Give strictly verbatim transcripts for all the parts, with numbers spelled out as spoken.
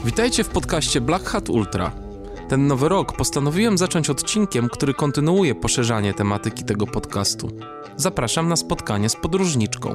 Witajcie w podcaście Black Hat Ultra. Ten nowy rok postanowiłem zacząć odcinkiem, który kontynuuje poszerzanie tematyki tego podcastu. Zapraszam na spotkanie z podróżniczką.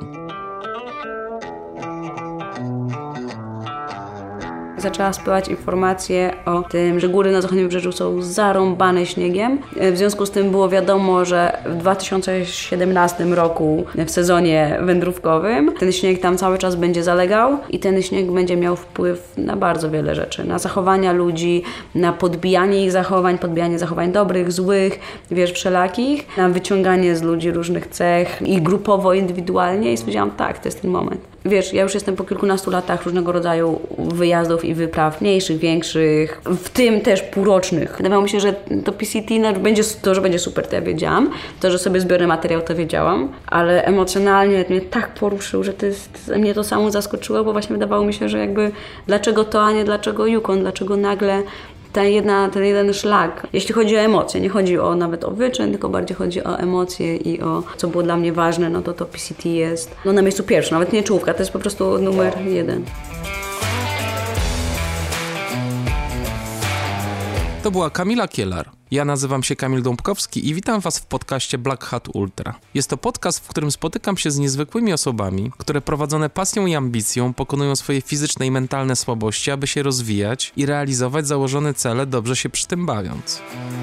Zaczęła spływać informacje o tym, że góry na zachodnim wybrzeżu są zarąbane śniegiem. W związku z tym było wiadomo, że w dwa tysiące siedemnastym roku w sezonie wędrówkowym ten śnieg tam cały czas będzie zalegał i ten śnieg będzie miał wpływ na bardzo wiele rzeczy. Na zachowania ludzi, na podbijanie ich zachowań, podbijanie zachowań dobrych, złych, wiesz, wszelakich, na wyciąganie z ludzi różnych cech i grupowo, indywidualnie i stwierdziłam, tak, to jest ten moment. Wiesz, ja już jestem po kilkunastu latach różnego rodzaju wyjazdów i wypraw, mniejszych, większych, w tym też półrocznych. Wydawało mi się, że to P C T, no, będzie, to, że będzie super, to ja wiedziałam. To, że sobie zbiorę materiał, to wiedziałam. Ale emocjonalnie mnie tak poruszył, że to jest, mnie to samo zaskoczyło, bo właśnie wydawało mi się, że jakby dlaczego to, a nie dlaczego Yukon, dlaczego nagle ta jedna, ten jeden szlak. Jeśli chodzi o emocje, nie chodzi o nawet o wyczyn, tylko bardziej chodzi o emocje i o co było dla mnie ważne, no to to P C T jest no, na miejscu pierwszym, nawet nie czołówka, to jest po prostu numer jeden. To była Kamila Kielar. Ja nazywam się Kamil Dąbkowski i witam Was w podcaście Black Hat Ultra. Jest to podcast, w którym spotykam się z niezwykłymi osobami, które prowadzone pasją i ambicją pokonują swoje fizyczne i mentalne słabości, aby się rozwijać i realizować założone cele, dobrze się przy tym bawiąc.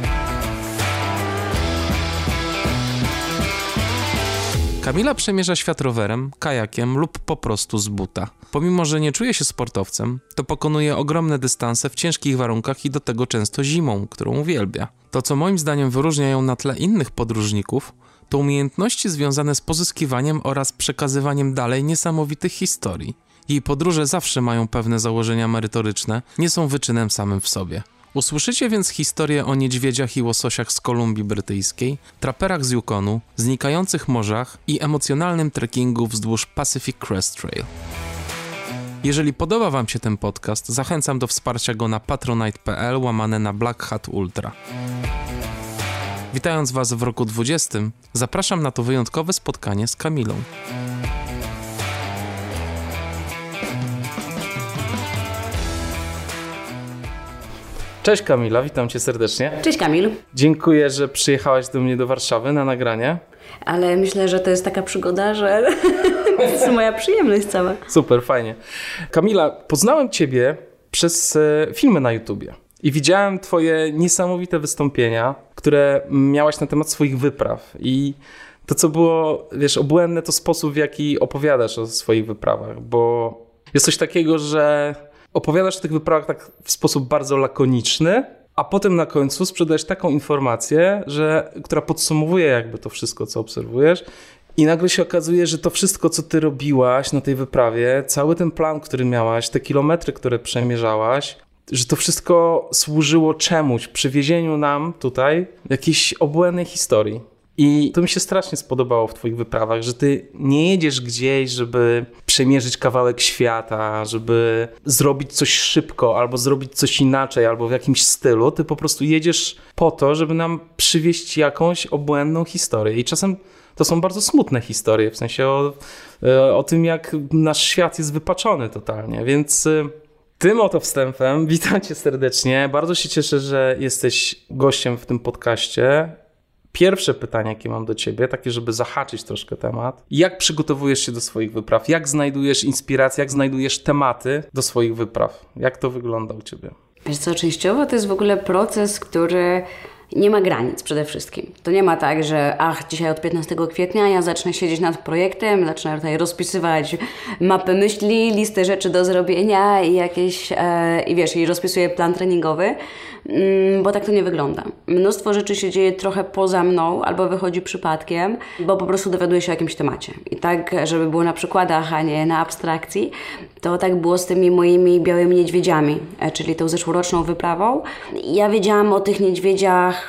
Kamila przemierza świat rowerem, kajakiem lub po prostu z buta. Pomimo, że nie czuje się sportowcem, to pokonuje ogromne dystanse w ciężkich warunkach i do tego często zimą, którą uwielbia. To, co moim zdaniem wyróżnia ją na tle innych podróżników, to umiejętności związane z pozyskiwaniem oraz przekazywaniem dalej niesamowitych historii. Jej podróże zawsze mają pewne założenia merytoryczne, nie są wyczynem samym w sobie. Usłyszycie więc historię o niedźwiedziach i łososiach z Kolumbii Brytyjskiej, traperach z Yukonu, znikających morzach i emocjonalnym trekkingu wzdłuż Pacific Crest Trail. Jeżeli podoba Wam się ten podcast, zachęcam do wsparcia go na patronite.pl łamane na Black Hat Ultra. Witając Was w roku dwudziestym, zapraszam na to wyjątkowe spotkanie z Kamilą. Cześć Kamila, witam Cię serdecznie. Cześć Kamil. Dziękuję, że przyjechałaś do mnie do Warszawy na nagranie. Ale myślę, że to jest taka przygoda, że to jest moja przyjemność cała. Super, fajnie. Kamila, poznałem Ciebie przez e, filmy na YouTubie i widziałem Twoje niesamowite wystąpienia, które miałaś na temat swoich wypraw i to, co było, wiesz, obłędne, to sposób, w jaki opowiadasz o swoich wyprawach, bo jest coś takiego, że opowiadasz o tych wyprawach tak w sposób bardzo lakoniczny, a potem na końcu sprzedajesz taką informację, że, która podsumowuje jakby to wszystko, co obserwujesz i nagle się okazuje, że to wszystko, co ty robiłaś na tej wyprawie, cały ten plan, który miałaś, te kilometry, które przemierzałaś, że to wszystko służyło czemuś, przywiezieniu nam tutaj jakiejś obłędnej historii. I to mi się strasznie spodobało w twoich wyprawach, że ty nie jedziesz gdzieś, żeby przemierzyć kawałek świata, żeby zrobić coś szybko, albo zrobić coś inaczej, albo w jakimś stylu. Ty po prostu jedziesz po to, żeby nam przywieźć jakąś obłędną historię. I czasem to są bardzo smutne historie, w sensie o, o tym, jak nasz świat jest wypaczony totalnie. Więc tym oto wstępem witam cię serdecznie. Bardzo się cieszę, że jesteś gościem w tym podcaście. Pierwsze pytanie, jakie mam do ciebie, takie, żeby zahaczyć troszkę temat. Jak przygotowujesz się do swoich wypraw? Jak znajdujesz inspirację? Jak znajdujesz tematy do swoich wypraw? Jak to wygląda u ciebie? Wiesz co, częściowo to jest w ogóle proces, który nie ma granic przede wszystkim. To nie ma tak, że ach, dzisiaj od piętnastego kwietnia ja zacznę siedzieć nad projektem, zacznę tutaj rozpisywać mapę myśli, listę rzeczy do zrobienia i jakieś, e, i wiesz, i rozpisuję plan treningowy, mm, bo tak to nie wygląda. Mnóstwo rzeczy się dzieje trochę poza mną albo wychodzi przypadkiem, bo po prostu dowiaduję się o jakimś temacie. I tak, żeby było na przykładach, a nie na abstrakcji, to tak było z tymi moimi białymi niedźwiedziami, e, czyli tą zeszłoroczną wyprawą. Ja wiedziałam o tych niedźwiedziach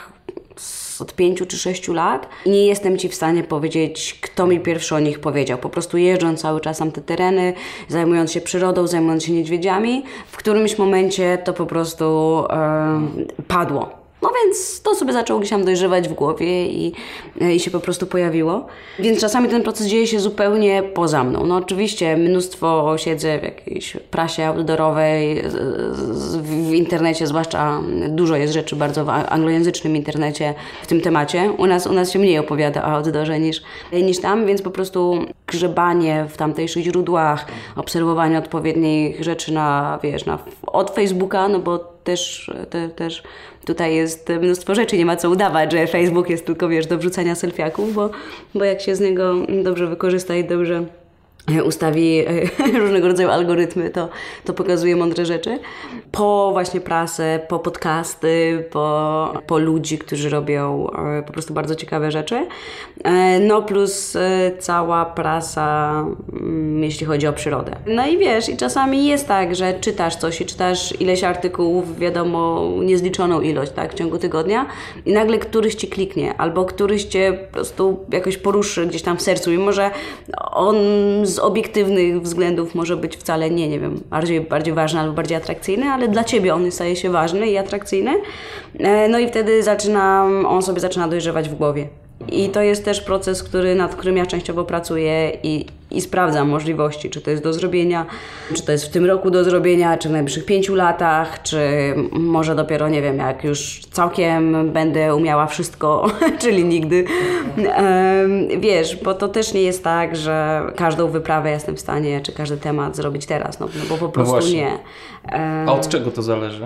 od pięciu czy sześciu lat i nie jestem Ci w stanie powiedzieć, kto mi pierwszy o nich powiedział. Po prostu jeżdżąc cały czas tam te tereny, zajmując się przyrodą, zajmując się niedźwiedziami, w którymś momencie to po prostu e, padło. No więc to sobie zaczęło gdzieś tam dojrzewać w głowie i, i się po prostu pojawiło. Więc czasami ten proces dzieje się zupełnie poza mną. No oczywiście mnóstwo siedzę w jakiejś prasie outdoorowej, w internecie zwłaszcza dużo jest rzeczy bardzo w anglojęzycznym internecie w tym temacie. U nas, u nas się mniej opowiada o outdoorze niż, niż tam, więc po prostu grzebanie w tamtejszych źródłach, obserwowanie odpowiednich rzeczy na, wiesz, na, od Facebooka, no bo też, te, też tutaj jest mnóstwo rzeczy, nie ma co udawać, że Facebook jest tylko, wiesz, do wrzucania selfiaków, bo, bo jak się z niego dobrze wykorzysta i dobrze ustawi różnego rodzaju algorytmy, to, to pokazuje mądre rzeczy. Po właśnie prasę, po podcasty, po, po ludzi, którzy robią po prostu bardzo ciekawe rzeczy. No plus cała prasa, jeśli chodzi o przyrodę. No i wiesz, i czasami jest tak, że czytasz coś i czytasz ileś artykułów, wiadomo, niezliczoną ilość, tak, w ciągu tygodnia i nagle któryś ci kliknie, albo któryś cię po prostu jakoś poruszy gdzieś tam w sercu, mimo że on z obiektywnych względów może być wcale nie, nie wiem, bardziej, bardziej ważny albo bardziej atrakcyjny, ale dla ciebie on staje się ważny i atrakcyjny. No i wtedy zaczyna, on sobie zaczyna dojrzewać w głowie. I to jest też proces, który, nad którym ja częściowo pracuję i, i sprawdzam możliwości, czy to jest do zrobienia, czy to jest w tym roku do zrobienia, czy w najbliższych pięciu latach, czy może dopiero, nie wiem, jak już całkiem będę umiała wszystko, czyli nigdy. Um, wiesz, bo to też nie jest tak, że każdą wyprawę jestem w stanie, czy każdy temat zrobić teraz, no, no bo po prostu no nie. Um, A od czego to zależy?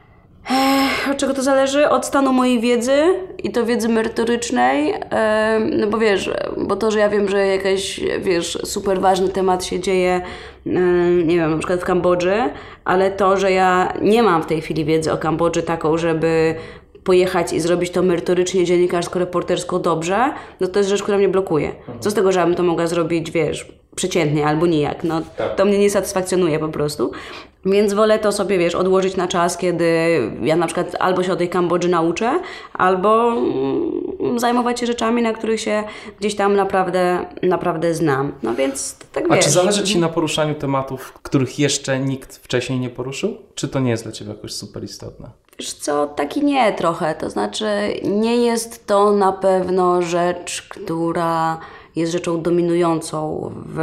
Od czego to zależy? Od stanu mojej wiedzy i to wiedzy merytorycznej, no bo wiesz, bo to, że ja wiem, że jakaś, wiesz, super ważny temat się dzieje, nie wiem, na przykład w Kambodży, ale to, że ja nie mam w tej chwili wiedzy o Kambodży taką, żeby pojechać i zrobić to merytorycznie, dziennikarsko-reportersko dobrze, no to jest rzecz, która mnie blokuje. Co z tego, że ja bym to mogła zrobić, wiesz, przeciętnie albo nijak, no to mnie nie satysfakcjonuje po prostu. Więc wolę to sobie, wiesz, odłożyć na czas, kiedy ja na przykład albo się o tej Kambodży nauczę, albo zajmować się rzeczami, na których się gdzieś tam naprawdę, naprawdę znam. No więc tak A wiesz. czy zależy Ci na poruszaniu tematów, których jeszcze nikt wcześniej nie poruszył? Czy to nie jest dla Ciebie jakoś super istotne? Wiesz co, tak i nie trochę. To znaczy nie jest to na pewno rzecz, która jest rzeczą dominującą w...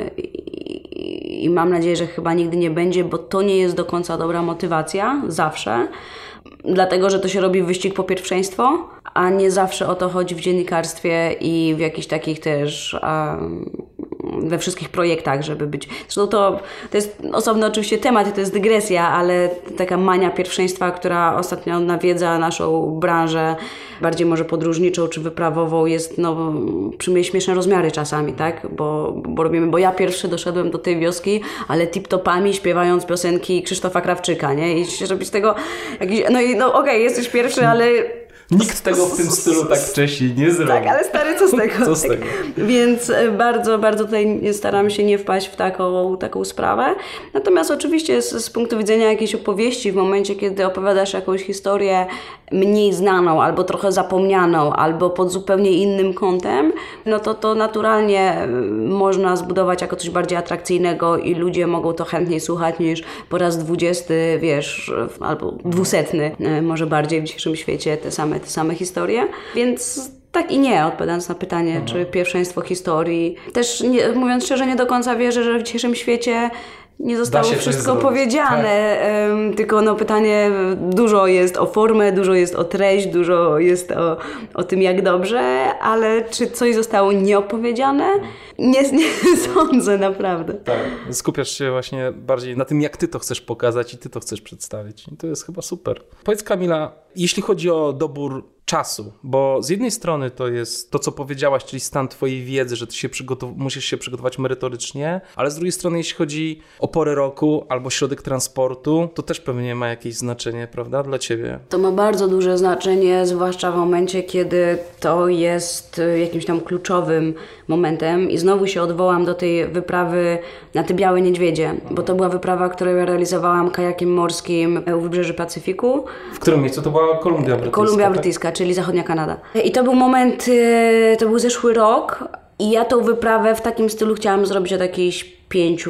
i mam nadzieję, że chyba nigdy nie będzie, bo to nie jest do końca dobra motywacja, zawsze. Dlatego, że to się robi wyścig po pierwszeństwo, a nie zawsze o to chodzi w dziennikarstwie i w jakichś takich też... Um, we wszystkich projektach, żeby być... Zresztą to, to jest osobny oczywiście temat i to jest dygresja, ale taka mania pierwszeństwa, która ostatnio nawiedza naszą branżę, bardziej może podróżniczą czy wyprawową, jest, no, przyjmuje śmieszne rozmiary czasami, tak? Bo, bo robimy, bo ja pierwszy doszedłem do tej wioski, ale tip-topami śpiewając piosenki Krzysztofa Krawczyka, nie? I się robić z tego jakiś... No i no okej, okay, jesteś pierwszy, ale... Nikt tego w tym stylu tak wcześniej nie zrobił. Tak, ale stary, co z tego? Co z tego? Więc bardzo, bardzo tutaj staram się nie wpaść w taką, taką sprawę. Natomiast oczywiście z, z punktu widzenia jakiejś opowieści, w momencie, kiedy opowiadasz jakąś historię mniej znaną, albo trochę zapomnianą, albo pod zupełnie innym kątem, no to to naturalnie można zbudować jako coś bardziej atrakcyjnego i ludzie mogą to chętniej słuchać niż po raz dwudziesty, wiesz, albo dwusetny, może bardziej w dzisiejszym świecie te same, te same historie. Więc tak i nie, odpowiadając na pytanie, mhm. czy pierwszeństwo historii. Też nie, mówiąc szczerze, nie do końca wierzę, że w dzisiejszym świecie nie zostało wszystko powiedziane, tak. Tylko no pytanie, dużo jest o formę, dużo jest o treść, dużo jest o, o tym, jak dobrze, ale czy coś zostało nieopowiedziane? Nie, nie sądzę, naprawdę. Tak, skupiasz się właśnie bardziej na tym, jak ty to chcesz pokazać i ty to chcesz przedstawić. I to jest chyba super. Powiedz, Kamila, jeśli chodzi o dobór czasu, bo z jednej strony to jest to, co powiedziałaś, czyli stan twojej wiedzy, że ty się przygotow- musisz się przygotować merytorycznie, ale z drugiej strony, jeśli chodzi o porę roku albo środek transportu, to też pewnie ma jakieś znaczenie, prawda, dla ciebie? To ma bardzo duże znaczenie, zwłaszcza w momencie, kiedy to jest jakimś tam kluczowym momentem i znowu się odwołam do tej wyprawy na te Białe Niedźwiedzie, bo to była wyprawa, którą ja realizowałam kajakiem morskim u wybrzeży Pacyfiku. W którym miejscu? To była Kolumbia Brytyjska. Kolumbia tak? Brytyjska, czyli zachodnia Kanada. I to był moment, to był zeszły rok i ja tą wyprawę w takim stylu chciałam zrobić od jakichś pięciu lat.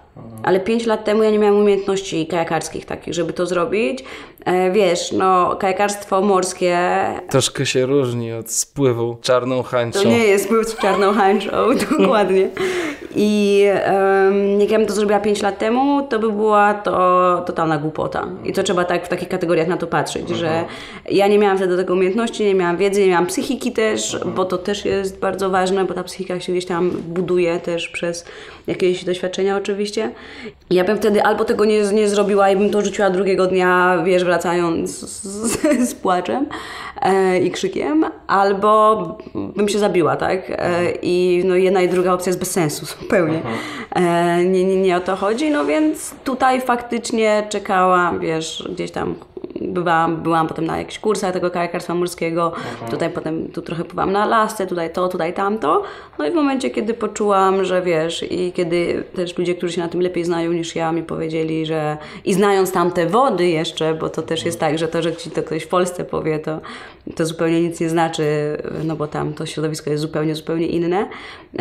Ale pięć lat temu ja nie miałam umiejętności kajakarskich takich, żeby to zrobić. E, wiesz, no kajakarstwo morskie... Troszkę się różni od spływu czarną hańczą. To nie jest spływ z czarną hańczą, dokładnie. I um, jak ja bym to zrobiła pięć lat temu, to by była to totalna głupota. I to trzeba tak w takich kategoriach na to patrzeć, mhm. że ja nie miałam wtedy do tego umiejętności, nie miałam wiedzy, nie miałam psychiki też, mhm. bo to też jest bardzo ważne, bo ta psychika się gdzieś tam buduje też przez jakieś doświadczenia oczywiście. Ja bym wtedy albo tego nie, nie zrobiła i bym to rzuciła drugiego dnia, wiesz, wracając z, z, z płaczem e, i krzykiem, albo bym się zabiła, tak? E, I no jedna i druga opcja jest bez sensu zupełnie. E, nie, nie, nie o to chodzi, no więc tutaj faktycznie czekałam, wiesz, gdzieś tam Byłam, byłam potem na jakichś kursach tego kajakarstwa morskiego, Aha. tutaj potem tu trochę pływałam na lasce, tutaj to, tutaj tamto. No i w momencie, kiedy poczułam, że wiesz, i kiedy też ludzie, którzy się na tym lepiej znają niż ja, mi powiedzieli, że i znając tamte wody jeszcze, bo to też jest tak, że to, że ci to ktoś w Polsce powie, to, to zupełnie nic nie znaczy, no bo tam to środowisko jest zupełnie, zupełnie inne.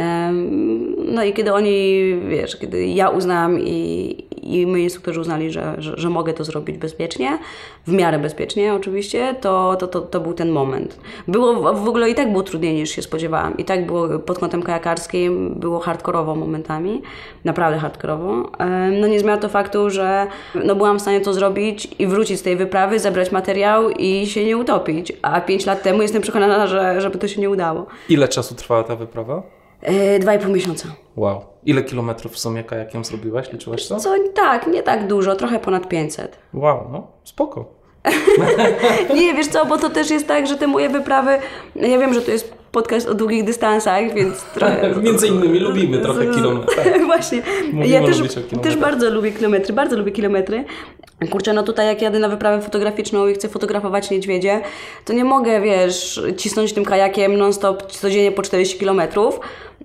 No i kiedy oni, wiesz, kiedy ja uznałam i, i my instruktorzy uznali, że, że, że mogę to zrobić bezpiecznie, w miarę bezpiecznie oczywiście, to, to, to, to był ten moment. Było w ogóle i tak było trudniej niż się spodziewałam. I tak było pod kątem kajakarskim, było hardkorowo momentami, naprawdę hardkorowo. No nie zmienia to faktu, że no byłam w stanie to zrobić i wrócić z tej wyprawy, zebrać materiał i się nie utopić. A pięć lat temu jestem przekonana, że żeby to się nie udało. Ile czasu trwała ta wyprawa? Yy, dwa i pół miesiąca. Wow. Ile kilometrów w sumie kajakiem zrobiłaś? Liczyłaś to? Co? Tak, nie tak dużo, trochę ponad pięćset. Wow, no spoko. Nie, wiesz co, bo to też jest tak, że te moje wyprawy, ja wiem, że to jest podcast o długich dystansach, więc trochę... Między innymi lubimy trochę kilometrów. Właśnie. Mówimy ja też, też bardzo lubię kilometry, bardzo lubię kilometry. Kurczę, no tutaj jak jadę na wyprawę fotograficzną i chcę fotografować niedźwiedzie, to nie mogę, wiesz, cisnąć tym kajakiem non-stop codziennie po czterdzieści kilometrów,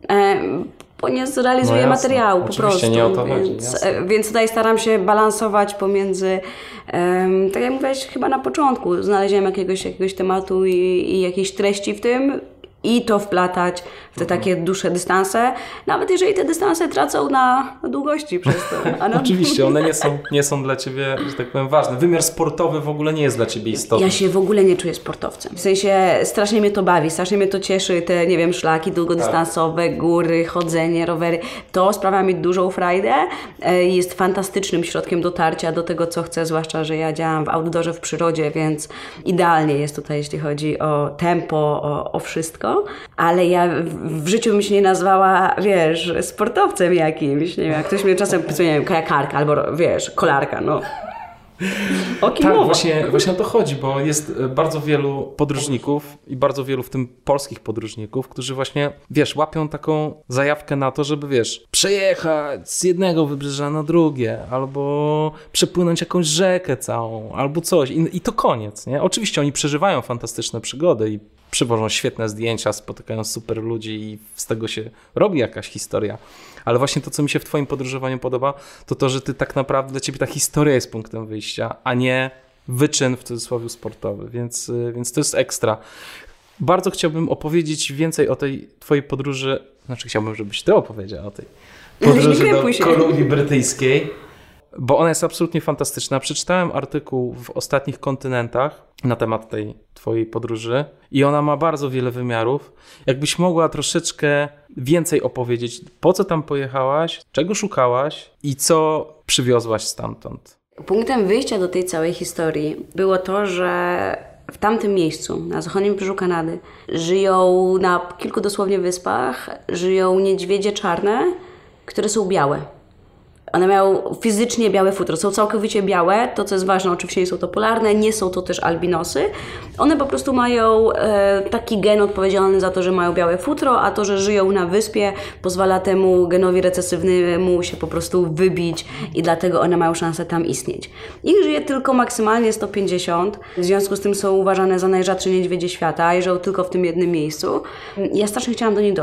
bo nie zrealizuję no materiału po Oczywiście prostu. Nie o to więc, chodzi, więc tutaj staram się balansować pomiędzy, um, tak jak mówiłaś chyba na początku, znalezieniem jakiegoś, jakiegoś tematu i, i jakiejś treści w tym, i to wplatać w te takie dłuższe dystanse, nawet jeżeli te dystanse tracą na, na długości przez to. No... Oczywiście, one nie są, nie są dla Ciebie, że tak powiem, ważne. Wymiar sportowy w ogóle nie jest dla Ciebie istotny. Ja się w ogóle nie czuję sportowcem. W sensie strasznie mnie to bawi, strasznie mnie to cieszy, te, nie wiem, szlaki długodystansowe, tak. góry, chodzenie, rowery. To sprawia mi dużą frajdę. Jest fantastycznym środkiem dotarcia do tego, co chcę, zwłaszcza, że ja działam w outdoorze, w przyrodzie, więc idealnie jest tutaj, jeśli chodzi o tempo, o, o wszystko. Ale ja w życiu bym się nie nazwała, wiesz, sportowcem jakimś. Nie wiem, jak ktoś mnie czasem pisuje, nie wiem, kajakarka albo, wiesz, kolarka, no. O kim tak, mowa? właśnie, właśnie o to chodzi, bo jest bardzo wielu podróżników i bardzo wielu w tym polskich podróżników, którzy właśnie, wiesz, łapią taką zajawkę na to, żeby, wiesz, przejechać z jednego wybrzeża na drugie, albo przepłynąć jakąś rzekę całą, albo coś i, i to koniec, nie? Oczywiście oni przeżywają fantastyczne przygody i przywożą świetne zdjęcia, spotykają super ludzi i z tego się robi jakaś historia. Ale właśnie to, co mi się w Twoim podróżowaniu podoba, to to, że Ty tak naprawdę, dla Ciebie ta historia jest punktem wyjścia, a nie wyczyn w cudzysłowie sportowy, więc, więc to jest ekstra. Bardzo chciałbym opowiedzieć więcej o tej Twojej podróży, znaczy chciałbym, żebyś Ty opowiedziała o tej podróży do Kolumbii Brytyjskiej, bo ona jest absolutnie fantastyczna. Przeczytałem artykuł w Ostatnich Kontynentach na temat tej Twojej podróży i ona ma bardzo wiele wymiarów. Jakbyś mogła troszeczkę więcej opowiedzieć, po co tam pojechałaś, czego szukałaś i co przywiozłaś stamtąd? Punktem wyjścia do tej całej historii było to, że w tamtym miejscu, na zachodnim wybrzeżu Kanady, żyją na kilku dosłownie wyspach, żyją niedźwiedzie czarne, które są białe. One mają fizycznie białe futro, są całkowicie białe, to co jest ważne, oczywiście nie są to polarne, nie są to też albinosy. One po prostu mają e, taki gen odpowiedzialny za to, że mają białe futro, a to, że żyją na wyspie pozwala temu genowi recesywnemu się po prostu wybić i dlatego one mają szansę tam istnieć. Ich żyje tylko maksymalnie sto pięćdziesiąt, w związku z tym są uważane za najrzadsze niedźwiedzie świata i żyją tylko w tym jednym miejscu. Ja strasznie chciałam do nich dotrzeć.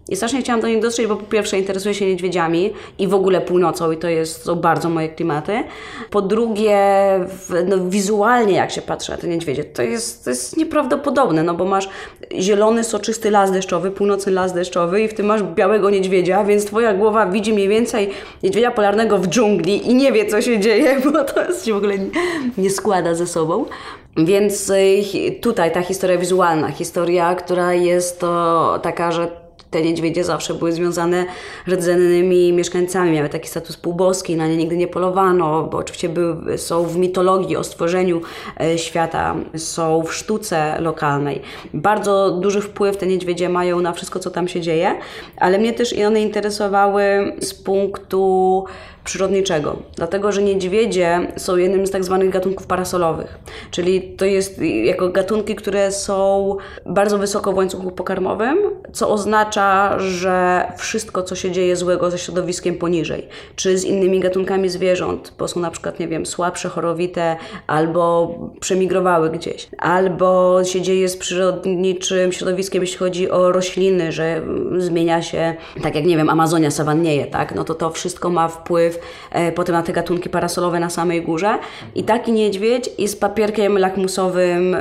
I strasznie chciałam do nich dotrzeć, bo po pierwsze interesuję się niedźwiedziami i w ogóle północą i to jest to bardzo moje klimaty. Po drugie, w, no, wizualnie jak się patrzy na te niedźwiedzie, to jest, to jest nieprawdopodobne, no bo masz zielony, soczysty las deszczowy, północny las deszczowy i w tym masz białego niedźwiedzia, więc twoja głowa widzi mniej więcej niedźwiedzia polarnego w dżungli i nie wie, co się dzieje, bo to się w ogóle nie, nie składa ze sobą. Więc tutaj ta historia wizualna, historia, która jest to taka, że te niedźwiedzie zawsze były związane z rdzennymi mieszkańcami, miały taki status półboski, na nie nigdy nie polowano, bo oczywiście były, są w mitologii o stworzeniu świata, są w sztuce lokalnej. Bardzo duży wpływ te niedźwiedzie mają na wszystko, co tam się dzieje, ale mnie też one interesowały z punktu przyrodniczego, dlatego że niedźwiedzie są jednym z tak zwanych gatunków parasolowych, czyli to jest jako gatunki, które są bardzo wysoko w łańcuchu pokarmowym, co oznacza, że wszystko, co się dzieje złego ze środowiskiem poniżej, czy z innymi gatunkami zwierząt, bo są na przykład, nie wiem, słabsze, chorowite, albo przemigrowały gdzieś, albo się dzieje z przyrodniczym środowiskiem, jeśli chodzi o rośliny, że zmienia się, tak jak, nie wiem, Amazonia sawannieje, tak, no to to wszystko ma wpływ potem na te gatunki parasolowe na samej górze. I taki niedźwiedź jest papierkiem lakmusowym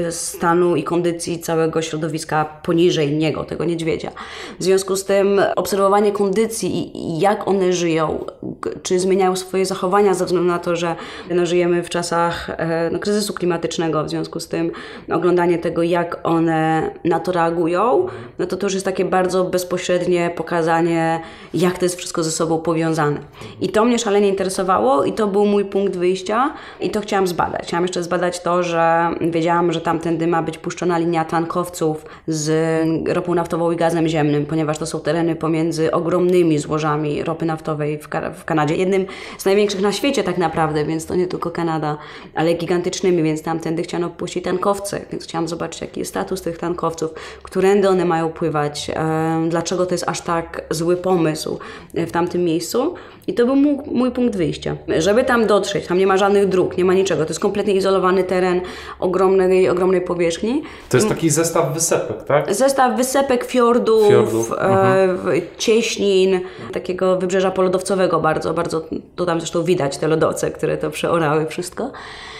stanu i kondycji całego środowiska poniżej niego, tego niedźwiedzia. W związku z tym obserwowanie kondycji i jak one żyją, czy zmieniają swoje zachowania ze względu na to, że no, żyjemy w czasach no, kryzysu klimatycznego, w związku z tym oglądanie tego, jak one na to reagują, no to to już jest takie bardzo bezpośrednie pokazanie, jak to jest wszystko ze sobą powiązane. I to mnie szalenie interesowało i to był mój punkt wyjścia i to chciałam zbadać. Chciałam jeszcze zbadać to, że wiedziałam, że tamtędy ma być puszczona linia tankowców z ropą naftową i gazem ziemnym, ponieważ to są tereny pomiędzy ogromnymi złożami ropy naftowej w, Ka- w Kanadzie. Jednym z największych na świecie tak naprawdę, więc to nie tylko Kanada, ale gigantycznymi, więc tamtędy chciano puścić tankowce, więc chciałam zobaczyć, jaki jest status tych tankowców, którędy one mają pływać, e, dlaczego to jest aż tak zły pomysł w tamtym miejscu. I to był mój, mój punkt wyjścia. Żeby tam dotrzeć, tam nie ma żadnych dróg, nie ma niczego. To jest kompletnie izolowany teren ogromnej, ogromnej powierzchni. To jest taki zestaw wysepek, tak? Zestaw wysepek, fiordów, fiordów. E, mhm. cieśnin, takiego wybrzeża polodowcowego bardzo, bardzo. To tam zresztą widać te lodowce, które to przeorały wszystko.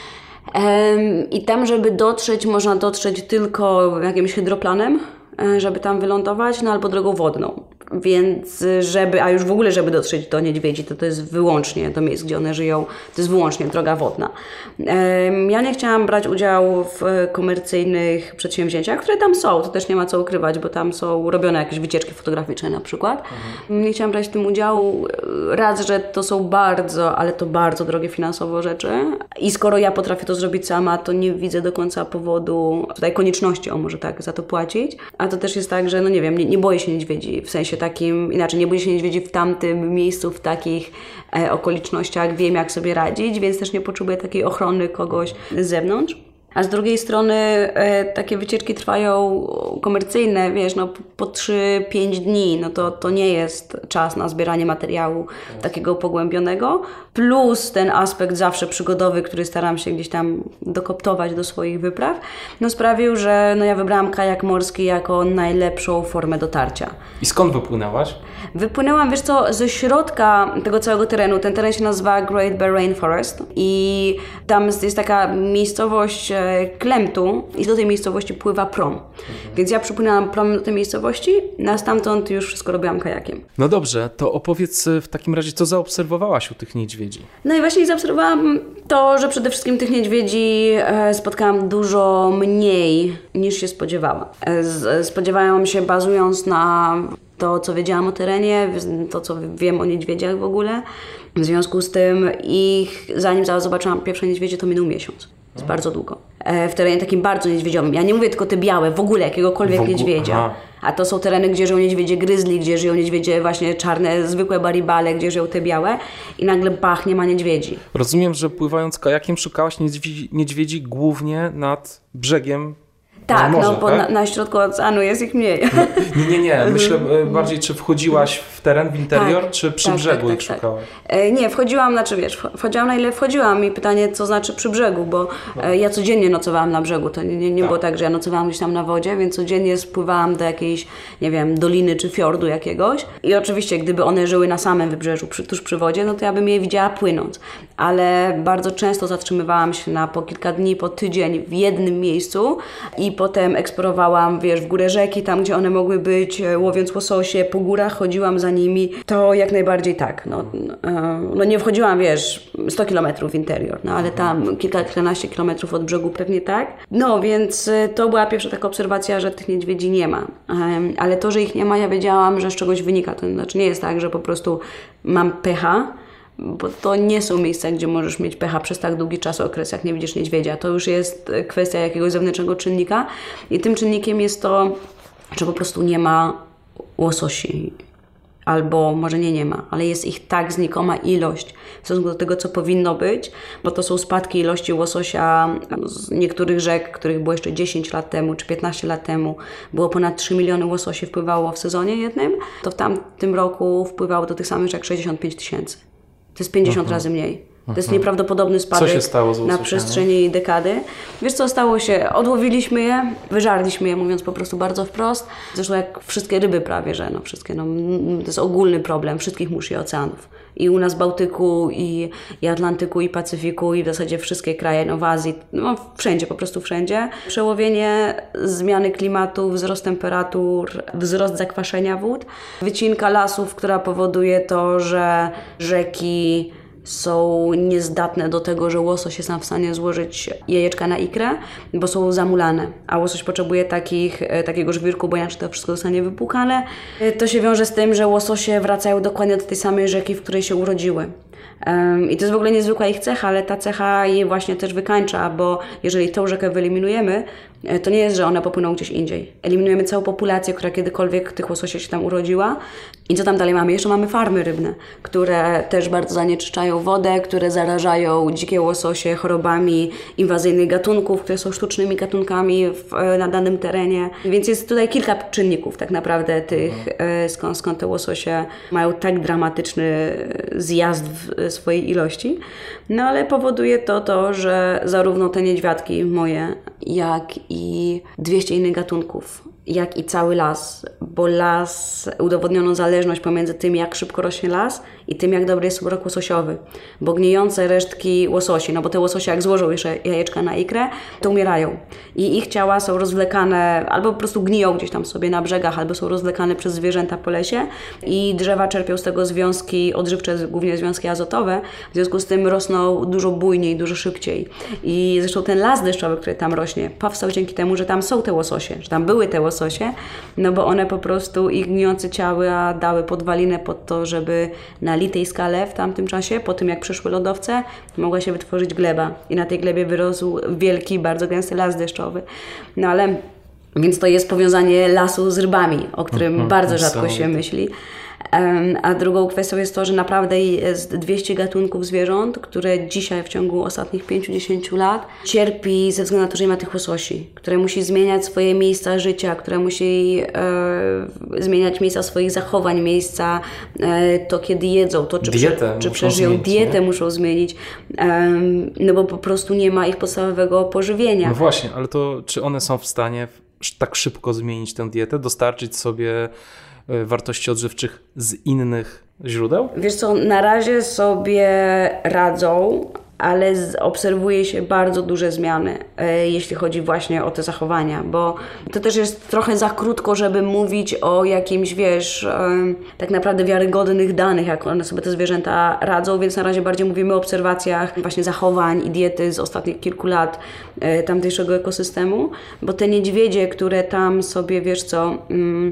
Ehm, I tam, żeby dotrzeć, można dotrzeć tylko jakimś hydroplanem, żeby tam wylądować, no albo drogą wodną. Więc żeby, a już w ogóle żeby dotrzeć do niedźwiedzi, to to jest wyłącznie do miejsc, gdzie one żyją, to jest wyłącznie droga wodna. Ja nie chciałam brać udziału w komercyjnych przedsięwzięciach, które tam są, to też nie ma co ukrywać, bo tam są robione jakieś wycieczki fotograficzne na przykład. Mhm. Nie chciałam brać w tym udziału, raz, że to są bardzo, ale to bardzo drogie finansowo rzeczy i skoro ja potrafię to zrobić sama, to nie widzę do końca powodu, tutaj konieczności, o może tak, za to płacić. A to też jest tak, że no nie wiem, nie, nie boję się niedźwiedzi, w sensie takim, inaczej, nie boję się niedźwiedzi w tamtym miejscu, w takich e, okolicznościach, wiem jak sobie radzić, więc też nie potrzebuję takiej ochrony kogoś z zewnątrz. A z drugiej strony e, takie wycieczki trwają komercyjne, wiesz, no po trzy pięć dni, no to, to nie jest czas na zbieranie materiału takiego pogłębionego, plus ten aspekt zawsze przygodowy, który staram się gdzieś tam dokoptować do swoich wypraw, no sprawił, że no ja wybrałam kajak morski jako najlepszą formę dotarcia. I skąd wypłynęłaś? Wypłynęłam, wiesz co, ze środka tego całego terenu. Ten teren się nazywa Great Bear Rainforest i tam jest, jest taka miejscowość Klemtu i do tej miejscowości pływa prom. Mhm. Więc ja przypłynęłam promem do tej miejscowości, a stamtąd już wszystko robiłam kajakiem. No dobrze, to opowiedz w takim razie, co zaobserwowałaś u tych niedźwiedzi? No i właśnie zaobserwowałam to, że przede wszystkim tych niedźwiedzi spotkałam dużo mniej niż się spodziewałam. Spodziewałam się, bazując na to, co wiedziałam o terenie, to, co wiem o niedźwiedziach w ogóle. W związku z tym ich, zanim zobaczyłam pierwsze niedźwiedzie, to minął miesiąc. Jest bardzo długo. W terenie takim bardzo niedźwiedziowym. Ja nie mówię tylko te białe, w ogóle jakiegokolwiek w ogóle, niedźwiedzia. Aha. A to są tereny, gdzie żyją niedźwiedzie gryzli, gdzie żyją niedźwiedzie właśnie czarne, zwykłe baribale, gdzie żyją te białe i nagle bach, nie ma niedźwiedzi. Rozumiem, że pływając kajakiem szukałaś niedźwiedzi, niedźwiedzi głównie nad brzegiem Tak, morze, no bo tak? Na, na środku oceanu jest ich mniej. No, nie, nie, nie. Myślę bardziej, czy wchodziłaś w teren, w interior, tak, czy przy tak, brzegu tak, ich tak, szukałaś? Tak. Nie, wchodziłam, znaczy wiesz, wchodziłam na ile wchodziłam i pytanie, co znaczy przy brzegu, bo no. ja codziennie nocowałam na brzegu. To nie, nie, nie tak. było tak, że ja nocowałam gdzieś tam na wodzie, więc codziennie spływałam do jakiejś, nie wiem, doliny czy fiordu jakiegoś. I oczywiście, gdyby one żyły na samym wybrzeżu, przy, tuż przy wodzie, no to ja bym je widziała płynąc. Ale bardzo często zatrzymywałam się na po kilka dni, po tydzień w jednym miejscu i potem eksplorowałam, wiesz, w górę rzeki, tam gdzie one mogły być, łowiąc łososie, po górach chodziłam za nimi. To jak najbardziej tak. No, no nie wchodziłam, wiesz, sto kilometrów w interior, no ale tam kilka, kilkanaście kilometrów od brzegu pewnie tak. No więc to była pierwsza taka obserwacja, że tych niedźwiedzi nie ma. Ale to, że ich nie ma, ja wiedziałam, że z czegoś wynika. To znaczy nie jest tak, że po prostu mam pecha, bo to nie są miejsca, gdzie możesz mieć pecha przez tak długi czas, okres, jak nie widzisz niedźwiedzia. To już jest kwestia jakiegoś zewnętrznego czynnika i tym czynnikiem jest to, że po prostu nie ma łososi. Albo może nie, nie ma, ale jest ich tak znikoma ilość w stosunku do tego, co powinno być, bo to są spadki ilości łososia z niektórych rzek, których było jeszcze dziesięć lat temu czy piętnaście lat temu. Było ponad trzy miliony łososi wpływało w sezonie jednym, to w tamtym roku wpływało do tych samych rzek sześćdziesiąt pięć tysięcy. To jest pięćdziesiąt uh-huh. razy mniej. To jest nieprawdopodobny spadek co się stało z na przestrzeni dekady. Wiesz co stało się? Odłowiliśmy je, wyżarliśmy je, mówiąc po prostu bardzo wprost. Zresztą jak wszystkie ryby prawie, że no wszystkie, no, to jest ogólny problem wszystkich mórz i oceanów. I u nas Bałtyku, i, i Atlantyku, i Pacyfiku, i w zasadzie wszystkie kraje, no w Azji, no wszędzie, po prostu wszędzie. Przełowienie, zmiany klimatu, wzrost temperatur, wzrost zakwaszenia wód, wycinka lasów, która powoduje to, że rzeki są niezdatne do tego, że łosoś jest nam w stanie złożyć jajeczka na ikrę, bo są zamulane, a łosoś potrzebuje takich, takiego żwirku, bo inaczej to wszystko zostanie wypłukane. To się wiąże z tym, że łososie wracają dokładnie do tej samej rzeki, w której się urodziły. Um, I to jest w ogóle niezwykła ich cecha, ale ta cecha jej właśnie też wykańcza, bo jeżeli tą rzekę wyeliminujemy, to nie jest, że one popłyną gdzieś indziej. Eliminujemy całą populację, która kiedykolwiek tych łososi się tam urodziła. I co tam dalej mamy? Jeszcze mamy farmy rybne, które też bardzo zanieczyszczają wodę, które zarażają dzikie łososie chorobami inwazyjnych gatunków, które są sztucznymi gatunkami w, na danym terenie. Więc jest tutaj kilka czynników tak naprawdę tych, skąd, skąd te łososie mają tak dramatyczny zjazd w swojej ilości. No ale powoduje to to, że zarówno te niedźwiadki moje, jak i dwieście innych gatunków, jak i cały las, bo las, udowodniono zależność pomiędzy tym, jak szybko rośnie las i tym, jak dobry jest urok łososiowy. Bo gnijące resztki łososi, no bo te łososie jak złożą jeszcze jajeczka na ikrę, to umierają. I ich ciała są rozwlekane, albo po prostu gniją gdzieś tam sobie na brzegach, albo są rozwlekane przez zwierzęta po lesie i drzewa czerpią z tego związki odżywcze, głównie związki azotowe, w związku z tym rosną dużo bujniej, dużo szybciej. I zresztą ten las deszczowy, który tam rośnie, powstał dzięki temu, że tam są te łososie, że tam były te łososie, no bo one po prostu, ich gnijące ciała dały podwalinę pod to, żeby na litej skale w tamtym czasie, po tym jak przyszły lodowce, mogła się wytworzyć gleba i na tej glebie wyrósł wielki, bardzo gęsty las deszczowy. No ale, więc to jest powiązanie lasu z rybami, o którym mhm, bardzo rzadko się myśli. A drugą kwestią jest to, że naprawdę jest dwieście gatunków zwierząt, które dzisiaj w ciągu ostatnich pięć do dziesięciu lat cierpi ze względu na to, że nie ma tych łososi, które musi zmieniać swoje miejsca życia, które musi e, zmieniać miejsca swoich zachowań, miejsca e, to kiedy jedzą, to czy, dietę czy przeżyją, zmienić, dietę nie? muszą zmienić, e, no bo po prostu nie ma ich podstawowego pożywienia. No właśnie, ale to czy one są w stanie tak szybko zmienić tę dietę, dostarczyć sobie wartości odżywczych z innych źródeł? Wiesz co, na razie sobie radzą, ale obserwuje się bardzo duże zmiany, jeśli chodzi właśnie o te zachowania, bo to też jest trochę za krótko, żeby mówić o jakimś, wiesz, tak naprawdę wiarygodnych danych, jak one sobie te zwierzęta radzą, więc na razie bardziej mówimy o obserwacjach właśnie zachowań i diety z ostatnich kilku lat tamtejszego ekosystemu, bo te niedźwiedzie, które tam sobie, wiesz co,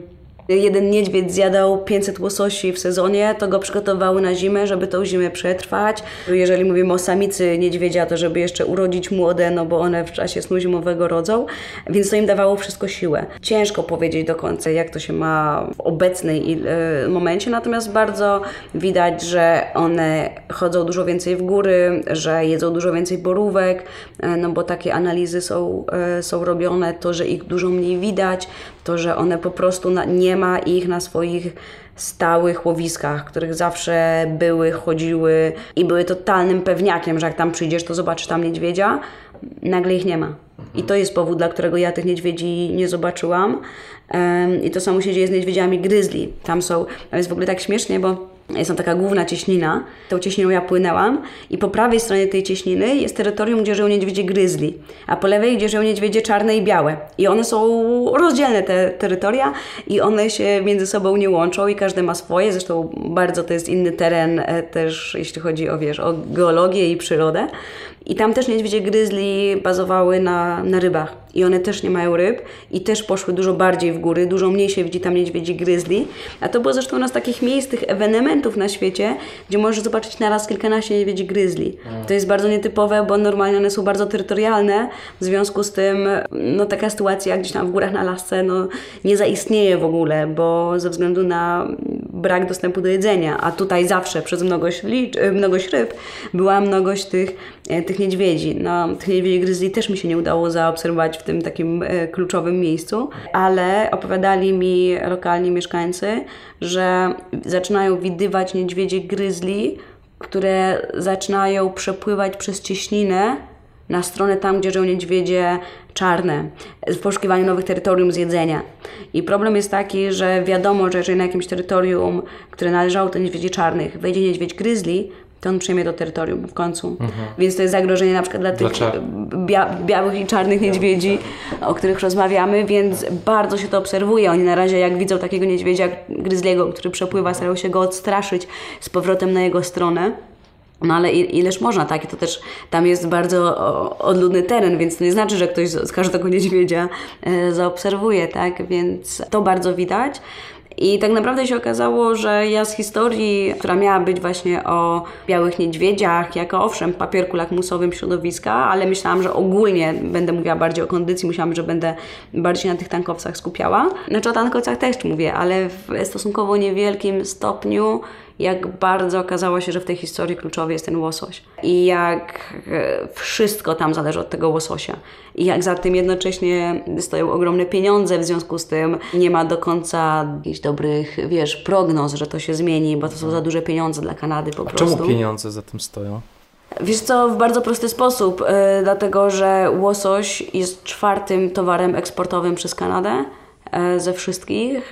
jeden niedźwiedź zjadał pięćset łososi w sezonie, to go przygotowały na zimę, żeby tą zimę przetrwać. Jeżeli mówimy o samicy niedźwiedzia, to żeby jeszcze urodzić młode, no bo one w czasie snu zimowego rodzą, więc to im dawało wszystko siłę. Ciężko powiedzieć do końca, jak to się ma w obecnej momencie, natomiast bardzo widać, że one chodzą dużo więcej w góry, że jedzą dużo więcej borówek, no bo takie analizy są, są robione, to, że ich dużo mniej widać, to, że one po prostu na, nie ma ich na swoich stałych łowiskach, których zawsze były, chodziły i były totalnym pewniakiem, że jak tam przyjdziesz, to zobaczysz tam niedźwiedzia, nagle ich nie ma. I to jest powód, dla którego ja tych niedźwiedzi nie zobaczyłam. Um, I to samo się dzieje z niedźwiedziami grizzly. Tam są, to jest w ogóle tak śmiesznie, bo jest tam taka główna cieśnina. Tą cieśniną ja płynęłam i po prawej stronie tej cieśniny jest terytorium, gdzie żyją niedźwiedzie grizzly, a po lewej, gdzie żyją niedźwiedzie czarne i białe. I one są rozdzielne, te terytoria, i one się między sobą nie łączą i każde ma swoje. Zresztą bardzo to jest inny teren też, jeśli chodzi o, wiesz, o geologię i przyrodę. I tam też niedźwiedzie grizzly bazowały na, na rybach. I one też nie mają ryb i też poszły dużo bardziej w góry, dużo mniej się widzi tam niedźwiedzi grizzly. A to było zresztą jedna z takich miejsc, tych ewenementów na świecie, gdzie możesz zobaczyć naraz kilkanaście niedźwiedzi grizzly. Mm. To jest bardzo nietypowe, bo normalnie one są bardzo terytorialne. W związku z tym no, taka sytuacja gdzieś tam w górach na Alasce no, nie zaistnieje w ogóle, bo ze względu na brak dostępu do jedzenia. A tutaj zawsze przez mnogość, mnogość ryb była mnogość tych, tych niedźwiedzi. No, tych niedźwiedzi grizzly też mi się nie udało zaobserwować w tym takim e, kluczowym miejscu, ale opowiadali mi lokalni mieszkańcy, że zaczynają widywać niedźwiedzie grizzly, które zaczynają przepływać przez cieśninę na stronę tam, gdzie żyją niedźwiedzie czarne, w poszukiwaniu nowych terytorium zjedzenia. I problem jest taki, że wiadomo, że jeżeli na jakimś terytorium, które należało do niedźwiedzi czarnych, wejdzie niedźwiedź grizzly, to on przejmie to terytorium w końcu. Mhm. Więc to jest zagrożenie na przykład dla tych bia białych i czarnych niedźwiedzi, o których rozmawiamy, więc bardzo się to obserwuje. Oni na razie jak widzą takiego niedźwiedzia grizzly'ego, który przepływa, starają się go odstraszyć z powrotem na jego stronę. No ale ileż można, tak? I to też tam jest bardzo odludny teren, więc to nie znaczy, że ktoś z każdego niedźwiedzia e, zaobserwuje, tak? Więc to bardzo widać. I tak naprawdę się okazało, że ja z historii, która miała być właśnie o białych niedźwiedziach, jako owszem papierku lakmusowym środowiska, ale myślałam, że ogólnie będę mówiła bardziej o kondycji, myślałam, że będę bardziej na tych tankowcach skupiała. Znaczy o tankowcach też mówię, ale w stosunkowo niewielkim stopniu, jak bardzo okazało się, że w tej historii kluczowy jest ten łosoś. I jak wszystko tam zależy od tego łososia. I jak za tym jednocześnie stoją ogromne pieniądze, w związku z tym nie ma do końca jakichś dobrych, wiesz, prognoz, że to się zmieni, bo to są za duże pieniądze dla Kanady po A prostu. Czemu pieniądze za tym stoją? Wiesz co, w bardzo prosty sposób, yy, dlatego że łosoś jest czwartym towarem eksportowym przez Kanadę. Ze wszystkich.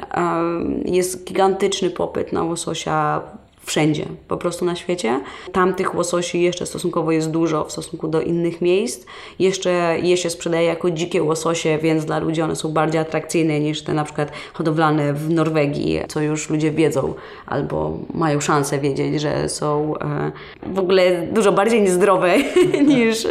Jest gigantyczny popyt na łososia wszędzie, po prostu na świecie. Tam tych łososi jeszcze stosunkowo jest dużo w stosunku do innych miejsc. Jeszcze je się sprzedaje jako dzikie łososie, więc dla ludzi one są bardziej atrakcyjne niż te na przykład hodowlane w Norwegii, co już ludzie wiedzą albo mają szansę wiedzieć, że są w ogóle dużo bardziej niezdrowe niż,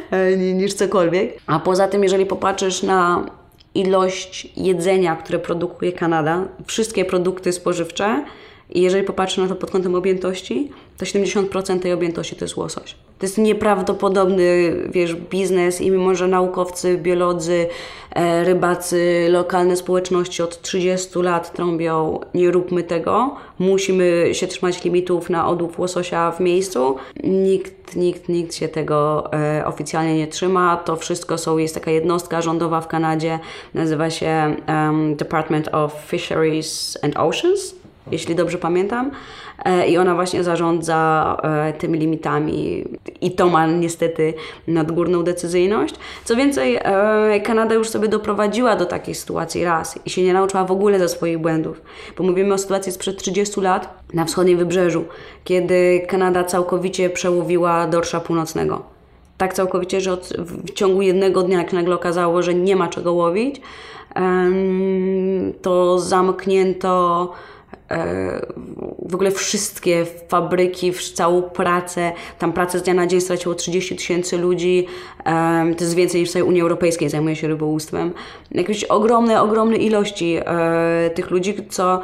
niż cokolwiek. A poza tym, jeżeli popatrzysz na ilość jedzenia, które produkuje Kanada, wszystkie produkty spożywcze, i jeżeli popatrzę na to pod kątem objętości, to siedemdziesiąt procent tej objętości to jest łosoś. To jest nieprawdopodobny, wiesz, biznes i mimo, że naukowcy, biolodzy, e, rybacy, lokalne społeczności od trzydziestu lat trąbią, nie róbmy tego, musimy się trzymać limitów na odłów łososia w miejscu. Nikt, nikt, nikt się tego e, oficjalnie nie trzyma. To wszystko są, jest taka jednostka rządowa w Kanadzie, nazywa się um, Department of Fisheries and Oceans, jeśli dobrze pamiętam. I ona właśnie zarządza tymi limitami i to ma niestety nadgórną decyzyjność. Co więcej, Kanada już sobie doprowadziła do takiej sytuacji raz i się nie nauczyła w ogóle ze swoich błędów. Bo mówimy o sytuacji sprzed trzydziestu lat na wschodnim wybrzeżu, kiedy Kanada całkowicie przełowiła dorsza północnego. Tak całkowicie, że od, w ciągu jednego dnia, jak nagle okazało, że nie ma czego łowić, to zamknięto w ogóle wszystkie fabryki, całą pracę, tam pracę z dnia na dzień straciło trzydzieści tysięcy ludzi, to jest więcej niż w całej Unii Europejskiej zajmuje się rybołówstwem. Jakieś ogromne, ogromne ilości tych ludzi, co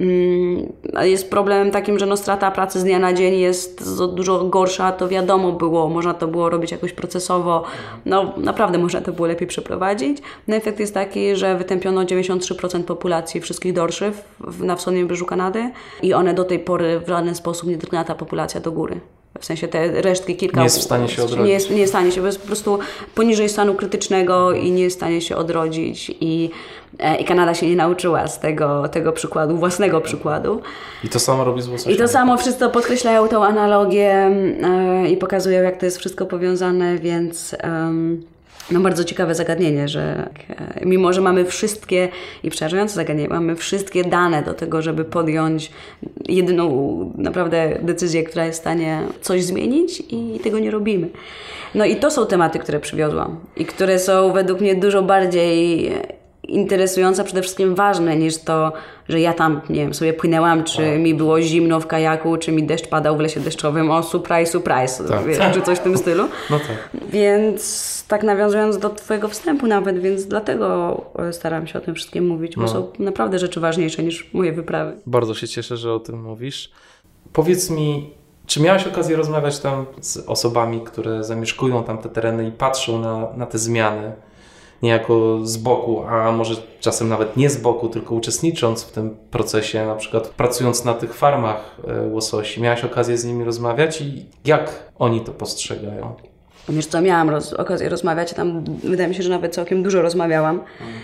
jest problemem takim, że no strata pracy z dnia na dzień jest dużo gorsza, to wiadomo było, można to było robić jakoś procesowo, no naprawdę można to było lepiej przeprowadzić. No efekt jest taki, że wytępiono dziewięćdziesiąt trzy procent populacji wszystkich dorszy w, na wschodnim wybrzeżu Kanady i one do tej pory w żaden sposób nie dotknęła ta populacja do góry. W sensie te resztki kilka... Nie jest w stanie się odrodzić. Nie jest, nie jest w stanie się, bo jest po prostu poniżej stanu krytycznego i nie jest w stanie się odrodzić. I, i Kanada się nie nauczyła z tego, tego przykładu, własnego przykładu. I to samo robi z łososiem. I to samo wszyscy podkreślają tą analogię yy, i pokazują, jak to jest wszystko powiązane, więc... Yy, No bardzo ciekawe zagadnienie, że mimo, że mamy wszystkie, i przerażające zagadnienie, mamy wszystkie dane do tego, żeby podjąć jedyną naprawdę decyzję, która jest w stanie coś zmienić i tego nie robimy. No i to są tematy, które przywiozłam i które są według mnie dużo bardziej interesujące, przede wszystkim ważne niż to, że ja tam, nie wiem, sobie płynęłam, czy a. mi było zimno w kajaku, czy mi deszcz padał w lesie deszczowym, o surprise, surprise, tak. wiesz, czy coś w tym stylu. No tak. Więc tak nawiązując do twojego wstępu nawet, więc dlatego staram się o tym wszystkim mówić, bo no. są naprawdę rzeczy ważniejsze niż moje wyprawy. Bardzo się cieszę, że o tym mówisz. Powiedz mi, czy miałaś okazję rozmawiać tam z osobami, które zamieszkują tam te tereny i patrzą na, na te zmiany? Niejako z boku, a może czasem nawet nie z boku, tylko uczestnicząc w tym procesie, na przykład pracując na tych farmach łososi. Miałaś okazję z nimi rozmawiać i jak oni to postrzegają? Wiesz co, miałam roz- okazję rozmawiać, tam wydaje mi się, że nawet całkiem dużo rozmawiałam.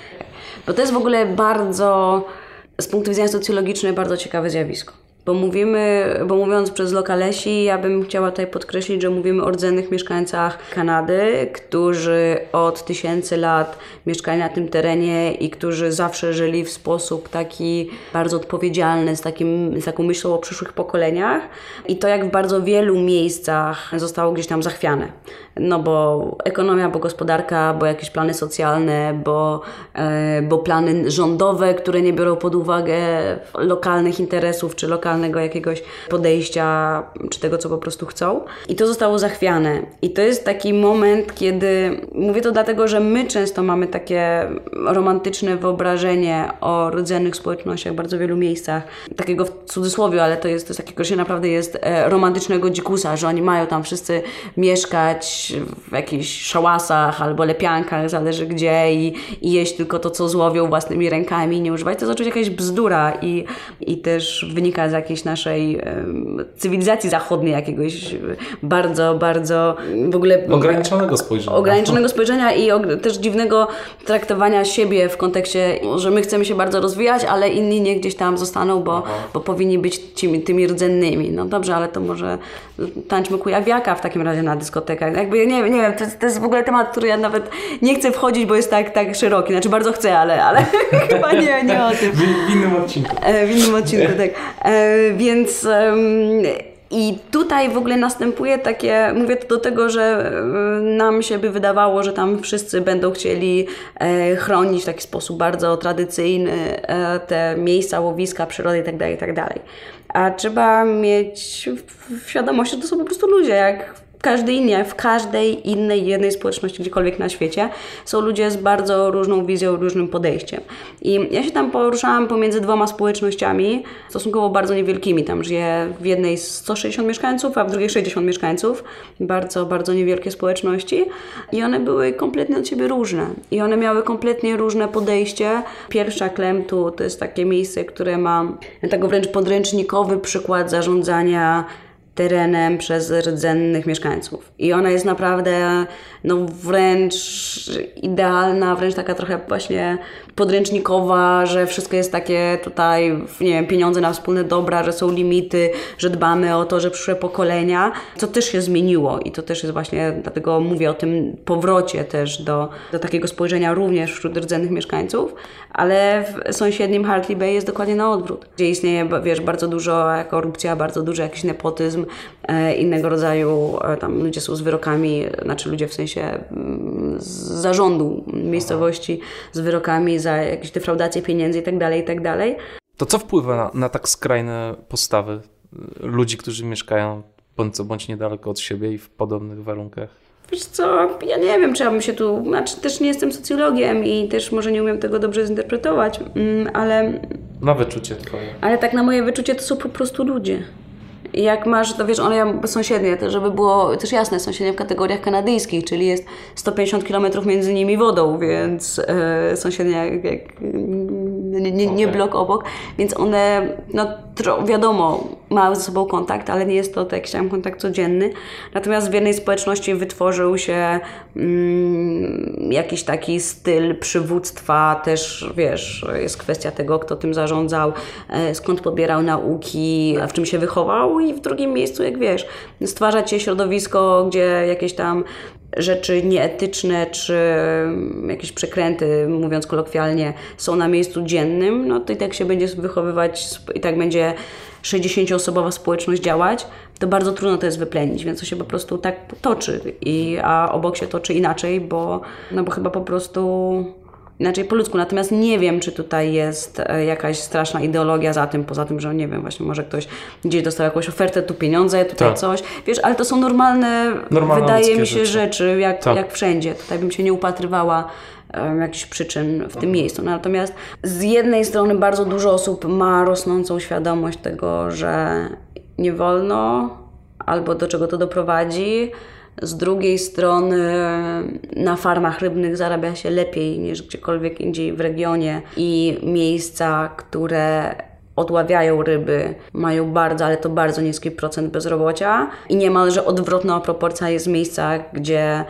Bo to jest w ogóle bardzo, z punktu widzenia socjologicznego, bardzo ciekawe zjawisko. Bo mówimy, bo mówiąc przez lokalesi, ja bym chciała tutaj podkreślić, że mówimy o rdzennych mieszkańcach Kanady, którzy od tysięcy lat mieszkali na tym terenie i którzy zawsze żyli w sposób taki bardzo odpowiedzialny, z, takim, z taką myślą o przyszłych pokoleniach. I to jak w bardzo wielu miejscach zostało gdzieś tam zachwiane. No bo ekonomia, bo gospodarka, bo jakieś plany socjalne, bo, e, bo plany rządowe, które nie biorą pod uwagę lokalnych interesów, czy lokalnego jakiegoś podejścia, czy tego, co po prostu chcą. I to zostało zachwiane. I to jest taki moment, kiedy... Mówię to dlatego, że my często mamy takie romantyczne wyobrażenie o rdzennych społecznościach w bardzo wielu miejscach. Takiego w cudzysłowie, ale to jest, to jest takiego, że naprawdę jest e, romantycznego dzikusa, że oni mają tam wszyscy mieszkać w jakichś szałasach albo lepiankach, zależy gdzie, i, i jeść tylko to, co złowią własnymi rękami i nie używać. To jest oczywiście jakaś bzdura i, i też wynika z jakiejś naszej um, cywilizacji zachodniej, jakiegoś bardzo, bardzo w ogóle... Ograniczonego spojrzenia. Ograniczonego spojrzenia i og- też dziwnego traktowania siebie w kontekście, że my chcemy się bardzo rozwijać, ale inni nie gdzieś tam zostaną, bo, bo powinni być tymi, tymi rdzennymi. No dobrze, ale to może tańczmy kujawiaka w takim razie na dyskotekach. Jakby nie, nie wiem, to, to jest w ogóle temat, który ja nawet nie chcę wchodzić, bo jest tak, tak szeroki. Znaczy bardzo chcę, ale, ale chyba nie, nie o tym. W, w innym odcinku. W innym odcinku, tak. E, więc... Um, I tutaj w ogóle następuje takie, mówię to do tego, że nam się by wydawało, że tam wszyscy będą chcieli e, chronić w taki sposób bardzo tradycyjny e, te miejsca, łowiska, przyrodę itd., itd. A trzeba mieć w świadomości, że to są po prostu ludzie, jak każdy inny, w każdej innej jednej społeczności, gdziekolwiek na świecie, są ludzie z bardzo różną wizją, różnym podejściem. I ja się tam poruszałam pomiędzy dwoma społecznościami, stosunkowo bardzo niewielkimi. Tam żyje w jednej sto sześćdziesiąt mieszkańców, a w drugiej sześćdziesiąt mieszkańców. Bardzo, bardzo niewielkie społeczności. I one były kompletnie od siebie różne. I one miały kompletnie różne podejście. Pierwsza Klemtu to jest takie miejsce, które ma tego wręcz podręcznikowy przykład zarządzania terenem przez rdzennych mieszkańców. I ona jest naprawdę no wręcz idealna, wręcz taka trochę właśnie podręcznikowa, że wszystko jest takie tutaj, nie wiem, pieniądze na wspólne dobra, że są limity, że dbamy o to, że przyszłe pokolenia, co też się zmieniło i to też jest właśnie, dlatego mówię o tym powrocie też do, do takiego spojrzenia również wśród rdzennych mieszkańców, ale w sąsiednim Hartley Bay jest dokładnie na odwrót, gdzie istnieje, wiesz, bardzo dużo korupcja, bardzo duży jakiś nepotyzm, e, innego rodzaju, e, tam ludzie są z wyrokami, znaczy ludzie w sensie z zarządu miejscowości z wyrokami za jakieś defraudacje pieniędzy i tak dalej, i tak dalej. To co wpływa na, na tak skrajne postawy ludzi, którzy mieszkają bądź co bądź niedaleko od siebie i w podobnych warunkach? Wiesz co, ja nie wiem, czy ja bym się tu... Znaczy też nie jestem socjologiem i też może nie umiem tego dobrze zinterpretować, ale... Na wyczucie twoje. Ale tak na moje wyczucie to są po prostu ludzie. Jak masz, to wiesz, one sąsiednie, to żeby było też jasne, sąsiednie w kategoriach kanadyjskich, czyli jest sto pięćdziesiąt kilometrów między nimi wodą, więc e, sąsiednie jak, jak, nie, nie, nie blok obok, więc one, no tro, wiadomo, mają ze sobą kontakt, ale nie jest to jakiś tam kontakt codzienny. Natomiast w jednej społeczności wytworzył się mm, jakiś taki styl przywództwa, też wiesz, jest kwestia tego, kto tym zarządzał, e, skąd pobierał nauki, a w czym się wychował. I w drugim miejscu, jak wiesz, stwarza cię środowisko, gdzie jakieś tam rzeczy nieetyczne czy jakieś przekręty, mówiąc kolokwialnie, są na miejscu dziennym, no to i tak się będzie wychowywać, i tak będzie sześćdziesięcioosobowa społeczność działać, to bardzo trudno to jest wyplenić, więc to się po prostu tak toczy, I, a obok się toczy inaczej, bo, no bo chyba po prostu... Inaczej po ludzku. Natomiast nie wiem, czy tutaj jest jakaś straszna ideologia za tym, poza tym, że nie wiem, właśnie może ktoś gdzieś dostał jakąś ofertę, tu pieniądze, tutaj tak. coś. Wiesz, ale to są normalne, normalne wydaje mi się, rzeczy, rzeczy jak, tak. jak wszędzie. Tutaj bym się nie upatrywała um, jakichś przyczyn w tym miejscu. No, natomiast z jednej strony bardzo dużo osób ma rosnącą świadomość tego, że nie wolno, albo do czego to doprowadzi. Z drugiej strony na farmach rybnych zarabia się lepiej niż gdziekolwiek indziej w regionie i miejsca, które odławiają ryby, mają bardzo, ale to bardzo niski procent bezrobocia i niemalże odwrotna proporcja jest w miejscach, gdzie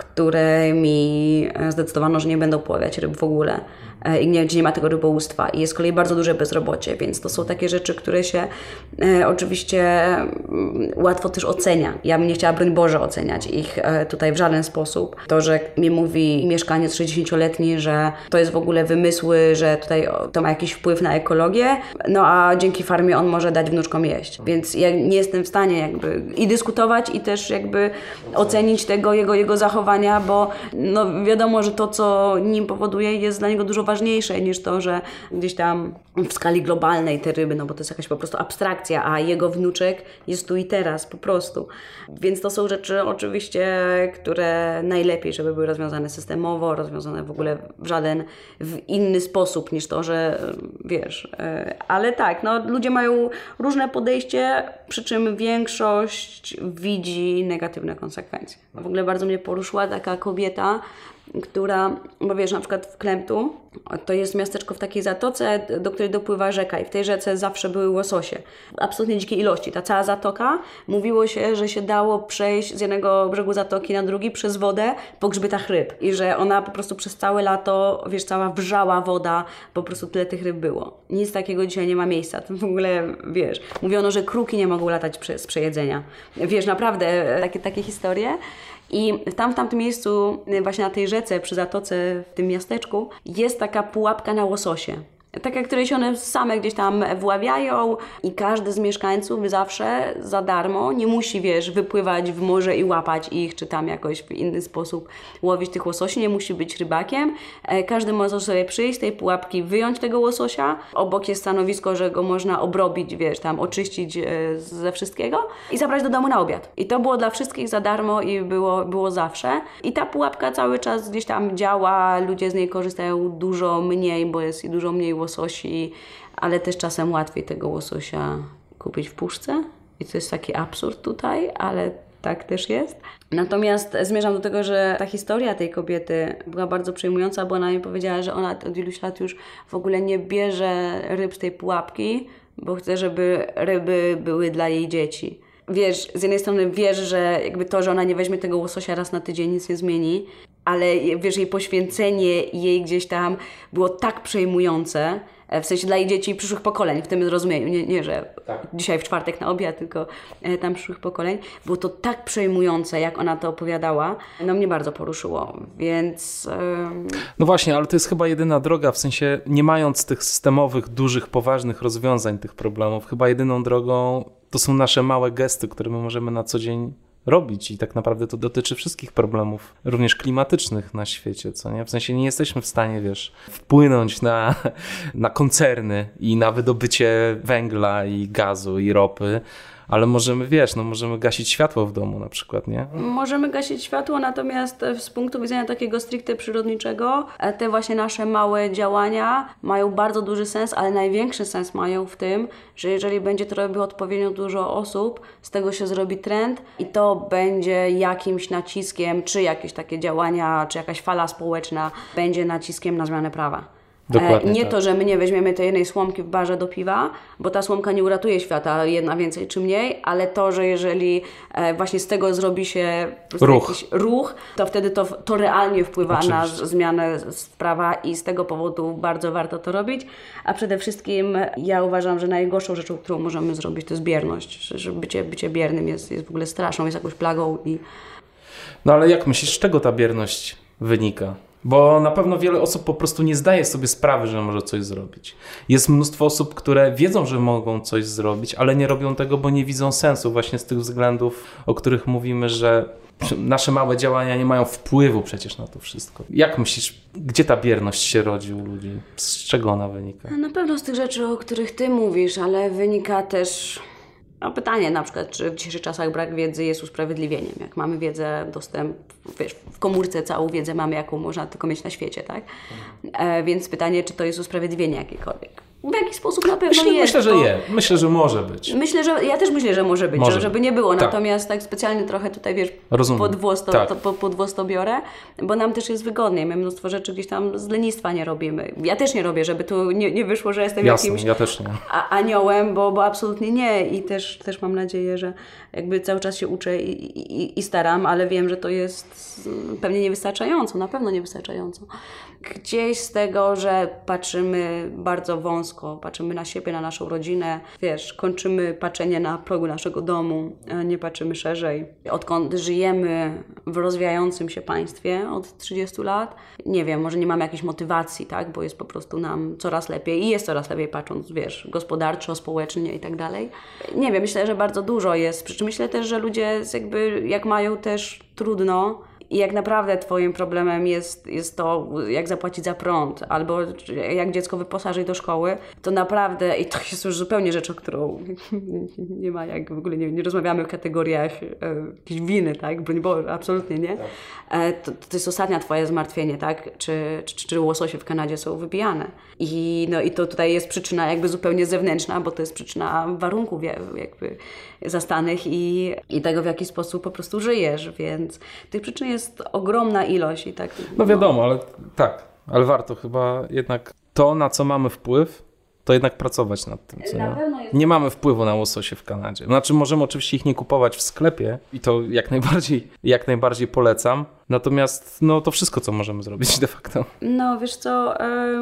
którymi zdecydowano, że nie będą poławiać ryb w ogóle i nie, gdzie nie ma tego rybołówstwa i jest z kolei bardzo duże bezrobocie, więc to są takie rzeczy, które się e, oczywiście e, łatwo też ocenia. Ja bym nie chciała, broń Boże, oceniać ich e, tutaj w żaden sposób. To, że mi mówi mieszkaniec sześćdziesięcioletni, że to jest w ogóle wymysły, że tutaj to ma jakiś wpływ na ekologię, no a dzięki farmie on może dać wnuczkom jeść. Więc ja nie jestem w stanie jakby i dyskutować i też jakby ocenić tego jego, jego zachowania, bo no wiadomo, że to, co nim powoduje, jest dla niego dużo ważniejsze niż to, że gdzieś tam w skali globalnej te ryby, no bo to jest jakaś po prostu abstrakcja, a jego wnuczek jest tu i teraz po prostu. Więc to są rzeczy oczywiście, które najlepiej, żeby były rozwiązane systemowo, rozwiązane w ogóle w żaden w inny sposób niż to, że wiesz, ale tak, no ludzie mają różne podejście, przy czym większość widzi negatywne konsekwencje. W ogóle bardzo mnie poruszyła taka kobieta, która, bo wiesz, na przykład w Klemptu to jest miasteczko w takiej zatoce, do której dopływa rzeka i w tej rzece zawsze były łososie. Absolutnie dzikie ilości. Ta cała zatoka, mówiło się, że się dało przejść z jednego brzegu zatoki na drugi przez wodę po grzbietach ryb i że ona po prostu przez całe lato, wiesz, cała wrzała woda, po prostu tyle tych ryb było. Nic takiego dzisiaj nie ma miejsca. To w ogóle, wiesz, mówiono, że kruki nie mogą latać z przejedzenia. Wiesz, naprawdę takie, takie historie. I tam w tamtym miejscu, właśnie na tej rzece, przy zatoce, w tym miasteczku, jest taka pułapka na łososie. Taka, której się one same gdzieś tam wławiają i każdy z mieszkańców zawsze za darmo nie musi, wiesz, wypływać w morze i łapać ich, czy tam jakoś w inny sposób łowić tych łososi, nie musi być rybakiem. Każdy może sobie przyjść z tej pułapki, wyjąć tego łososia. Obok jest stanowisko, że go można obrobić, wiesz, tam oczyścić ze wszystkiego i zabrać do domu na obiad. I to było dla wszystkich za darmo i było, było zawsze. I ta pułapka cały czas gdzieś tam działa, ludzie z niej korzystają dużo mniej, bo jest i dużo mniej łososi, ale też czasem łatwiej tego łososia kupić w puszce. I to jest taki absurd tutaj, ale tak też jest. Natomiast zmierzam do tego, że ta historia tej kobiety była bardzo przejmująca, bo ona mi powiedziała, że ona od iluś lat już w ogóle nie bierze ryb z tej pułapki, bo chce, żeby ryby były dla jej dzieci. Wiesz, z jednej strony wiesz, że jakby to, że ona nie weźmie tego łososia raz na tydzień, nic nie zmieni, ale wiesz, jej poświęcenie jej gdzieś tam było tak przejmujące, w sensie dla jej dzieci i przyszłych pokoleń, w tym zrozumieniu, nie, nie że tak. dzisiaj w czwartek na obiad, tylko tam przyszłych pokoleń. Było to tak przejmujące, jak ona to opowiadała, no mnie bardzo poruszyło, więc... Ym... No właśnie, ale to jest chyba jedyna droga, w sensie nie mając tych systemowych, dużych, poważnych rozwiązań tych problemów, chyba jedyną drogą to są nasze małe gesty, które my możemy na co dzień robić i tak naprawdę to dotyczy wszystkich problemów, również klimatycznych na świecie, co nie? W sensie nie jesteśmy w stanie, wiesz, wpłynąć na, na koncerny i na wydobycie węgla i gazu i ropy, ale możemy, wiesz, no możemy gasić światło w domu na przykład, nie? Możemy gasić światło, natomiast z punktu widzenia takiego stricte przyrodniczego, te właśnie nasze małe działania mają bardzo duży sens, ale największy sens mają w tym, że jeżeli będzie to robiło odpowiednio dużo osób, z tego się zrobi trend i to będzie jakimś naciskiem, czy jakieś takie działania, czy jakaś fala społeczna będzie naciskiem na zmianę prawa. Dokładnie nie tak. to, że my nie weźmiemy tej jednej słomki w barze do piwa, bo ta słomka nie uratuje świata, jedna więcej czy mniej, ale to, że jeżeli właśnie z tego zrobi się ruch. jakiś ruch, to wtedy to, to realnie wpływa Oczywiście. na zmianę prawa i z tego powodu bardzo warto to robić. A przede wszystkim ja uważam, że najgorszą rzeczą, którą możemy zrobić, to jest bierność. Że bycie, bycie biernym jest, jest w ogóle straszną, jest jakąś plagą. I... No ale jak myślisz, z czego ta bierność wynika? Bo na pewno wiele osób po prostu nie zdaje sobie sprawy, że może coś zrobić. Jest mnóstwo osób, które wiedzą, że mogą coś zrobić, ale nie robią tego, bo nie widzą sensu właśnie z tych względów, o których mówimy, że nasze małe działania nie mają wpływu przecież na to wszystko. Jak myślisz, gdzie ta bierność się rodzi u ludzi? Z czego ona wynika? Na pewno z tych rzeczy, o których ty mówisz, ale wynika też... No pytanie na przykład, czy w dzisiejszych czasach brak wiedzy jest usprawiedliwieniem. Jak mamy wiedzę, dostęp, wiesz, w komórce całą wiedzę mamy, jaką można tylko mieć na świecie, tak? E, więc pytanie, czy to jest usprawiedliwienie jakiekolwiek. W jakiś sposób na pewno myślę, jest. Myślę, że bo... je. Myślę, że może być. Myślę, że ja też myślę, że może być, może. żeby nie było. Tak. Natomiast tak specjalnie trochę tutaj, wiesz, Rozumiem. pod włos to, tak. to, po, pod włos to biorę, bo nam też jest wygodniej. My mnóstwo rzeczy gdzieś tam z lenistwa nie robimy. Ja też nie robię, żeby tu nie, nie wyszło, że jestem Jasne, jakimś ja też nie. a, aniołem, bo, bo absolutnie nie. I też, też mam nadzieję, że jakby cały czas się uczę i, i, i staram, ale wiem, że to jest pewnie niewystarczająco, na pewno niewystarczająco. Gdzieś z tego, że patrzymy bardzo wąsko, patrzymy na siebie, na naszą rodzinę, wiesz, kończymy patrzenie na progu naszego domu, nie patrzymy szerzej. Odkąd żyjemy w rozwijającym się państwie od trzydziestu lat, nie wiem, może nie mamy jakiejś motywacji, tak, bo jest po prostu nam coraz lepiej i jest coraz lepiej patrząc, wiesz, gospodarczo, społecznie i tak dalej. Nie wiem, myślę, że bardzo dużo jest, przy czym myślę też, że ludzie jakby, jak mają też trudno, i jak naprawdę twoim problemem jest, jest to, jak zapłacić za prąd, albo jak dziecko wyposażyć do szkoły, to naprawdę, i to jest już zupełnie rzecz, o którą nie ma, jak w ogóle nie, nie rozmawiamy w kategoriach e, jakiejś winy, tak? Bo nie było, absolutnie nie. E, to, to jest ostatnia twoje zmartwienie, tak? Czy, czy, czy łososie w Kanadzie są wybijane. I, no, i to tutaj jest przyczyna jakby zupełnie zewnętrzna, bo to jest przyczyna warunków jakby zastanych i, i tego, w jaki sposób po prostu żyjesz, więc tych przyczyn jest ogromna ilość i tak. No wiadomo, ale tak, ale warto chyba jednak to, na co mamy wpływ, to jednak pracować nad tym, co Na nie? pewno jest... Nie mamy wpływu na łososie w Kanadzie. Znaczy możemy oczywiście ich nie kupować w sklepie i to jak najbardziej, jak najbardziej polecam. Natomiast no to wszystko, co możemy zrobić de facto. No wiesz co,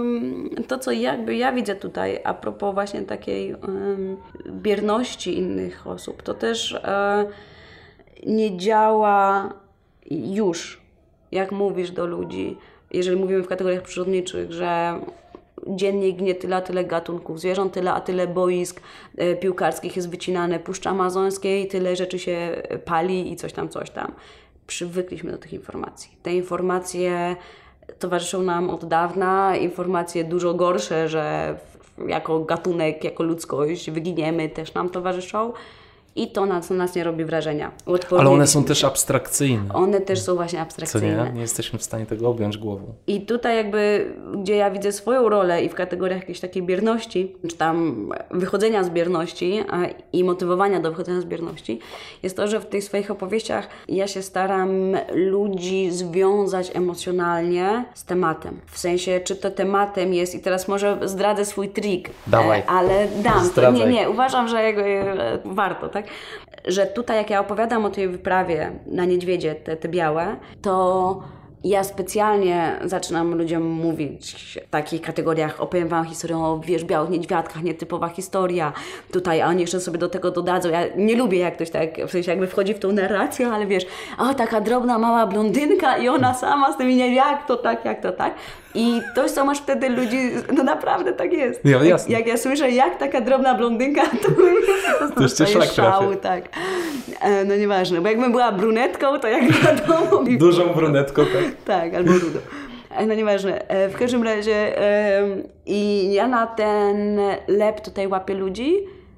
to co jakby ja widzę tutaj a propos właśnie takiej bierności innych osób, to też nie działa już, jak mówisz do ludzi, jeżeli mówimy w kategoriach przyrodniczych, że dziennie ginie tyle a tyle gatunków zwierząt, tyle a tyle boisk e, piłkarskich jest wycinane Puszczy Amazońskiej, tyle rzeczy się pali i coś tam, coś tam. Przywykliśmy do tych informacji. Te informacje towarzyszą nam od dawna, informacje dużo gorsze, że w, jako gatunek, jako ludzkość wyginiemy, też nam towarzyszą. I to na, na nas nie robi wrażenia. Ale one są też abstrakcyjne. One też są właśnie Co abstrakcyjne. nie? Nie jesteśmy w stanie tego objąć głową. I tutaj jakby, gdzie ja widzę swoją rolę i w kategoriach jakiejś takiej bierności, czy tam wychodzenia z bierności a, i motywowania do wychodzenia z bierności, jest to, że w tych swoich opowieściach ja się staram ludzi związać emocjonalnie z tematem. W sensie, czy to tematem jest, i teraz może zdradzę swój trik, Dawaj. ale dam. To, nie, Zdradzaj. nie, uważam, że jakby e, warto, tak? Że tutaj jak ja opowiadam o tej wyprawie na niedźwiedzie, te, te białe, to ja specjalnie zaczynam ludziom mówić w takich kategoriach, opowiem wam historię o, wiesz, białych niedźwiadkach, nietypowa historia tutaj, a oni jeszcze sobie do tego dodadzą. Ja nie lubię, jak ktoś tak, w sensie jakby wchodzi w tą narrację, ale wiesz, o, taka drobna, mała blondynka i ona sama z tymi, nie jak to tak, jak to tak. I to co masz wtedy ludzi, no naprawdę tak jest. Ja, jak, jak ja słyszę, jak taka drobna blondynka, to po prostu dostaję szału, tak. E, no nieważne, bo jakbym była brunetką, to jak wiadomo... Dużą brunetką, tak? Tak, albo rudą. No nieważne. W każdym razie i ja na ten lep tutaj łapię ludzi,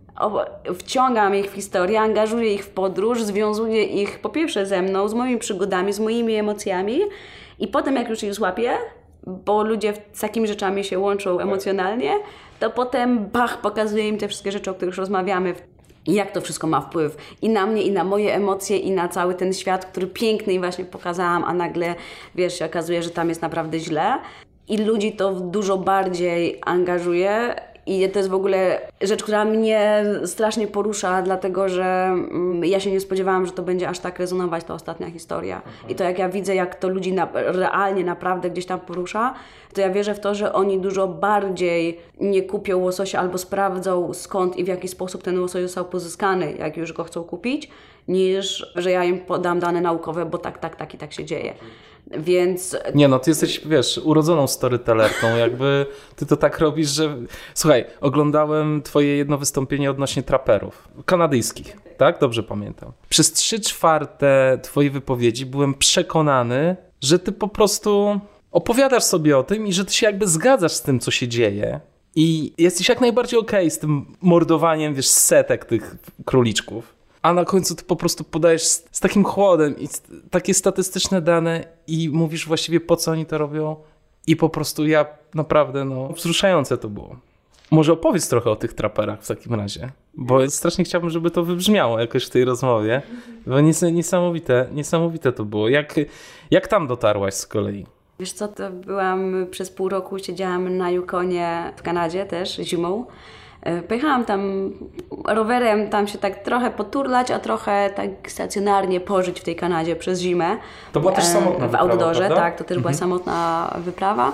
wciągam ich w historię, angażuję ich w podróż, związuję ich po pierwsze ze mną, z moimi przygodami, z moimi emocjami i potem jak już ich złapię, bo ludzie z takimi rzeczami się łączą emocjonalnie, to potem bach, pokazuję im te wszystkie rzeczy, o których już rozmawiamy, i jak to wszystko ma wpływ i na mnie, i na moje emocje, i na cały ten świat, który piękny i właśnie pokazałam, a nagle, wiesz, się okazuje, że tam jest naprawdę źle. I ludzi to dużo bardziej angażuje i to jest w ogóle rzecz, która mnie strasznie porusza, dlatego że ja się nie spodziewałam, że to będzie aż tak rezonować ta ostatnia historia. I to jak ja widzę, jak to ludzi na, realnie naprawdę gdzieś tam porusza, to ja wierzę w to, że oni dużo bardziej nie kupią łososia albo sprawdzą skąd i w jaki sposób ten łosoś został pozyskany, jak już go chcą kupić, niż że ja im podam dane naukowe, bo tak, tak, tak i tak się dzieje. Więc... Nie no, ty jesteś, wiesz, urodzoną storytellerką, jakby ty to tak robisz, że... Słuchaj, oglądałem twoje jedno wystąpienie odnośnie traperów, kanadyjskich, tak? Dobrze pamiętam. Przez trzy czwarte twojej wypowiedzi byłem przekonany, że ty po prostu opowiadasz sobie o tym i że ty się jakby zgadzasz z tym, co się dzieje i jesteś jak najbardziej okej okay z tym mordowaniem, wiesz, setek tych króliczków. A na końcu ty po prostu podajesz z, z takim chłodem i takie statystyczne dane i mówisz właściwie po co oni to robią i po prostu ja naprawdę, no, wzruszające to było. Może opowiedz trochę o tych traperach w takim razie, bo strasznie chciałbym, żeby to wybrzmiało jakoś w tej rozmowie, bo nies niesamowite, niesamowite to było. Jak, jak tam dotarłaś z kolei? Wiesz co, to byłam przez pół roku, siedziałam na Yukonie w Kanadzie też zimą. Pojechałam tam rowerem, tam się tak trochę poturlać, a trochę tak stacjonarnie pożyć w tej Kanadzie przez zimę. To była też samotna w wyprawa, outdoorze, prawda? tak, to też mhm. była samotna wyprawa.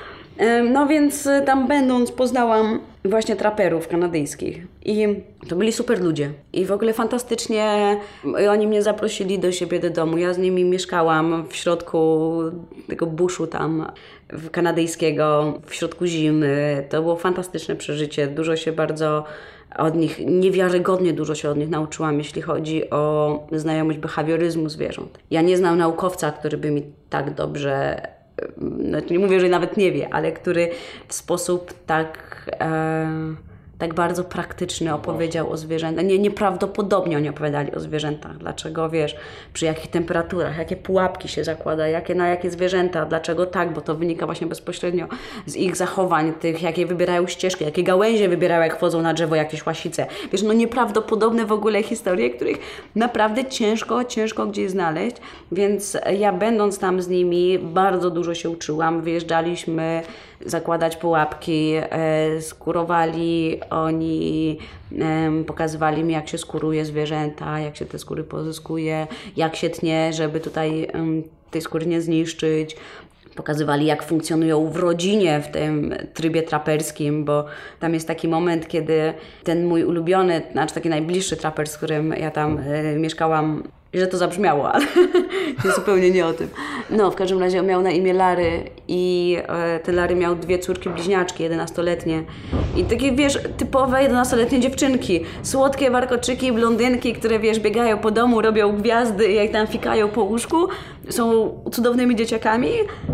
No więc tam będąc poznałam właśnie traperów kanadyjskich i to byli super ludzie i w ogóle fantastycznie oni mnie zaprosili do siebie do domu, ja z nimi mieszkałam w środku tego buszu tam kanadyjskiego, w środku zimy, to było fantastyczne przeżycie, dużo się bardzo od nich, niewiarygodnie dużo się od nich nauczyłam, jeśli chodzi o znajomość behawioryzmu zwierząt. Ja nie znam naukowca, który by mi tak dobrze... No, nie mówię, że nawet nie wie, ale który w sposób tak, e, tak bardzo praktyczny opowiedział o zwierzętach. Nie, nieprawdopodobnie oni opowiadali o zwierzętach. Dlaczego, wiesz, przy jakich temperaturach, jakie pułapki się zakłada, jakie, na jakie zwierzęta, dlaczego tak, bo to wynika właśnie bezpośrednio z ich zachowań, tych, jakie wybierają ścieżki, jakie gałęzie wybierają, jak wchodzą na drzewo, jakieś łasice. Wiesz, no nieprawdopodobne w ogóle historie, których naprawdę ciężko, ciężko gdzieś znaleźć, więc ja będąc tam z nimi bardzo dużo się uczyłam, wyjeżdżaliśmy zakładać pułapki, e, skurowali oni, e, pokazywali mi, jak się skóruje zwierzęta, jak się te skóry pozyskuje, jak się tnie, żeby tutaj e, tej skóry nie zniszczyć. Pokazywali, jak funkcjonują w rodzinie w tym trybie traperskim, bo tam jest taki moment, kiedy ten mój ulubiony, znaczy taki najbliższy traper, z którym ja tam e, mieszkałam, że to zabrzmiało, ale zupełnie nie o tym. No, w każdym razie on miał na imię Larry i e, ten Larry miał dwie córki bliźniaczki, jedenastoletnie. I takie, wiesz, typowe jedenastoletnie dziewczynki. Słodkie warkoczyki, blondynki, które, wiesz, biegają po domu, robią gwiazdy i jak tam fikają po łóżku. Są cudownymi dzieciakami.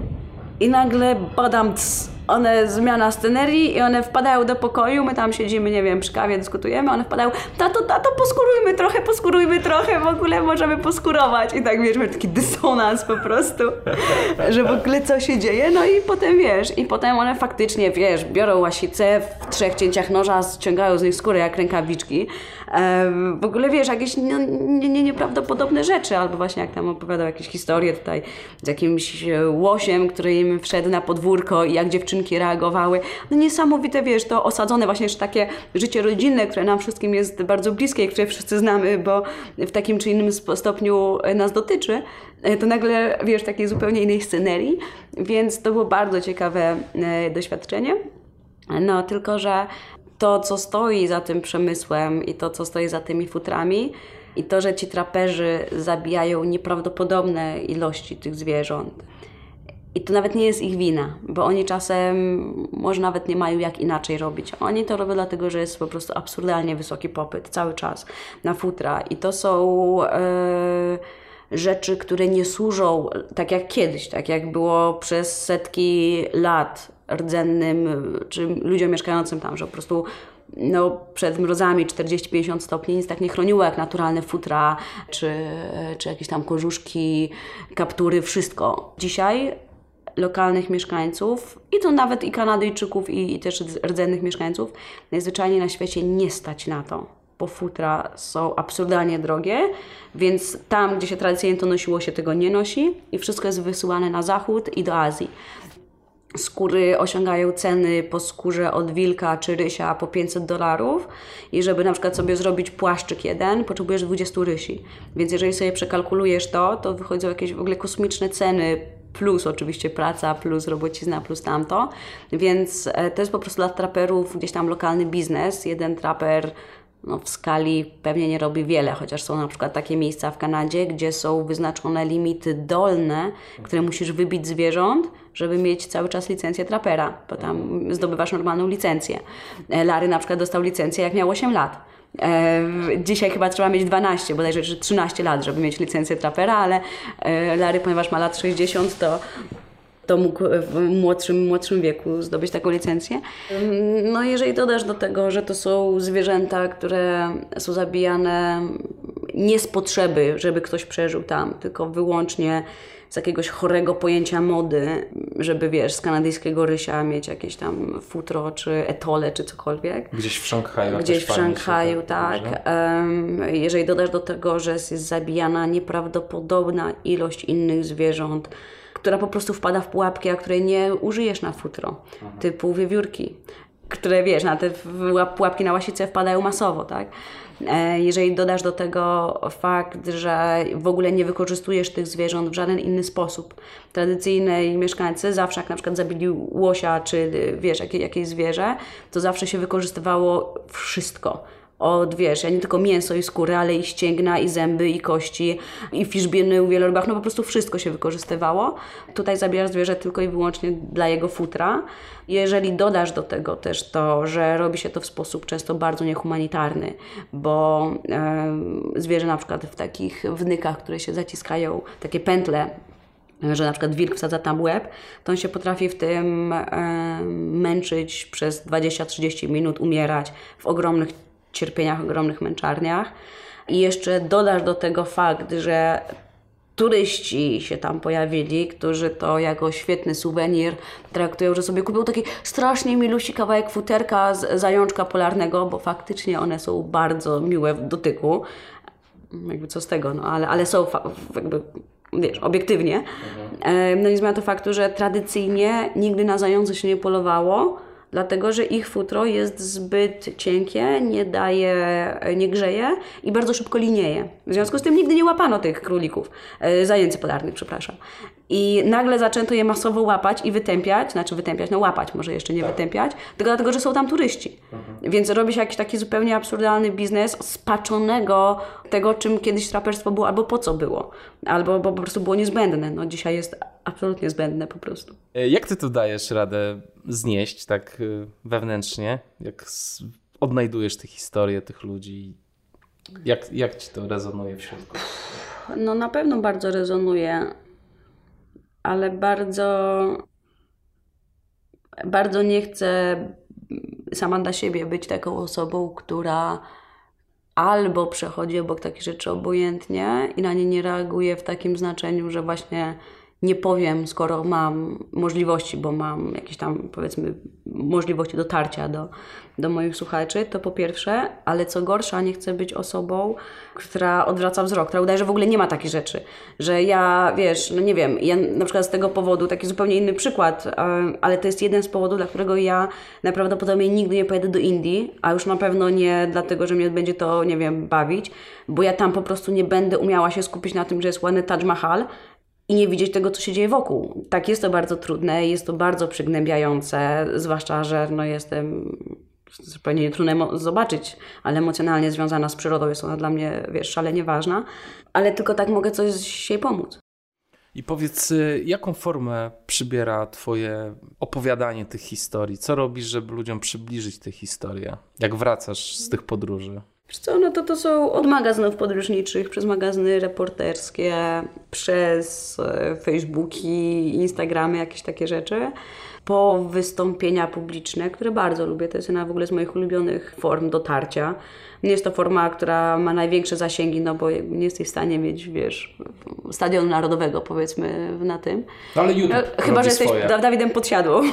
I nagle badam, cs, one zmiana scenerii i one wpadają do pokoju, my tam siedzimy, nie wiem, przy kawie dyskutujemy, one wpadają, tato, tato, poskurujmy trochę, poskurujmy trochę, w ogóle możemy poskurować. I tak, wiesz, taki dysonans po prostu, że w ogóle co się dzieje, no i potem, wiesz, i potem one faktycznie, wiesz, biorą łasicę w trzech cięciach noża, ściągają z nich skórę jak rękawiczki. Um, w ogóle, wiesz, jakieś nie, nie, nie, nieprawdopodobne rzeczy, albo właśnie jak tam opowiadał jakieś historie tutaj z jakimś łosiem, który im wszedł na podwórko i jak dziewczynki reagowały. No niesamowite, wiesz, to osadzone właśnie jeszcze takie życie rodzinne, które nam wszystkim jest bardzo bliskie, które wszyscy znamy, bo w takim czy innym stopniu nas dotyczy, to nagle, wiesz, takiej zupełnie innej scenerii, więc to było bardzo ciekawe e, doświadczenie. No, tylko że to, co stoi za tym przemysłem i to, co stoi za tymi futrami i to, że ci traperzy zabijają nieprawdopodobne ilości tych zwierząt I to nawet nie jest ich wina, bo oni czasem może nawet nie mają jak inaczej robić. Oni to robią dlatego, że jest po prostu absurdalnie wysoki popyt cały czas na futra. I to są e, rzeczy, które nie służą tak jak kiedyś, tak jak było przez setki lat rdzennym, czy ludziom mieszkającym tam, że po prostu no, przed mrozami czterdzieści pięćdziesiąt stopni nic tak nie chroniło jak naturalne futra, czy, czy jakieś tam kożuszki, kaptury, wszystko. Dzisiaj lokalnych mieszkańców, i to nawet i Kanadyjczyków, i, i też rdzennych mieszkańców, najzwyczajniej na świecie nie stać na to, bo futra są absurdalnie drogie, więc tam, gdzie się tradycyjnie to nosiło, się tego nie nosi i wszystko jest wysyłane na zachód i do Azji. Skóry osiągają ceny po skórze od wilka czy rysia po pięćset dolarów i żeby na przykład sobie zrobić płaszczyk jeden, potrzebujesz dwadzieścia rysi. Więc jeżeli sobie przekalkulujesz to, to wychodzą jakieś w ogóle kosmiczne ceny, plus oczywiście praca, plus robocizna, plus tamto. Więc to jest po prostu dla traperów gdzieś tam lokalny biznes. Jeden traper no, w skali pewnie nie robi wiele, chociaż są na przykład takie miejsca w Kanadzie, gdzie są wyznaczone limity dolne, które musisz wybić zwierząt, żeby mieć cały czas licencję trapera, bo tam zdobywasz normalną licencję. Larry na przykład dostał licencję jak miał osiem lat. Dzisiaj chyba trzeba mieć dwanaście, bodajże trzynaście lat, żeby mieć licencję trapera, ale Larry, ponieważ ma lat sześćdziesiąt, to to mógł w młodszym, młodszym wieku zdobyć taką licencję. No jeżeli dodasz do tego, że to są zwierzęta, które są zabijane nie z potrzeby, żeby ktoś przeżył tam, tylko wyłącznie z jakiegoś chorego pojęcia mody, żeby wiesz, z kanadyjskiego rysia mieć jakieś tam futro, czy etole, czy cokolwiek. Gdzieś w Szanghaju. Gdzieś w Szanghaju, tak. Um, jeżeli dodasz do tego, że jest zabijana nieprawdopodobna ilość innych zwierząt, która po prostu wpada w pułapki, a której nie użyjesz na futro, Aha. typu wiewiórki, które wiesz, na te pułapki na łasicę wpadają masowo, tak? Jeżeli dodasz do tego fakt, że w ogóle nie wykorzystujesz tych zwierząt w żaden inny sposób. Tradycyjni mieszkańcy zawsze jak na przykład zabili łosia, czy wiesz, jakie, jakieś zwierzę, to zawsze się wykorzystywało wszystko. Od, wiesz, ja nie tylko mięso i skóry, ale i ścięgna, i zęby, i kości, i fiszbiny u wielorybach, no po prostu wszystko się wykorzystywało. Tutaj zabierasz zwierzę tylko i wyłącznie dla jego futra. Jeżeli dodasz do tego też to, że robi się to w sposób często bardzo niehumanitarny, bo e, zwierzę na przykład w takich wnykach, które się zaciskają, takie pętle, że na przykład wilk wsadza tam łeb, to on się potrafi w tym e, męczyć przez dwadzieścia trzydzieści minut, umierać w ogromnych cierpieniach, ogromnych męczarniach. I jeszcze dodasz do tego fakt, że turyści się tam pojawili, którzy to jako świetny suwenir traktują, że sobie kupią taki strasznie milusi kawałek futerka z zajączka polarnego, bo faktycznie one są bardzo miłe w dotyku. Jakby co z tego, no ale, ale są fa- jakby, wiesz, obiektywnie. Mhm. No nie zmienia to faktu, że tradycyjnie nigdy na zające się nie polowało, dlatego że ich futro jest zbyt cienkie, nie daje, nie grzeje i bardzo szybko linieje. W związku z tym nigdy nie łapano tych królików, zajęcy polarnych, przepraszam. I nagle zaczęto je masowo łapać i wytępiać, znaczy wytępiać, no łapać, może jeszcze nie tak. wytępiać, tylko dlatego, że są tam turyści. Mhm. Więc robi się jakiś taki zupełnie absurdalny biznes spaczonego tego, czym kiedyś traperstwo było, albo po co było, albo bo po prostu było niezbędne. No dzisiaj jest absolutnie zbędne po prostu. Jak ty tu dajesz radę znieść tak wewnętrznie? Jak odnajdujesz te historie tych ludzi? Jak, jak ci to rezonuje w środku? No na pewno bardzo rezonuje, ale bardzo bardzo nie chcę sama dla siebie być taką osobą, która albo przechodzi obok takich rzeczy obojętnie i na nie nie reaguje w takim znaczeniu, że właśnie nie powiem, skoro mam możliwości, bo mam jakieś tam, powiedzmy, możliwości dotarcia do, do moich słuchaczy, to po pierwsze, ale co gorsza, nie chcę być osobą, która odwraca wzrok, która udaje, że w ogóle nie ma takich rzeczy, że ja, wiesz, no nie wiem, ja na przykład z tego powodu, taki zupełnie inny przykład, ale to jest jeden z powodów, dla którego ja najprawdopodobniej nigdy nie pojadę do Indii, a już na pewno nie dlatego, że mnie będzie to, nie wiem, bawić, bo ja tam po prostu nie będę umiała się skupić na tym, że jest ładny Taj Mahal, i nie widzieć tego, co się dzieje wokół. Tak, jest to bardzo trudne, jest to bardzo przygnębiające, zwłaszcza, że no jestem zupełnie trudno zobaczyć, ale emocjonalnie związana z przyrodą jest ona dla mnie, wiesz, szalenie ważna, ale tylko tak mogę coś jej pomóc. I powiedz, jaką formę przybiera twoje opowiadanie tych historii? Co robisz, żeby ludziom przybliżyć te historie? Jak wracasz z tych podróży? Wiesz co, no to to są od magazynów podróżniczych, przez magazyny reporterskie, przez Facebooki, Instagramy, jakieś takie rzeczy, po wystąpienia publiczne, które bardzo lubię. To jest jedna w ogóle z moich ulubionych form dotarcia. Nie jest to forma, która ma największe zasięgi, no bo nie jesteś w stanie mieć, wiesz, stadionu narodowego, powiedzmy, na tym. Ale YouTube no, chyba, że jesteś swoje. Dawidem Podsiadłą.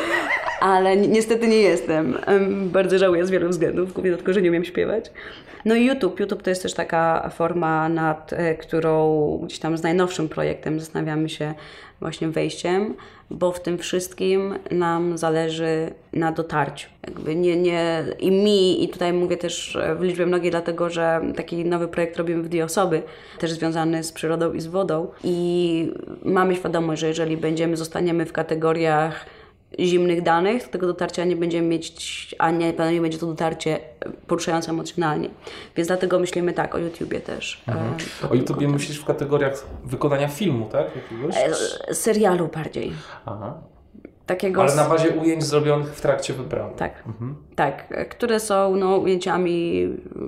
Ale ni- niestety nie jestem. Bardzo żałuję z wielu względów, głównie dlatego, że nie umiem śpiewać. No i YouTube. YouTube to jest też taka forma, nad e, którą gdzieś tam z najnowszym projektem zastanawiamy się właśnie wejściem, bo w tym wszystkim nam zależy na dotarciu. Jakby nie, nie, i mi, i tutaj mówię też w liczbie mnogiej, dlatego że taki nowy projekt robimy w dwie osoby, też związany z przyrodą i z wodą. I mamy świadomość, że jeżeli będziemy, zostaniemy w kategoriach zimnych danych, to tego dotarcia nie będziemy mieć, a nie, nie będzie to dotarcie poruszające emocjonalnie. Więc dlatego myślimy tak o YouTubie też. Mhm. E, o YouTubie myślisz w kategoriach wykonania filmu, tak? Jakiegoś? E, serialu bardziej. Aha. Takiego Ale na bazie ujęć zrobionych w trakcie wyprawy. Tak, mhm. tak. Które są no, ujęciami,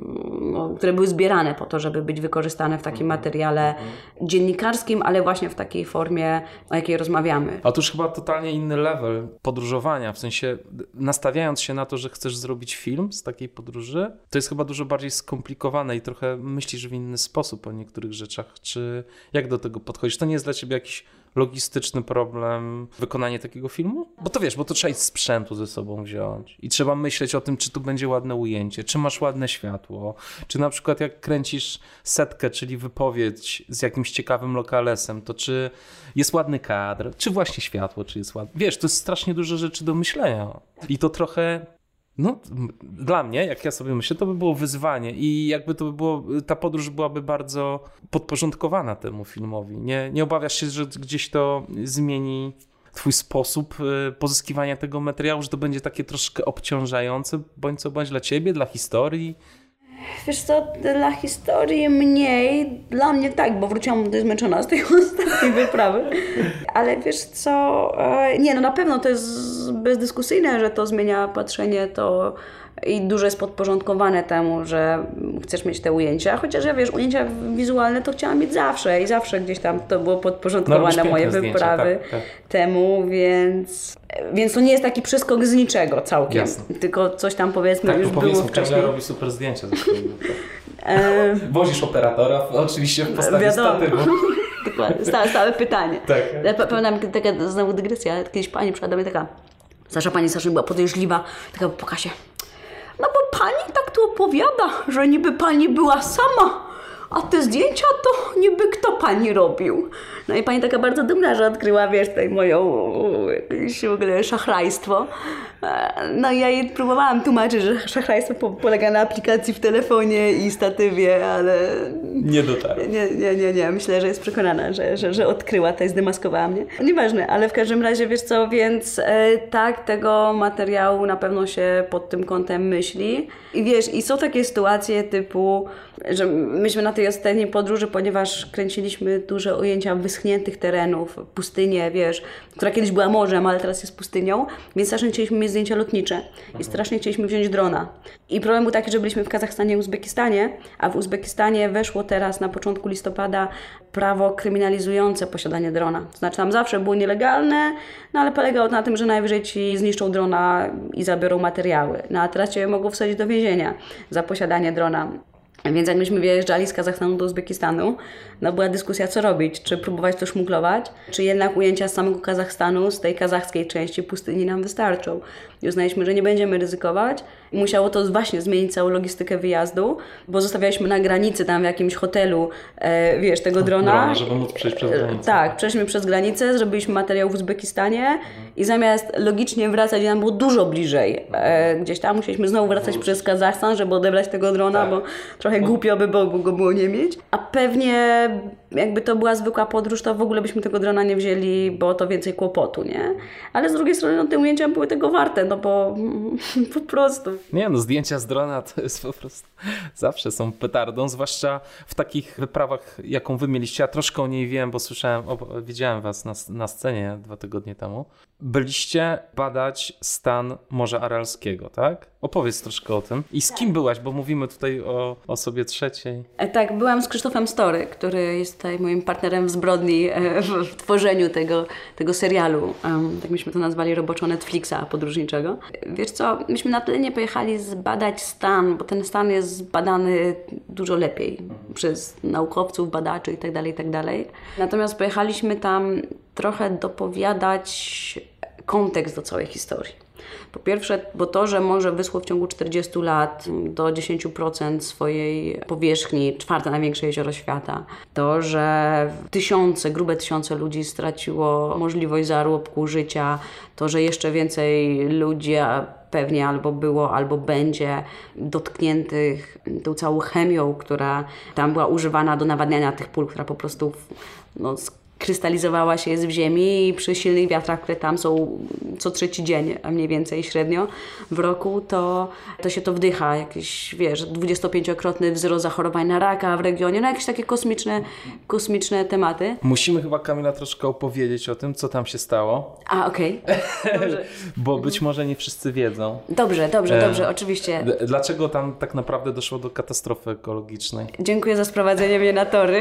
no, które były zbierane po to, żeby być wykorzystane w takim mhm. materiale mhm. dziennikarskim, ale właśnie w takiej formie, o jakiej rozmawiamy. A to już chyba totalnie inny level podróżowania, w sensie nastawiając się na to, że chcesz zrobić film z takiej podróży, to jest chyba dużo bardziej skomplikowane i trochę myślisz w inny sposób o niektórych rzeczach. Czy jak do tego podchodzisz? To nie jest dla ciebie jakiś logistyczny problem wykonanie takiego filmu? Bo to wiesz, bo to trzeba z sprzętu ze sobą wziąć i trzeba myśleć o tym, czy tu będzie ładne ujęcie, czy masz ładne światło, czy na przykład jak kręcisz setkę, czyli wypowiedź z jakimś ciekawym lokalesem, to czy jest ładny kadr, czy właśnie światło, czy jest ładne. Wiesz, to jest strasznie dużo rzeczy do myślenia i to trochę no, dla mnie, jak ja sobie myślę, to by było wyzwanie i jakby to by było, ta podróż byłaby bardzo podporządkowana temu filmowi. Nie, nie obawiasz się, że gdzieś to zmieni twój sposób pozyskiwania tego materiału, że to będzie takie troszkę obciążające, bądź co bądź dla ciebie, dla historii? Wiesz co, dla historii mniej, dla mnie tak, bo wróciłam do zmęczona z tej ostatniej wyprawy. Ale wiesz co, nie, no na pewno to jest bezdyskusyjne, że to zmienia patrzenie, to i dużo jest podporządkowane temu, że chcesz mieć te ujęcia, chociaż ja wiesz, ujęcia wizualne to chciałam mieć zawsze i zawsze gdzieś tam to było podporządkowane no, moje wyprawy tak, tak. temu, więc, więc to nie jest taki przeskok z niczego całkiem, Jasne. tylko coś tam powiedzmy tak, już było wcześniej. Kamila robi super zdjęcia. Wozisz operatora, oczywiście w postaci Wiadomo. statywu. Dokładnie, stałe, stałe pytanie. Tak. Pamiętam taka znowu dygresja, kiedyś pani przyszła do mnie taka, Sasza, pani Sasza była podejrzliwa, taka po kasie. No bo pani tak tu opowiada, że niby pani była sama, a te zdjęcia to niby kto pani robił. No i pani taka bardzo dumna, że odkryła, wiesz, tutaj moją jakieś w ogóle szachrajstwo. No i ja jej próbowałam tłumaczyć, że szachrajstwo po, polega na aplikacji w telefonie i statywie, ale... Nie dotarło. Nie, nie, nie, nie. Myślę, że jest przekonana, że, że, że odkryła to i zdemaskowała mnie. Nieważne, ale w każdym razie, wiesz co, więc e, tak, tego materiału na pewno się pod tym kątem myśli. I wiesz, i są takie sytuacje typu, że myśmy na tej ostatniej podróży, ponieważ kręciliśmy duże ujęcia wyschniętych terenów, pustynię, wiesz, która kiedyś była morzem, ale teraz jest pustynią, więc strasznie chcieliśmy mieć zdjęcia lotnicze i strasznie chcieliśmy wziąć drona. I problem był taki, że byliśmy w Kazachstanie i Uzbekistanie, a w Uzbekistanie weszło teraz na początku listopada prawo kryminalizujące posiadanie drona. To znaczy tam zawsze było nielegalne, no ale polegało to na tym, że najwyżej ci zniszczą drona i zabiorą materiały. No a teraz cię mogą wsadzić do więzienia za posiadanie drona. Więc jak myśmy wyjeżdżali z Kazachstanu do Uzbekistanu, no była dyskusja, co robić, czy próbować to szmuglować, czy jednak ujęcia z samego Kazachstanu, z tej kazachskiej części pustyni nam wystarczą. I uznaliśmy, że nie będziemy ryzykować. I musiało to właśnie zmienić całą logistykę wyjazdu, bo zostawialiśmy na granicy, tam w jakimś hotelu, e, wiesz, tego drona. Drona, żeby móc przejść przez granicę. E, tak, przeszliśmy przez granicę, zrobiliśmy materiał w Uzbekistanie mhm. i zamiast logicznie wracać, nam było dużo bliżej. E, gdzieś tam musieliśmy znowu wracać przez Kazachstan, żeby odebrać tego drona, tak. bo trochę głupio by było go było nie mieć. A pewnie jakby to była zwykła podróż, to w ogóle byśmy tego drona nie wzięli, bo to więcej kłopotu, nie? Ale z drugiej strony no, te ujęcia były tego warte, no bo po prostu. Nie no, zdjęcia z drona to jest po prostu zawsze są petardą, zwłaszcza w takich wyprawach, jaką wy mieliście. Ja troszkę o niej wiem, bo słyszałem, o, widziałem was na, na scenie dwa tygodnie temu. Byliście badać stan Morza Aralskiego, tak? Opowiedz troszkę o tym. I z kim byłaś, bo mówimy tutaj o osobie trzeciej. E, tak, byłam z Krzysztofem Story, który jest tutaj moim partnerem w zbrodni e, w, w tworzeniu tego, tego serialu. Um, tak myśmy to nazwali roboczo Netflixa podróżniczego. Wiesz co, myśmy na tyle nie pojechali zbadać stan, bo ten stan jest zbadany dużo lepiej przez naukowców, badaczy itd., itd. Natomiast pojechaliśmy tam trochę dopowiadać kontekst do całej historii. Po pierwsze, bo to, że morze wyschło w ciągu czterdziestu lat do dziesięć procent swojej powierzchni, czwarte największe jezioro świata, to, że tysiące, grube tysiące ludzi straciło możliwość zarobku, życia, to, że jeszcze więcej ludzi pewnie albo było, albo będzie dotkniętych tą całą chemią, która tam była używana do nawadniania tych pól, która po prostu no, krystalizowała się jest w ziemi i przy silnych wiatrach, które tam są co trzeci dzień, a mniej więcej średnio w roku, to, to się to wdycha. Jakiś, wiesz, dwudziestopięciokrotny wzrost zachorowań na raka w regionie, no jakieś takie kosmiczne, kosmiczne tematy. Musimy chyba, Kamila, troszkę opowiedzieć o tym, co tam się stało. A, okej. Okay. Bo być może nie wszyscy wiedzą. Dobrze, dobrze, dobrze, e, oczywiście. D- dlaczego tam tak naprawdę doszło do katastrofy ekologicznej? Dziękuję za sprowadzenie mnie na tory.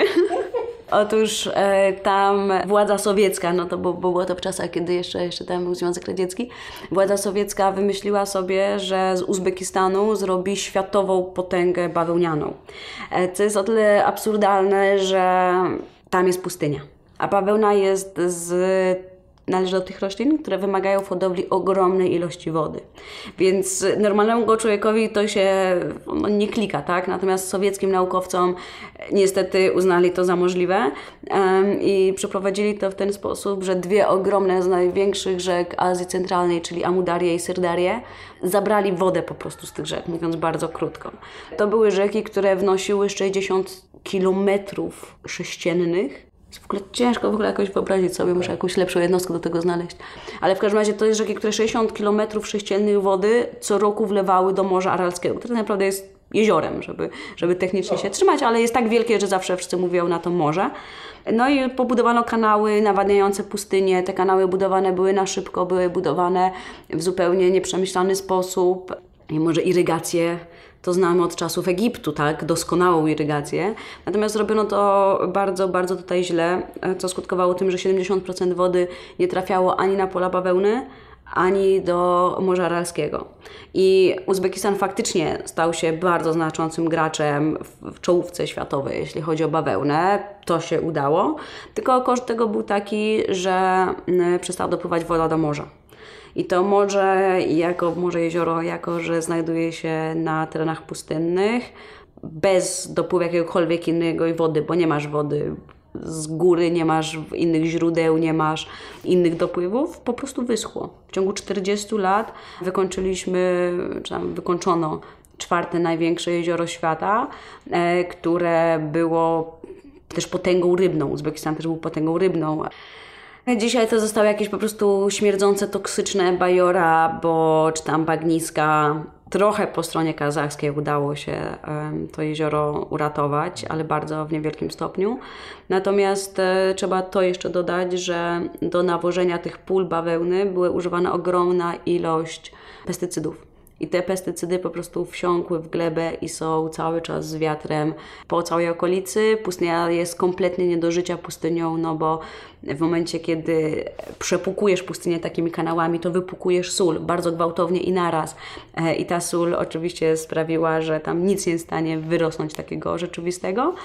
Otóż e, tam władza sowiecka, no to bo, bo było to w czasach, kiedy jeszcze, jeszcze tam był Związek Radziecki, władza sowiecka wymyśliła sobie, że z Uzbekistanu zrobi światową potęgę bawełnianą. E, co jest o tyle absurdalne, że tam jest pustynia, a bawełna jest z... należy do tych roślin, które wymagają w hodowli ogromnej ilości wody. Więc normalnemu człowiekowi to się no, nie klika, tak? Natomiast sowieckim naukowcom niestety uznali to za możliwe um, i przeprowadzili to w ten sposób, że dwie ogromne z największych rzek Azji Centralnej, czyli Amudarię i Syrdarię, zabrali wodę po prostu z tych rzek, mówiąc bardzo krótko. To były rzeki, które wnosiły sześćdziesiąt kilometrów sześciennych. W ogóle ciężko w ogóle jakoś wyobrazić sobie, muszę jakąś lepszą jednostkę do tego znaleźć. Ale w każdym razie to jest rzeki, które sześćdziesiąt kilometrów sześciennych wody co roku wlewały do Morza Aralskiego, które naprawdę jest jeziorem, żeby, żeby technicznie się trzymać, ale jest tak wielkie, że zawsze wszyscy mówią na to morze. No i pobudowano kanały nawadniające pustynię. Te kanały budowane były na szybko, były budowane w zupełnie nieprzemyślany sposób. I może irygację to znamy od czasów Egiptu, tak? Doskonałą irygację. Natomiast robiono to bardzo, bardzo tutaj źle, co skutkowało tym, że siedemdziesiąt procent wody nie trafiało ani na pola bawełny, ani do Morza Aralskiego. I Uzbekistan faktycznie stał się bardzo znaczącym graczem w czołówce światowej, jeśli chodzi o bawełnę. To się udało. Tylko koszt tego był taki, że przestała dopływać woda do morza. I to morze, jako morze jezioro, jako że znajduje się na terenach pustynnych, bez dopływu jakiegokolwiek innej wody, bo nie masz wody z góry, nie masz innych źródeł, nie masz innych dopływów, po prostu wyschło. W ciągu czterdziestu lat wykończyliśmy, czy tam wykończono czwarte największe jezioro świata, e, które było też potęgą rybną. Uzbekistan też był potęgą rybną. Dzisiaj to zostały jakieś po prostu śmierdzące, toksyczne bajora, bo czy tam bagniska. Trochę po stronie kazachskiej udało się um, to jezioro uratować, ale bardzo w niewielkim stopniu. Natomiast e, trzeba to jeszcze dodać, że do nawożenia tych pól bawełny była używana ogromna ilość pestycydów. I te pestycydy po prostu wsiąkły w glebę i są cały czas z wiatrem po całej okolicy. Pustynia jest kompletnie nie do życia pustynią, no bo w momencie, kiedy przepukujesz pustynię takimi kanałami, to wypukujesz sól bardzo gwałtownie i naraz. I ta sól oczywiście sprawiła, że tam nic nie jest w stanie wyrosnąć takiego rzeczywistego.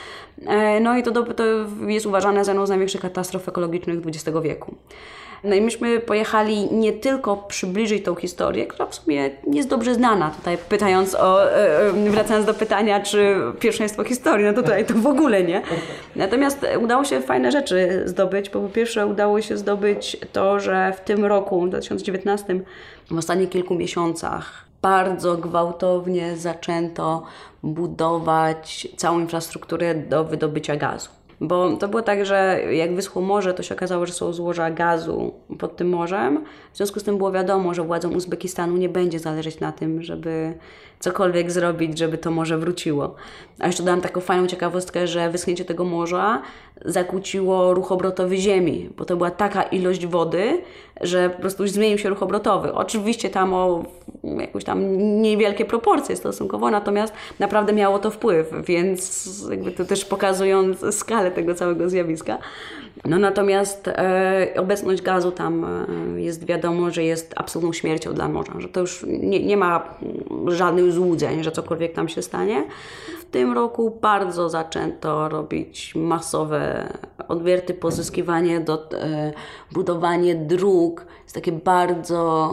No i to, to jest uważane za jedną z największych katastrof ekologicznych dwudziestego wieku. No i myśmy pojechali nie tylko przybliżyć tą historię, która w sumie jest dobrze znana. Tutaj pytając o, wracając do pytania, czy pierwszeństwo historii, no to tutaj to w ogóle nie. Natomiast udało się fajne rzeczy zdobyć, bo po pierwsze udało się zdobyć to, że w tym roku, w dwa tysiące dziewiętnastym, w ostatnich kilku miesiącach bardzo gwałtownie zaczęto budować całą infrastrukturę do wydobycia gazu. Bo to było tak, że jak wyschło morze, to się okazało, że są złoża gazu pod tym morzem. W związku z tym było wiadomo, że władzom Uzbekistanu nie będzie zależeć na tym, żeby cokolwiek zrobić, żeby to morze wróciło. A jeszcze dodam taką fajną ciekawostkę, że wyschnięcie tego morza zakłóciło ruch obrotowy ziemi, bo to była taka ilość wody, że po prostu już zmienił się ruch obrotowy. Oczywiście tam o jakieś tam niewielkie proporcje stosunkowo, natomiast naprawdę miało to wpływ, więc jakby to też pokazując skalę tego całego zjawiska. No natomiast e, obecność gazu tam e, jest wiadomo, że jest absolutną śmiercią dla morza, że to już nie, nie ma żadnych złudzeń, że cokolwiek tam się stanie. W tym roku bardzo zaczęto robić masowe odwierty, pozyskiwanie, do, e, budowanie dróg. Jest takie bardzo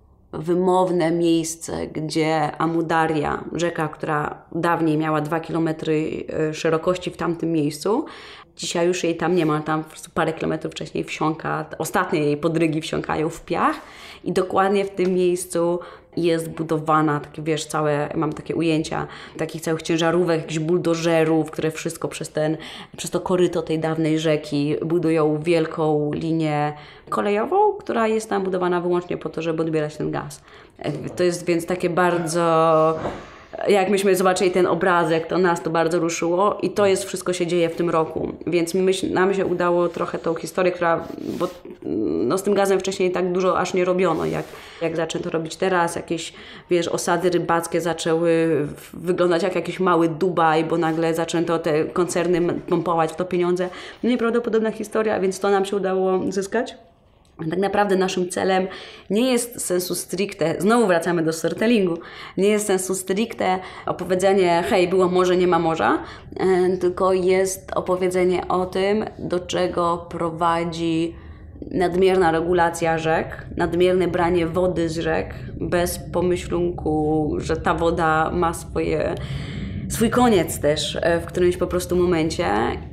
wymowne miejsce, gdzie Amudarja, rzeka, która dawniej miała dwa kilometry szerokości w tamtym miejscu, dzisiaj już jej tam nie ma, tam po prostu parę kilometrów wcześniej wsiąka, ostatnie jej podrygi wsiąkają w piach i dokładnie w tym miejscu jest budowana, takie wiesz, całe, mam takie ujęcia takich całych ciężarówek, jakichś buldożerów, które wszystko przez ten, przez to koryto tej dawnej rzeki budują wielką linię kolejową, która jest tam budowana wyłącznie po to, żeby odbierać ten gaz. To jest więc takie bardzo... Jak myśmy zobaczyli ten obrazek, to nas to bardzo ruszyło i to jest wszystko się dzieje w tym roku. Więc myśl, nam się udało trochę tą historię, która, bo no, z tym gazem wcześniej tak dużo aż nie robiono, jak, jak zaczęto robić teraz. Jakieś, wiesz, osady rybackie zaczęły wyglądać jak jakiś mały Dubaj, bo nagle zaczęto te koncerny pompować w to pieniądze. No nieprawdopodobna historia, więc to nam się udało zyskać. Tak naprawdę naszym celem nie jest sensu stricte, znowu wracamy do storytellingu, nie jest sensu stricte opowiedzenie hej, było morze, nie ma morza, tylko jest opowiedzenie o tym, do czego prowadzi nadmierna regulacja rzek, nadmierne branie wody z rzek bez pomyślunku, że ta woda ma swoje... swój koniec też w którymś po prostu momencie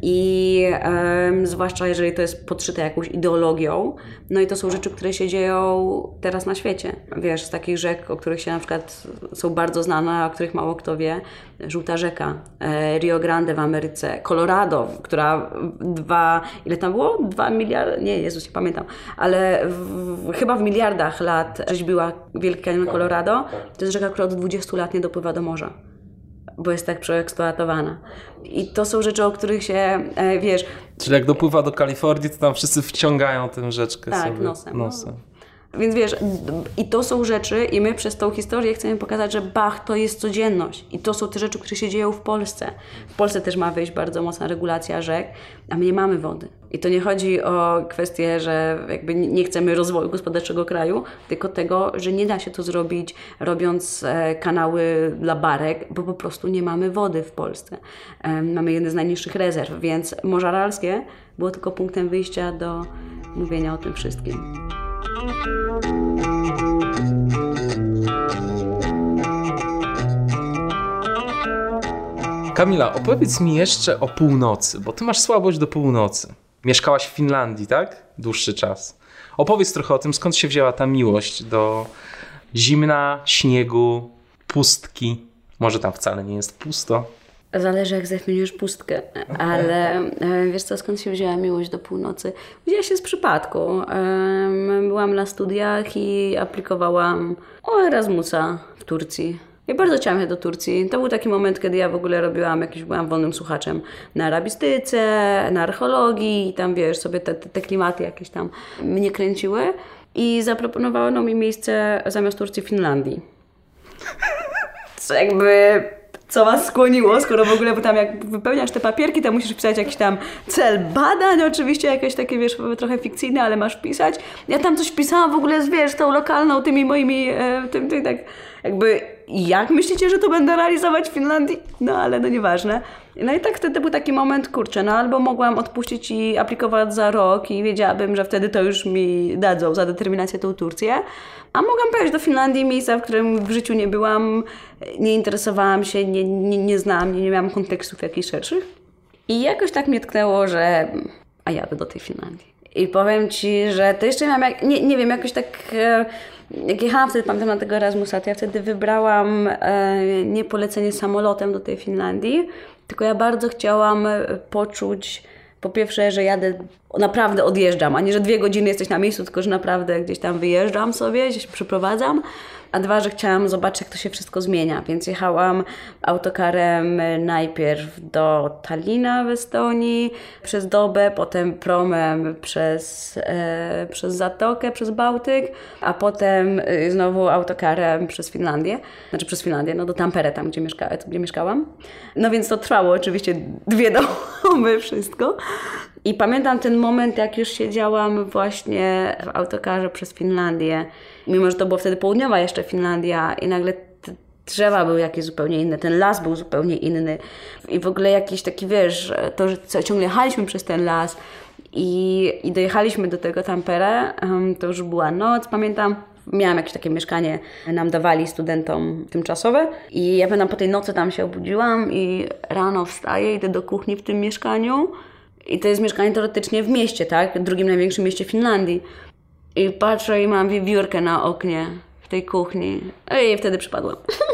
i um, zwłaszcza jeżeli to jest podszyte jakąś ideologią. No i to są rzeczy, które się dzieją teraz na świecie. Wiesz, z takich rzek, o których się na przykład są bardzo znane, a o których mało kto wie. Żółta rzeka, Rio Grande w Ameryce, Colorado, która dwa, ile tam było? Dwa miliardy? Nie, Jezus, nie pamiętam. Ale w, chyba w miliardach lat rzeźbiła Wielki Kanion Colorado. To jest rzeka, która od dwudziestu lat nie dopływa do morza, bo jest tak przeeksploatowana. I to są rzeczy, o których się, e, wiesz... Czyli jak dopływa do Kalifornii, to tam wszyscy wciągają tę rzeczkę tak, sobie nosem. nosem. No. Więc wiesz, i to są rzeczy i my przez tą historię chcemy pokazać, że Bach to jest codzienność. I to są te rzeczy, które się dzieją w Polsce. W Polsce też ma wyjść bardzo mocna regulacja rzek, a my nie mamy wody. I to nie chodzi o kwestię, że jakby nie chcemy rozwoju gospodarczego kraju, tylko tego, że nie da się to zrobić robiąc kanały dla barek, bo po prostu nie mamy wody w Polsce. Mamy jedne z najniższych rezerw, więc Morze Aralskie było tylko punktem wyjścia do mówienia o tym wszystkim. Kamila, opowiedz mi jeszcze o północy, bo ty masz słabość do północy. Mieszkałaś w Finlandii, tak? Dłuższy czas. Opowiedz trochę o tym, skąd się wzięła ta miłość do zimna, śniegu, pustki. Może tam wcale nie jest pusto. Zależy, jak zdefiniujesz pustkę, ale wiesz co, skąd się wzięła miłość do północy? Wzięła się z przypadku. Byłam na studiach i aplikowałam o Erasmusa w Turcji. Ja bardzo chciałam jechać do Turcji. To był taki moment, kiedy ja w ogóle robiłam, jakiś byłam wolnym słuchaczem na arabistyce, na archeologii i tam wiesz, sobie te, te, te klimaty jakieś tam mnie kręciły i zaproponowano mi miejsce zamiast Turcji w Finlandii. Co jakby... Co was skłoniło, skoro w ogóle, bo tam jak wypełniasz te papierki, to musisz pisać jakiś tam cel badań, oczywiście jakieś takie, wiesz, trochę fikcyjne, ale masz pisać. Ja tam coś pisałam w ogóle z, wiesz, tą lokalną, tymi moimi, e, tym, tym, tak jakby, jak myślicie, że to będę realizować w Finlandii? No, ale no nieważne. No i tak wtedy był taki moment, kurczę, no albo mogłam odpuścić i aplikować za rok i wiedziałabym, że wtedy to już mi dadzą za determinację tą Turcję, a mogłam pojechać do Finlandii, miejsca, w którym w życiu nie byłam, nie interesowałam się, nie, nie, nie znałam, nie, nie miałam kontekstów jakichś szerszych. I jakoś tak mnie tknęło, że a jadę do tej Finlandii. I powiem Ci, że to jeszcze miałam, jak, nie, nie wiem, jakoś tak... E, jak jechałam wtedy, pamiętam, na tego Erasmusa, to ja wtedy wybrałam e, nie polecenie samolotem do tej Finlandii, tylko ja bardzo chciałam poczuć Po pierwsze, że jadę, naprawdę odjeżdżam, a nie, że dwie godziny jesteś na miejscu, tylko że naprawdę gdzieś tam wyjeżdżam sobie, gdzieś się przeprowadzam. A dwa, że chciałam zobaczyć, jak to się wszystko zmienia, więc jechałam autokarem najpierw do Tallina w Estonii przez dobę, potem promem przez, e, przez Zatokę, przez Bałtyk, a potem e, znowu autokarem przez Finlandię, znaczy przez Finlandię, no do Tampere, tam gdzie, mieszka, gdzie mieszkałam. No więc to trwało oczywiście dwie doby wszystko. I pamiętam ten moment, jak już siedziałam właśnie w autokarze przez Finlandię, mimo że to była wtedy południowa jeszcze Finlandia i nagle te drzewa były jakieś zupełnie inne, ten las był zupełnie inny i w ogóle jakiś taki, wiesz, to, że ciągle jechaliśmy przez ten las i, i dojechaliśmy do tego Tampere, to już była noc, pamiętam. Miałam jakieś takie mieszkanie, nam dawali studentom tymczasowe i ja pamiętam po tej nocy tam się obudziłam i rano wstaję, idę do kuchni w tym mieszkaniu. I to jest mieszkanie teoretycznie w mieście, tak? Drugim największym mieście Finlandii. I patrzę i mam wiewiórkę na oknie w tej kuchni. I wtedy przypadłam.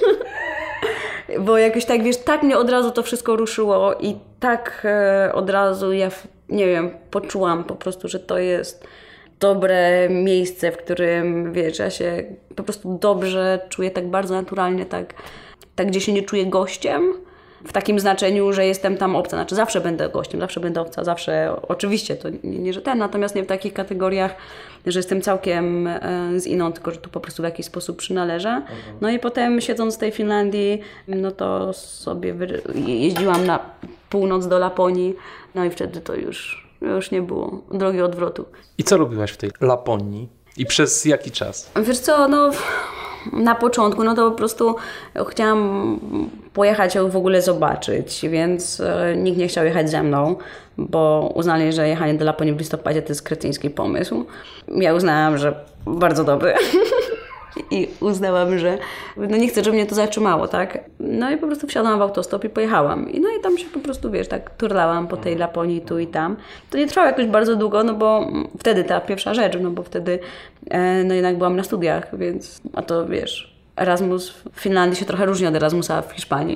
Bo jakoś tak, wiesz, tak mnie od razu to wszystko ruszyło i tak e, od razu ja, nie wiem, poczułam po prostu, że to jest dobre miejsce, w którym, wiesz, ja się po prostu dobrze czuję, tak bardzo naturalnie, tak, tak gdzie się nie czuję gościem. W takim znaczeniu, że jestem tam obca. Znaczy zawsze będę gościem, zawsze będę obca, zawsze oczywiście, to nie, nie że ten, natomiast nie w takich kategoriach, że jestem całkiem e, z inną, tylko że tu po prostu w jakiś sposób przynależę. No i potem siedząc w tej Finlandii, no to sobie wy... jeździłam na północ do Laponii, no i wtedy to już, już nie było drogi odwrotu. I co robiłaś w tej Laponii? I przez jaki czas? Wiesz co, no... Na początku, no to po prostu chciałam pojechać ją w ogóle zobaczyć, więc e, nikt nie chciał jechać ze mną, bo uznali, że jechanie do Laponii w listopadzie to jest kretyński pomysł. Ja uznałam, że bardzo dobry. I uznałam, że no nie chcę, żeby mnie to zatrzymało, tak? No i po prostu wsiadłam w autostop i pojechałam. I no i tam się po prostu, wiesz, tak turlałam po tej Laponii tu i tam. To nie trwało jakoś bardzo długo, no bo wtedy ta pierwsza rzecz, no bo wtedy e, no jednak byłam na studiach, więc a to wiesz, Erasmus w Finlandii się trochę różni od Erasmusa w Hiszpanii.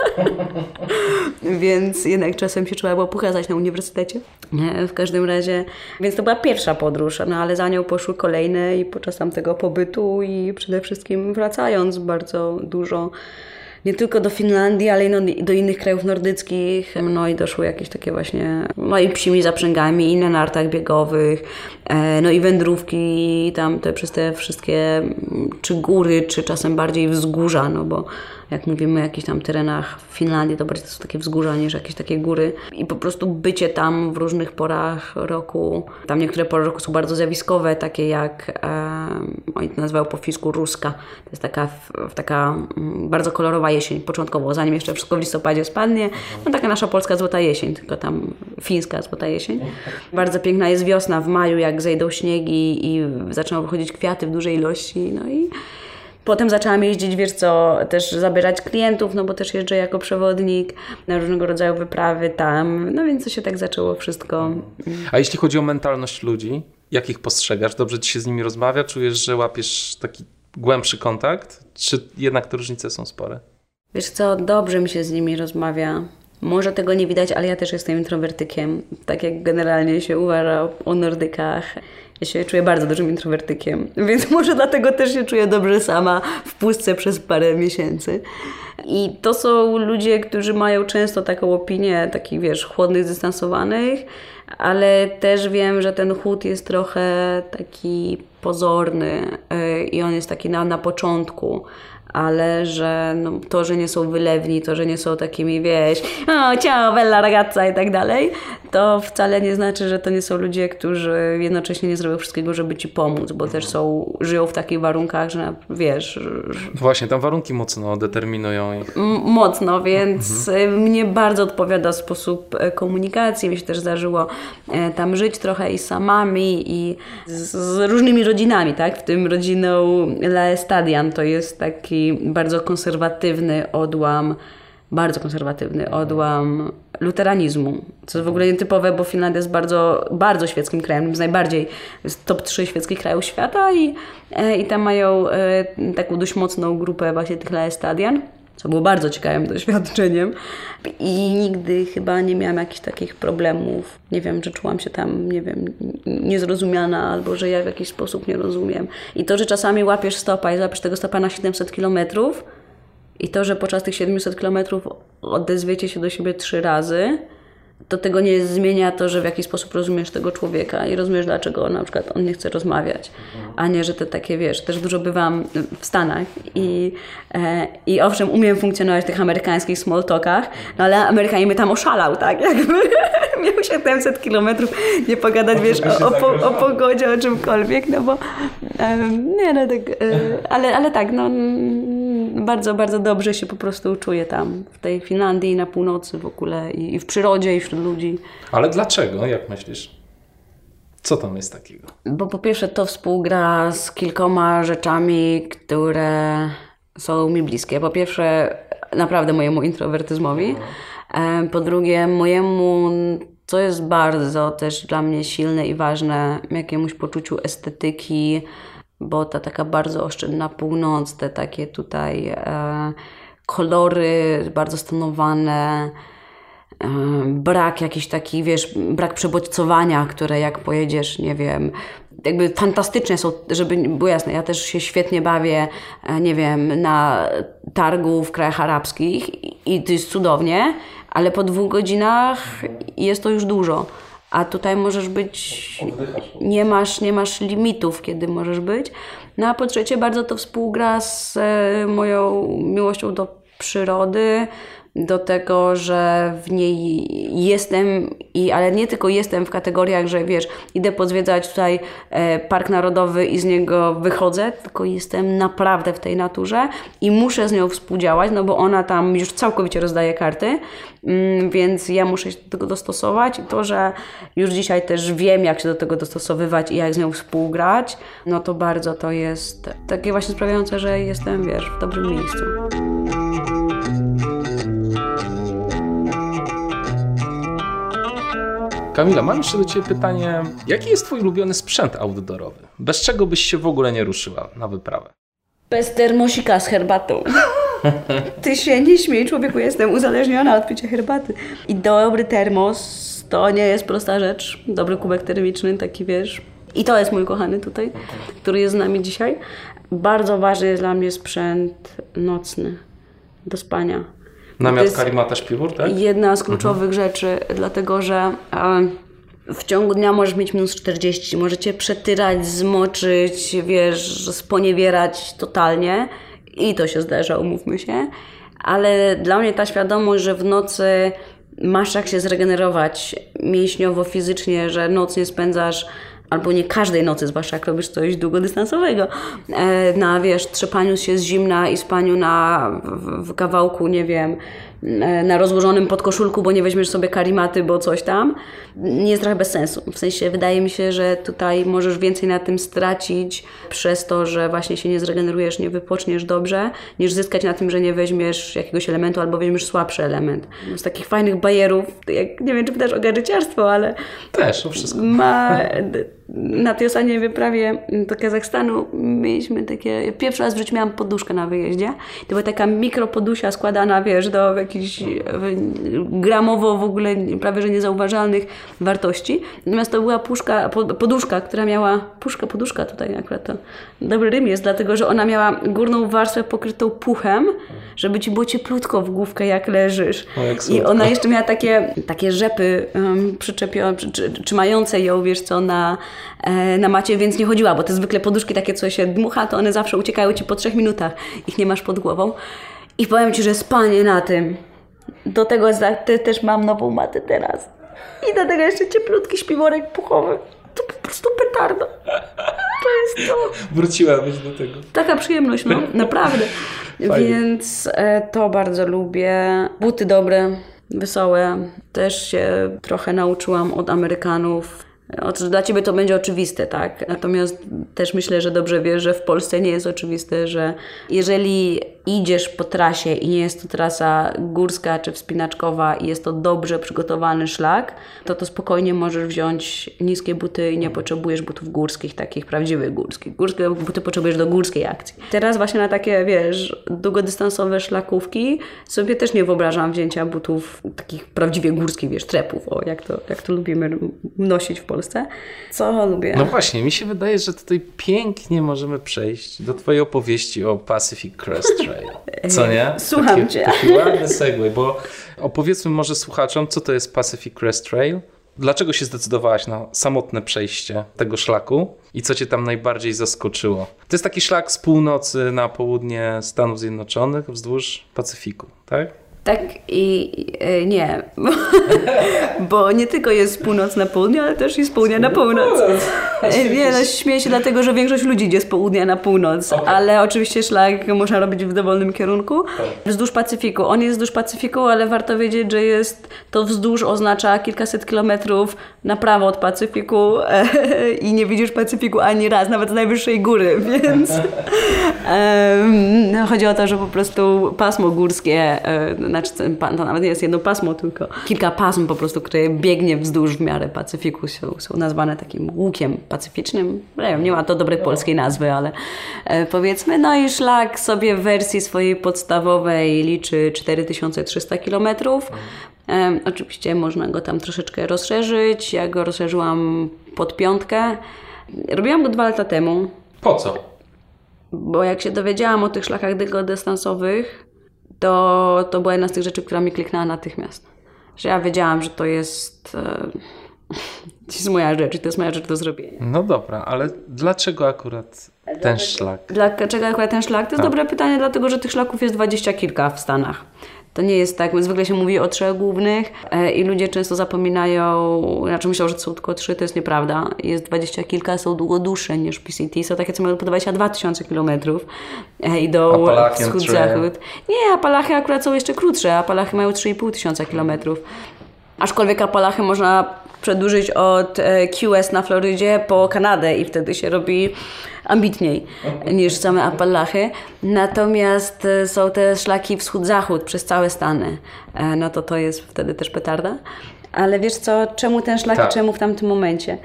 Więc jednak czasem się trzeba było pokazać na uniwersytecie. Nie, w każdym razie, więc to była pierwsza podróż, no ale za nią poszły kolejne i podczas tamtego pobytu i przede wszystkim wracając bardzo dużo, nie tylko do Finlandii, ale i do innych krajów nordyckich. No i doszły jakieś takie właśnie, no i psimi zaprzęgami, i na nartach biegowych, no i wędrówki tam te przez te wszystkie, czy góry, czy czasem bardziej wzgórza, no bo jak mówimy o jakichś tam terenach w Finlandii, to bardziej to są takie wzgórza niż jakieś takie góry. I po prostu bycie tam w różnych porach roku. Tam niektóre pory roku są bardzo zjawiskowe, takie jak, e, oni to nazywają po fińsku ruska. To jest taka, taka bardzo kolorowa jesień początkowo, zanim jeszcze wszystko w listopadzie spadnie. No taka nasza polska złota jesień, tylko tam fińska złota jesień. Bardzo piękna jest wiosna w maju, jak zejdą śniegi i zaczną wychodzić kwiaty w dużej ilości. No i potem zaczęłam jeździć, wiesz co, też zabierać klientów, no bo też jeżdżę jako przewodnik na różnego rodzaju wyprawy tam, no więc to się tak zaczęło wszystko. A jeśli chodzi o mentalność ludzi, jak ich postrzegasz? Dobrze ci się z nimi rozmawia? Czujesz, że łapiesz taki głębszy kontakt? Czy jednak te różnice są spore? Wiesz co, dobrze mi się z nimi rozmawia. Może tego nie widać, ale ja też jestem introwertykiem. Tak jak generalnie się uważa o Nordykach. Ja się czuję bardzo dużym introwertykiem, więc może dlatego też się czuję dobrze sama w pustce przez parę miesięcy. I to są ludzie, którzy mają często taką opinię takich, wiesz, chłodnych, zdystansowanych, ale też wiem, że ten chłód jest trochę taki pozorny i on jest taki na, na początku. Ale że no, to, że nie są wylewni, to, że nie są takimi, wieś, o, ciao, bella ragazza i tak dalej, to wcale nie znaczy, że to nie są ludzie, którzy jednocześnie nie zrobią wszystkiego, żeby ci pomóc, bo też są, żyją w takich warunkach, że wiesz... Właśnie, tam warunki mocno determinują ich. M- mocno, więc mhm. mnie bardzo odpowiada sposób komunikacji. Mi się też zdarzyło tam żyć trochę i z samami, i z, z różnymi rodzinami, tak? W tym rodziną Laestadian to jest taki bardzo konserwatywny odłam, bardzo konserwatywny odłam luteranizmu, co jest w ogóle nietypowe, bo Finlandia jest bardzo, bardzo świeckim krajem, z najbardziej z top trzy świeckich krajów świata i, i tam mają e, taką dość mocną grupę właśnie tych Laestadian. co było bardzo ciekawym doświadczeniem. I nigdy chyba nie miałam jakichś takich problemów. Nie wiem, że czułam się tam, nie wiem, niezrozumiana albo że ja w jakiś sposób nie rozumiem. I to, że czasami łapiesz stopa i złapiesz tego stopa na siedemset kilometrów i to, że podczas tych siedemset kilometrów odezwiecie się do siebie trzy razy, to tego nie zmienia to, że w jakiś sposób rozumiesz tego człowieka i rozumiesz, dlaczego na przykład on nie chce rozmawiać, a nie, że te takie, wiesz, też dużo bywam w Stanach i, e, i owszem, umiem funkcjonować w tych amerykańskich small talkach, no ale Amerykanin mnie tam oszalał, tak, jakby miał siedemset kilometrów nie pogadać, wiesz, o, o, po, o pogodzie, o czymkolwiek, no bo e, nie, no tak, e, ale, ale tak, no bardzo, bardzo dobrze się po prostu czuję tam, w tej Finlandii, na północy w ogóle i, i w przyrodzie, i wśród ludzi. Ale dlaczego? Jak myślisz? Co tam jest takiego? Bo po pierwsze to współgra z kilkoma rzeczami, które są mi bliskie. Po pierwsze naprawdę mojemu introwertyzmowi. Po drugie mojemu, co jest bardzo też dla mnie silne i ważne, jakiemuś poczuciu estetyki, bo ta taka bardzo oszczędna północ, te takie tutaj e, kolory bardzo stonowane, e, brak jakiś taki, wiesz, brak przebodźcowania, które jak pojedziesz, nie wiem, jakby fantastyczne są, żeby było jasne, ja też się świetnie bawię, e, nie wiem, na targu w krajach arabskich i, i to jest cudownie, ale po dwóch godzinach jest to już dużo. A tutaj możesz być, nie masz, nie masz limitów, kiedy możesz być. No a po trzecie bardzo to współgra z moją miłością do przyrody, do tego, że w niej jestem, i, ale nie tylko jestem w kategoriach, że wiesz, idę pozwiedzać tutaj e, Park Narodowy i z niego wychodzę, tylko jestem naprawdę w tej naturze i muszę z nią współdziałać, no bo ona tam już całkowicie rozdaje karty, mm, więc ja muszę się do tego dostosować i to, że już dzisiaj też wiem, jak się do tego dostosowywać i jak z nią współgrać, no to bardzo to jest takie właśnie sprawiające, że jestem, wiesz, w dobrym miejscu. Kamila, mam jeszcze do Ciebie pytanie. Jaki jest Twój ulubiony sprzęt outdoorowy? Bez czego byś się w ogóle nie ruszyła na wyprawę? Bez termosika z herbatą. Ty się nie śmiej, człowieku, jestem uzależniona od picia herbaty. I dobry termos to nie jest prosta rzecz. Dobry kubek termiczny, taki wiesz. I to jest mój kochany tutaj, który jest z nami dzisiaj. Bardzo ważny jest dla mnie sprzęt nocny do spania. Namiot, karimata, śpiwór, tak? Jedna z kluczowych mhm. rzeczy, dlatego że e, w ciągu dnia możesz mieć minus czterdzieści, możecie przetyrać, zmoczyć, wiesz, sponiewierać totalnie i to się zdarza, umówmy się, ale dla mnie ta świadomość, że w nocy masz jak się zregenerować mięśniowo, fizycznie, że noc nie spędzasz albo nie każdej nocy, zwłaszcza jak robisz coś długodystansowego, na, wiesz, trzepaniu się z zimna i spaniu na, w, w kawałku, nie wiem, na rozłożonym podkoszulku, bo nie weźmiesz sobie karimaty, bo coś tam, nie jest trochę bez sensu. W sensie wydaje mi się, że tutaj możesz więcej na tym stracić przez to, że właśnie się nie zregenerujesz, nie wypoczniesz dobrze, niż zyskać na tym, że nie weźmiesz jakiegoś elementu albo weźmiesz słabszy element. Z takich fajnych bajerów, jak, nie wiem, czy pytasz o gadżeciarstwo, ale też o wszystko. Ma, na tej ostatniej wyprawie do Kazachstanu mieliśmy takie, pierwszy raz w życiu miałam poduszkę na wyjeździe. To była taka mikropodusia składana, wiesz, do jakichś gramowo w ogóle prawie że niezauważalnych wartości. Natomiast to była puszka, poduszka, która miała, puszka, poduszka tutaj akurat to dobry rym jest, dlatego że ona miała górną warstwę pokrytą puchem, żeby ci było cieplutko w główkę jak leżysz. O, jak I ona jeszcze miała takie, takie rzepy um, przyczepione, przy, trzymające ją, wiesz co, na, e, na macie, więc nie chodziła, bo te zwykle poduszki takie, co się dmucha, to one zawsze uciekają ci po trzech minutach. Ich nie masz pod głową. I powiem ci, że spanie na tym. Do tego te, też mam nową matę teraz. I do tego jeszcze cieplutki śpiworek puchowy. To po prostu petardo. To jest to. Wróciłabyś do tego. Taka przyjemność, no. Naprawdę. Fajnie. Więc e, to bardzo lubię. Buty dobre, wesołe. Też się trochę nauczyłam od Amerykanów. Dla ciebie to będzie oczywiste, tak? Natomiast też myślę, że dobrze wiesz, że w Polsce nie jest oczywiste, że jeżeli idziesz po trasie i nie jest to trasa górska czy wspinaczkowa i jest to dobrze przygotowany szlak, to to spokojnie możesz wziąć niskie buty i nie potrzebujesz butów górskich, takich prawdziwych górskich. Górskie buty potrzebujesz do górskiej akcji. Teraz właśnie na takie, wiesz, długodystansowe szlakówki sobie też nie wyobrażam wzięcia butów takich prawdziwie górskich, wiesz, trepów, o, jak to, jak to lubimy nosić w Polsce. Co lubię? No właśnie, mi się wydaje, że tutaj pięknie możemy przejść do twojej opowieści o Pacific Crest Trail. Co nie? Słucham taki, cię. Taki ładny segue, bo opowiedzmy może słuchaczom, co to jest Pacific Crest Trail? Dlaczego się zdecydowałaś na samotne przejście tego szlaku i co cię tam najbardziej zaskoczyło? To jest taki szlak z północy na południe Stanów Zjednoczonych wzdłuż Pacyfiku, tak? Tak i e, nie, bo, bo nie tylko jest z północ na południe, ale też i z południa na północ. E, nie, no, śmieję się dlatego, że większość ludzi idzie z południa na północ, okay. Ale oczywiście szlak można robić w dowolnym kierunku. Wzdłuż Pacyfiku. On jest wzdłuż Pacyfiku, ale warto wiedzieć, że jest to wzdłuż oznacza kilkaset kilometrów na prawo od Pacyfiku e, i nie widzisz Pacyfiku ani raz, nawet z najwyższej góry, więc e, no, chodzi o to, że po prostu pasmo górskie e, znaczy to nawet nie jest jedno pasmo, tylko kilka pasm po prostu, które biegnie wzdłuż w miarę Pacyfiku, są, są nazwane takim łukiem pacyficznym. Nie wiem, nie ma to dobrej polskiej nazwy, ale e, powiedzmy. No i szlak sobie w wersji swojej podstawowej liczy cztery tysiące trzysta kilometrów. E, oczywiście można go tam troszeczkę rozszerzyć. Ja go rozszerzyłam pod piątkę. Robiłam go dwa lata temu. Po co? Bo jak się dowiedziałam o tych szlakach długodystansowych, to, to była jedna z tych rzeczy, która mi kliknęła natychmiast. Że ja wiedziałam, że to jest, e, to jest moja rzecz i to jest moja rzecz do zrobienia. No dobra, ale dlaczego akurat ten szlak? Dlaczego akurat ten szlak? To jest A. dobre pytanie, dlatego że tych szlaków jest dwadzieścia kilka w Stanach. To nie jest tak, zwykle się mówi o trzech głównych e, i ludzie często zapominają, znaczy myślą, że to są tylko trzy, to jest nieprawda. Jest dwadzieścia kilka, są długo dłuższe niż P C T, są takie, co mają po dwadzieścia dwa tysiące kilometrów e, idą wschód-zachód. Nie, Apalachy akurat są jeszcze krótsze, Apalachy mają trzy i pół tysiąca kilometrów. Aczkolwiek Apalachy można przedłużyć od Q S na Florydzie po Kanadę i wtedy się robi ambitniej niż same Apalachy. Natomiast są te szlaki wschód-zachód przez całe Stany. No to to jest wtedy też petarda. Ale wiesz co, czemu ten szlak tak. i czemu w tamtym momencie?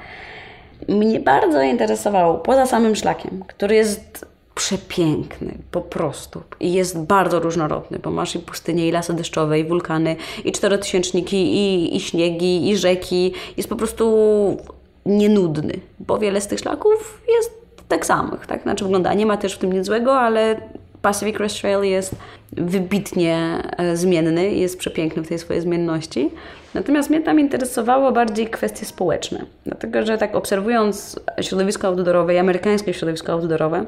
Mnie bardzo interesowało, poza samym szlakiem, który jest przepiękny, po prostu. I jest bardzo różnorodny, bo masz i pustynie, i lasy deszczowe, i wulkany, i czterotysięczniki, i, i śniegi, i rzeki. Jest po prostu nienudny, bo wiele z tych szlaków jest tak samych, tak? Znaczy wygląda, nie ma też w tym nic złego, ale Pacific Crest Trail jest wybitnie e, zmienny i jest przepiękny w tej swojej zmienności. Natomiast mnie tam interesowało bardziej kwestie społeczne. Dlatego, że tak obserwując środowisko outdoorowe i amerykańskie środowisko outdoorowe,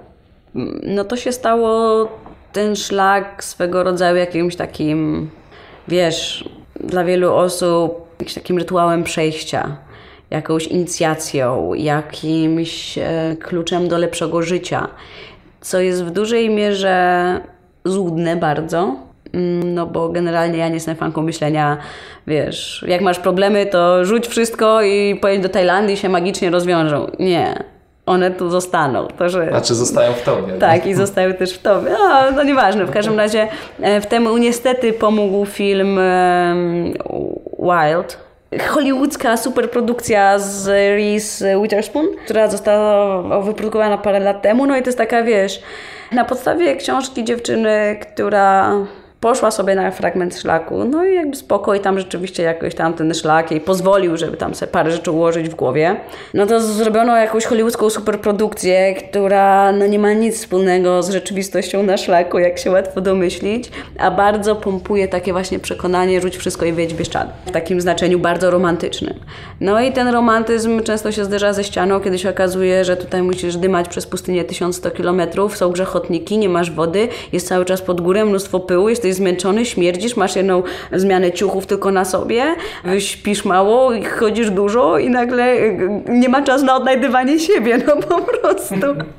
no to się stało ten szlak swego rodzaju jakimś takim, wiesz, dla wielu osób jakimś takim rytuałem przejścia, jakąś inicjacją, jakimś e, kluczem do lepszego życia, co jest w dużej mierze złudne bardzo, no bo generalnie ja nie jestem fanką myślenia, wiesz, jak masz problemy, to rzuć wszystko i pojedź do Tajlandii i się magicznie rozwiążą. Nie. One tu zostaną. To, że... Znaczy zostają w tobie. Tak, i zostają też w tobie. No, no nieważne. W każdym razie w temu niestety pomógł film um, Wild. Hollywoodzka superprodukcja z Reese Witherspoon, która została wyprodukowana parę lat temu. No i to jest taka, wiesz, na podstawie książki dziewczyny, która poszła sobie na fragment szlaku, no i jakby spoko i tam rzeczywiście jakoś tam ten szlak jej pozwolił, żeby tam sobie parę rzeczy ułożyć w głowie. No to zrobiono jakąś hollywoodzką superprodukcję, która no nie ma nic wspólnego z rzeczywistością na szlaku, jak się łatwo domyślić, a bardzo pompuje takie właśnie przekonanie, rzuć wszystko i wyjedź Bieszczady. W takim znaczeniu bardzo romantycznym. No i ten romantyzm często się zderza ze ścianą, kiedy się okazuje, że tutaj musisz dymać przez pustynię tysiąc sto kilometrów, są grzechotniki, nie masz wody, jest cały czas pod górę, mnóstwo pyłu, jesteś zmęczony, śmierdzisz, masz jedną zmianę ciuchów tylko na sobie, śpisz mało, chodzisz dużo i nagle nie ma czasu na odnajdywanie siebie, no po prostu.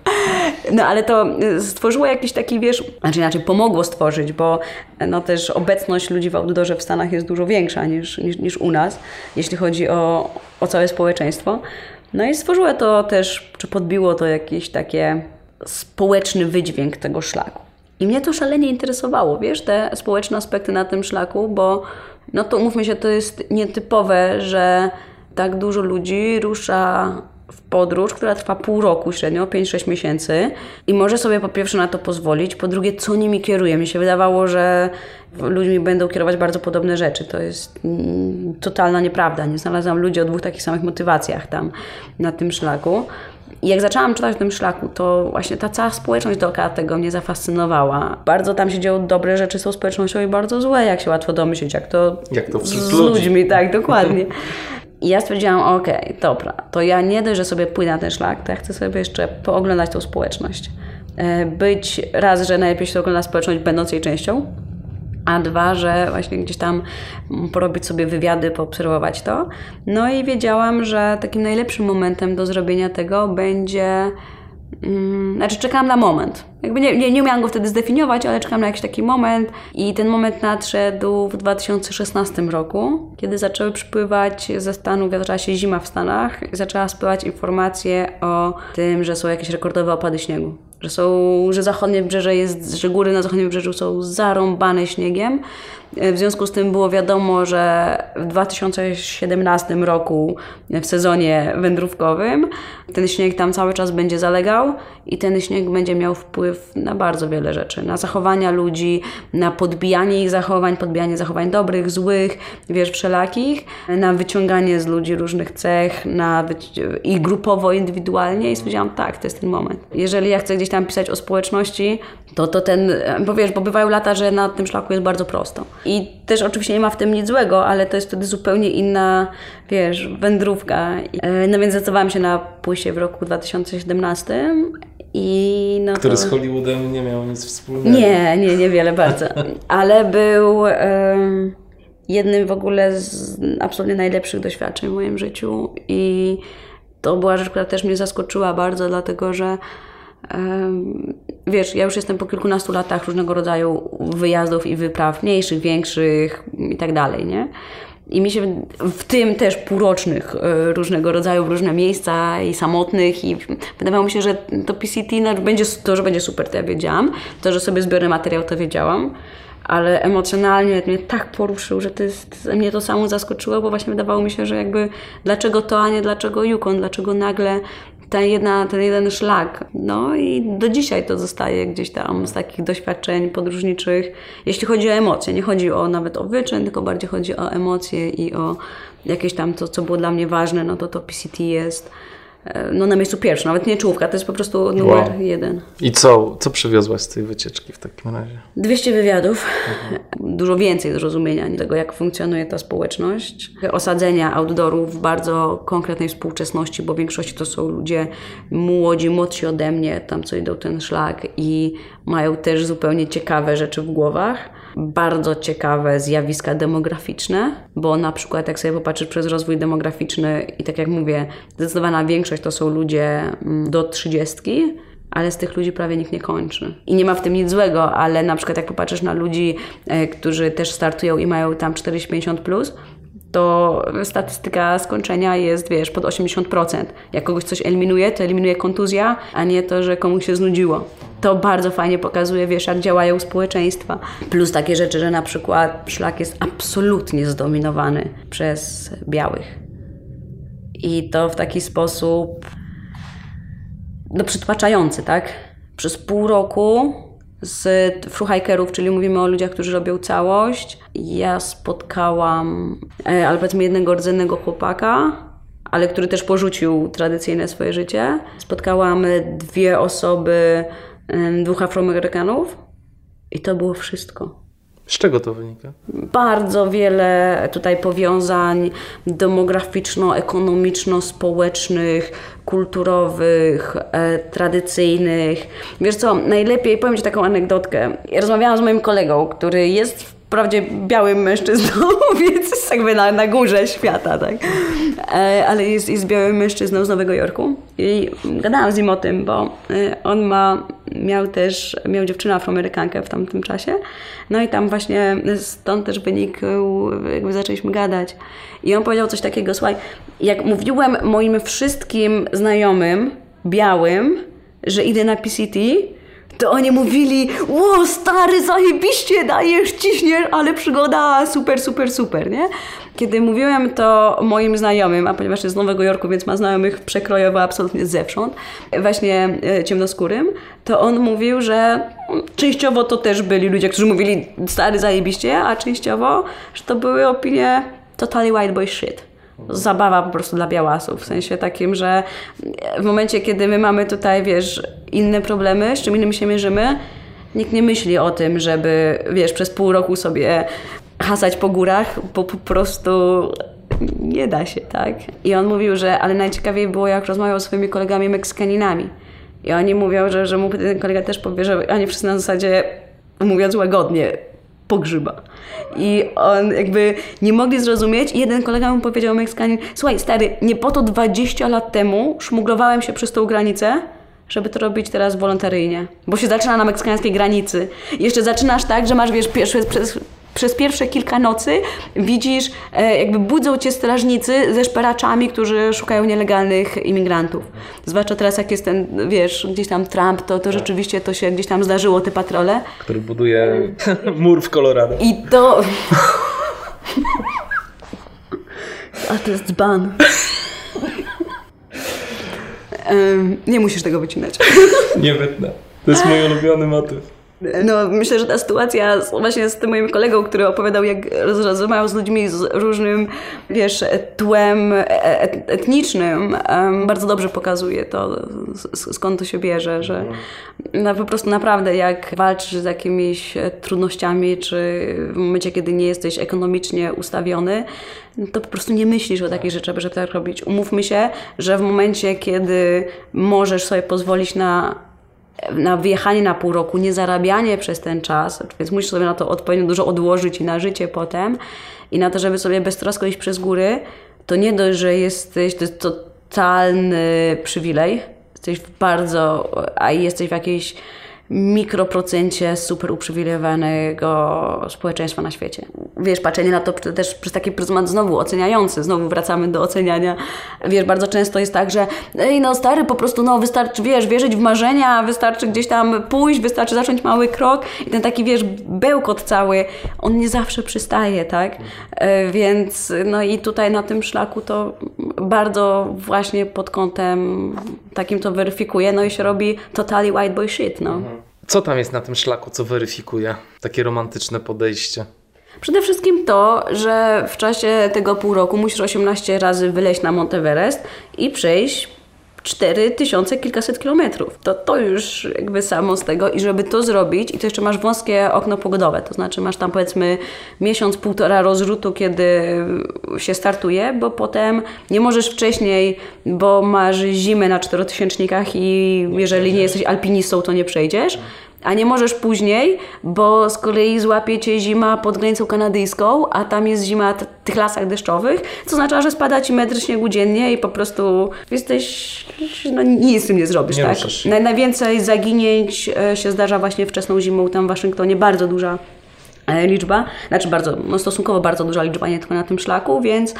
No ale to stworzyło jakiś taki, wiesz, znaczy inaczej pomogło stworzyć, bo no też obecność ludzi w outdoorze w Stanach jest dużo większa niż, niż, niż u nas, jeśli chodzi o, o całe społeczeństwo. No i stworzyło to też, czy podbiło to jakiś takie społeczny wydźwięk tego szlaku. I mnie to szalenie interesowało, wiesz, te społeczne aspekty na tym szlaku, bo no to umówmy się, to jest nietypowe, że tak dużo ludzi rusza w podróż, która trwa pół roku średnio, pięć sześć miesięcy i może sobie po pierwsze na to pozwolić, po drugie co nimi kieruje. Mi się wydawało, że ludźmi będą kierować bardzo podobne rzeczy. To jest mm, totalna nieprawda. Nie znalazłam ludzi o dwóch takich samych motywacjach tam na tym szlaku. I jak zaczęłam czytać o tym szlaku, to właśnie ta cała społeczność dookoła tego mnie zafascynowała. Bardzo tam się dzieją dobre rzeczy z tą społecznością i bardzo złe, jak się łatwo domyślić, jak to, jak to z ludzi. ludźmi. Tak, dokładnie. I ja stwierdziłam, okej, okay, dobra, to ja nie dość, że sobie pójdę na ten szlak, to ja chcę sobie jeszcze pooglądać tą społeczność. Być raz, że najlepiej się ogląda społeczność będąc jej częścią, a dwa, że właśnie gdzieś tam porobić sobie wywiady, poobserwować to. No i wiedziałam, że takim najlepszym momentem do zrobienia tego będzie... Hmm, znaczy czekałam na moment. Jakby nie, nie, nie umiałam go wtedy zdefiniować, ale czekałam na jakiś taki moment i ten moment nadszedł w dwa tysiące szesnastym roku, kiedy zaczęły przypływać ze Stanów, zaczęła się zima w Stanach i zaczęła spływać informacje o tym, że są jakieś rekordowe opady śniegu. Że są, że zachodnie wybrzeże jest, że góry na zachodnim wybrzeżu są zarąbane śniegiem. W związku z tym było wiadomo, że w dwa tysiące siedemnastym roku w sezonie wędrówkowym ten śnieg tam cały czas będzie zalegał i ten śnieg będzie miał wpływ na bardzo wiele rzeczy. Na zachowania ludzi, na podbijanie ich zachowań, podbijanie zachowań dobrych, złych, wiesz, wszelakich, na wyciąganie z ludzi różnych cech, na ich grupowo, indywidualnie i stwierdziłam, tak, to jest ten moment. Jeżeli ja chcę gdzieś tam pisać o społeczności, to, to ten, bo wiesz, bo bywają lata, że na tym szlaku jest bardzo prosto. I też oczywiście nie ma w tym nic złego, ale to jest wtedy zupełnie inna, wiesz, wędrówka. No więc zdecydowałam się na pójście w roku dwa tysiące siedemnastym. I no Który to... z Hollywoodem nie miał nic wspólnego. Nie, nie, niewiele bardzo. Ale był um, jednym w ogóle z absolutnie najlepszych doświadczeń w moim życiu. I to była rzecz, która też mnie zaskoczyła bardzo, dlatego że um, wiesz, ja już jestem po kilkunastu latach różnego rodzaju wyjazdów i wypraw, mniejszych, większych i tak dalej, nie? I mi się w tym też półrocznych różnego rodzaju, w różne miejsca i samotnych i wydawało mi się, że to P C T, no, będzie, to, że będzie super, to ja wiedziałam. To, że sobie zbiorę materiał, to wiedziałam. Ale emocjonalnie mnie tak poruszył, że to jest, mnie to samo zaskoczyło, bo właśnie wydawało mi się, że jakby dlaczego to, a nie dlaczego Yukon, dlaczego nagle ta jedna, ten jeden szlak. No i do dzisiaj to zostaje gdzieś tam z takich doświadczeń podróżniczych. Jeśli chodzi o emocje, nie chodzi o nawet o wyczyn, tylko bardziej chodzi o emocje i o jakieś tam to, co było dla mnie ważne, no to to P C T jest no na miejscu pierwszym, nawet nie czołówka, to jest po prostu numer wow. jeden. I co, co przywiozłaś z tej wycieczki w takim razie? dwieście wywiadów, mhm. Dużo więcej zrozumienia tego, jak funkcjonuje ta społeczność. Osadzenia outdoorów w bardzo konkretnej współczesności, bo w większości to są ludzie młodzi, młodsi ode mnie, tam co idą ten szlak i mają też zupełnie ciekawe rzeczy w głowach. Bardzo ciekawe zjawiska demograficzne, bo na przykład jak sobie popatrzysz przez rozwój demograficzny i tak jak mówię, zdecydowana większość to są ludzie do trzydziestki, ale z tych ludzi prawie nikt nie kończy. I nie ma w tym nic złego, ale na przykład jak popatrzysz na ludzi, e, którzy też startują i mają tam czterdzieści pięćdziesiąt plus, to statystyka skończenia jest, wiesz, pod osiemdziesiąt procent. Jak kogoś coś eliminuje, to eliminuje kontuzja, a nie to, że komuś się znudziło. To bardzo fajnie pokazuje, wiesz, jak działają społeczeństwa. Plus takie rzeczy, że na przykład szlak jest absolutnie zdominowany przez białych. I to w taki sposób no, przytłaczający, tak? Przez pół roku z thru-hikerów, czyli mówimy o ludziach, którzy robią całość. Ja spotkałam, e, ale powiedzmy jednego rdzennego chłopaka, ale który też porzucił tradycyjne swoje życie. Spotkałam dwie osoby, e, dwóch Afroamerykanów i to było wszystko. Z czego to wynika? Bardzo wiele tutaj powiązań demograficzno-ekonomiczno-społecznych, kulturowych, e, tradycyjnych. Wiesz co, najlepiej, powiem Ci taką anegdotkę. Ja rozmawiałam z moim kolegą, który jest wprawdzie białym mężczyzną, więc jest jakby na, na górze świata, tak? E, ale jest, jest białym mężczyzną z Nowego Jorku i gadałam z nim o tym, bo e, on ma, miał też, miał dziewczynę Afroamerykankę w tamtym czasie, no i tam właśnie stąd też wynikł, jakby zaczęliśmy gadać i on powiedział coś takiego, słuchaj, jak mówiłem moim wszystkim znajomym białym, że idę na P C T, to oni mówili: ło, stary, zajebiście, dajesz, ciśniesz, ale przygoda, super, super, super, nie? Kiedy mówiłem to moim znajomym, a ponieważ jest z Nowego Jorku, więc ma znajomych przekrojowo absolutnie zewsząd, właśnie ciemnoskórym, to on mówił, że częściowo to też byli ludzie, którzy mówili: stary, zajebiście, a częściowo, że to były opinie totally white boy shit. Zabawa po prostu dla białasów, w sensie takim, że w momencie, kiedy my mamy tutaj, wiesz, inne problemy, z czym innym się mierzymy, nikt nie myśli o tym, żeby, wiesz, przez pół roku sobie hasać po górach, bo po prostu nie da się, tak? I on mówił, że ale najciekawiej było, jak rozmawiał z swoimi kolegami Meksykaninami. I oni mówią, że, że mu ten kolega też powie, że oni wszyscy na zasadzie, mówiąc łagodnie, pogrzyba. I on jakby nie mogli zrozumieć i jeden kolega mu powiedział, Meksykanin: słuchaj, stary, nie po to dwadzieścia lat temu szmuglowałem się przez tą granicę, żeby to robić teraz wolontaryjnie. Bo się zaczyna na meksykańskiej granicy. I jeszcze zaczynasz tak, że masz, wiesz, pierwszy, przez, przez pierwsze kilka nocy widzisz, e, jakby budzą cię strażnicy ze szperaczami, którzy szukają nielegalnych imigrantów. Zwłaszcza teraz, jak jest ten, wiesz, gdzieś tam Trump, to, to rzeczywiście to się gdzieś tam zdarzyło, te patrole. Który buduje mur w Colorado. I to... A to jest dzban. um, nie musisz tego wycinać. Nie wytnę. To jest mój ulubiony motyw. No, myślę, że ta sytuacja z, właśnie z tym moim kolegą, który opowiadał, jak rozmawiał z ludźmi z różnym, wiesz, tłem et, etnicznym, um, bardzo dobrze pokazuje to, skąd to się bierze, że no, po prostu naprawdę jak walczysz z jakimiś trudnościami, czy w momencie, kiedy nie jesteś ekonomicznie ustawiony, to po prostu nie myślisz o takich rzeczach, żeby tak robić. Umówmy się, że w momencie, kiedy możesz sobie pozwolić na na wyjechanie na pół roku, nie zarabianie przez ten czas, więc musisz sobie na to odpowiednio dużo odłożyć i na życie potem i na to, żeby sobie beztrosko iść przez góry, to nie dość, że jesteś, to jest totalny przywilej, jesteś w bardzo, a jesteś w jakiejś mikroprocencie super uprzywilejowanego społeczeństwa na świecie. Wiesz, patrzenie na to też przez taki pryzmat znowu oceniający, znowu wracamy do oceniania. Wiesz, bardzo często jest tak, że ej, no stary, po prostu no wystarczy, wiesz, wierzyć w marzenia, wystarczy gdzieś tam pójść, wystarczy zacząć mały krok i ten taki, wiesz, bełkot cały, on nie zawsze przystaje, tak? Więc no i tutaj na tym szlaku to bardzo właśnie pod kątem takim to weryfikuje, no i się robi totally white boy shit, no. Co tam jest na tym szlaku, co weryfikuje takie romantyczne podejście? Przede wszystkim to, że w czasie tego pół roku musisz osiemnaście razy wyleźć na Mount Everest i przejść cztery tysiące kilkaset kilometrów. To to już jakby samo z tego i żeby to zrobić i to jeszcze masz wąskie okno pogodowe, to znaczy masz tam powiedzmy miesiąc, półtora rozrzutu, kiedy się startuje, bo potem nie możesz wcześniej, bo masz zimę na czterotysięcznikach i jeżeli nie jesteś alpinistą, to nie przejdziesz. A nie możesz później, bo z kolei złapie cię zima pod granicą kanadyjską, a tam jest zima w tych lasach deszczowych, co oznacza, że spada ci metr śniegu dziennie i po prostu jesteś, no nic z tym nie zrobisz, nie tak? Na, najwięcej zaginięć się zdarza właśnie wczesną zimą tam w Waszyngtonie, bardzo duża liczba, znaczy bardzo, no stosunkowo bardzo duża liczba nie tylko na tym szlaku, więc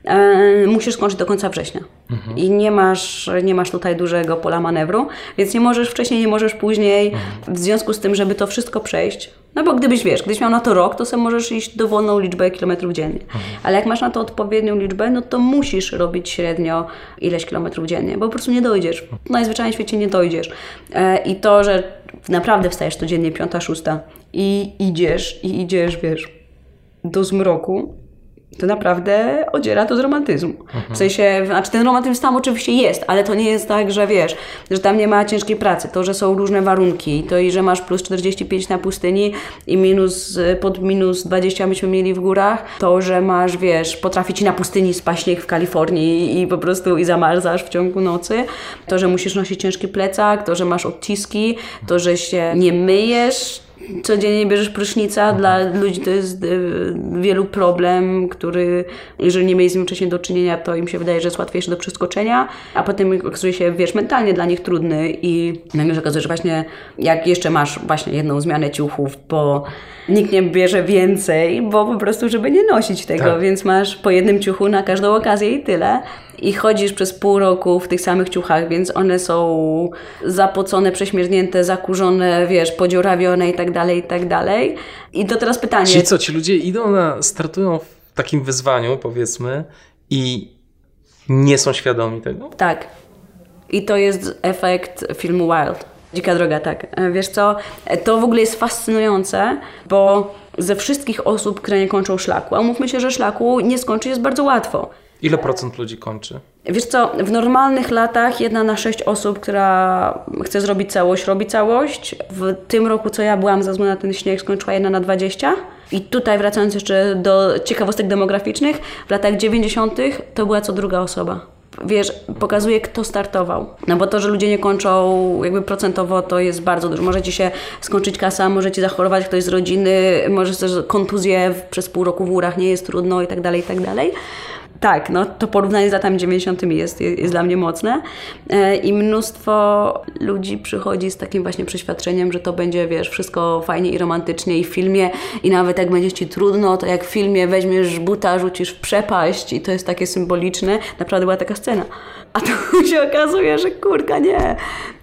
e, musisz skończyć do końca września. Mhm. I nie masz, nie masz tutaj dużego pola manewru, więc nie możesz wcześniej, nie możesz później, mhm. w związku z tym, żeby to wszystko przejść, no bo gdybyś, wiesz, gdybyś miał na to rok, to sobie możesz iść dowolną liczbę kilometrów dziennie. Mhm. Ale jak masz na to odpowiednią liczbę, no to musisz robić średnio ileś kilometrów dziennie, bo po prostu nie dojdziesz. Najzwyczajniej w świecie nie dojdziesz. E, I to, że naprawdę wstajesz codziennie piąta, szósta i idziesz, i idziesz, wiesz, do zmroku, to naprawdę odziera to z romantyzmu. Mhm. W sensie, znaczy ten romantyzm tam oczywiście jest, ale to nie jest tak, że wiesz, że tam nie ma ciężkiej pracy, to, że są różne warunki, to i że masz plus czterdzieści pięć na pustyni i minus, pod minus dwadzieścia myśmy mieli w górach, to, że masz, wiesz, potrafi ci na pustyni spaść śnieg w Kalifornii i po prostu i zamarzasz w ciągu nocy, to, że musisz nosić ciężki plecak, to, że masz odciski, to, że się nie myjesz, codziennie bierzesz prysznica, mhm. dla ludzi to jest y, wielu problem, który, jeżeli nie mieli z nim wcześniej do czynienia, to im się wydaje, że jest łatwiejszy do przeskoczenia, a potem okazuje się, wiesz, mentalnie dla nich trudny i nagle się okazuje, że właśnie jak jeszcze masz właśnie jedną zmianę ciuchów, bo nikt nie bierze więcej, bo po prostu, żeby nie nosić tego, tak. Więc masz po jednym ciuchu na każdą okazję i tyle. i chodzisz przez pół roku w tych samych ciuchach, więc one są zapocone, prześmierdznięte, zakurzone, wiesz, podziurawione i tak dalej, i tak dalej. I to teraz pytanie... Czyli co, ci ludzie idą na, startują w takim wyzwaniu, powiedzmy, i nie są świadomi tego? Tak. I to jest efekt filmu Wild. Dzika droga, tak. Wiesz co, to w ogóle jest fascynujące, bo ze wszystkich osób, które nie kończą szlaku, a umówmy się, że szlaku nie skończy jest bardzo łatwo. Ile procent ludzi kończy? Wiesz co, w normalnych latach jedna na sześć osób, która chce zrobić całość, robi całość. W tym roku, co ja byłam, ze względu na ten śnieg, skończyła jedna na dwadzieścia. I tutaj wracając jeszcze do ciekawostek demograficznych, w latach dziewięćdziesiątych to była co druga osoba. Wiesz, pokazuje, kto startował. No bo to, że ludzie nie kończą jakby procentowo, to jest bardzo dużo. Może ci się skończyć kasa, może ci zachorować ktoś z rodziny, może też kontuzję przez pół roku w górach, nie jest trudno i tak dalej, i tak dalej. Tak, no to porównanie z latami dziewięćdziesiątymi jest, jest, jest dla mnie mocne. E, I mnóstwo ludzi przychodzi z takim właśnie przeświadczeniem, że to będzie, wiesz, wszystko fajnie i romantycznie i w filmie i nawet jak będzie ci trudno, to jak w filmie weźmiesz buta, rzucisz w przepaść i to jest takie symboliczne. Naprawdę była taka scena. A tu się okazuje, że kurka nie.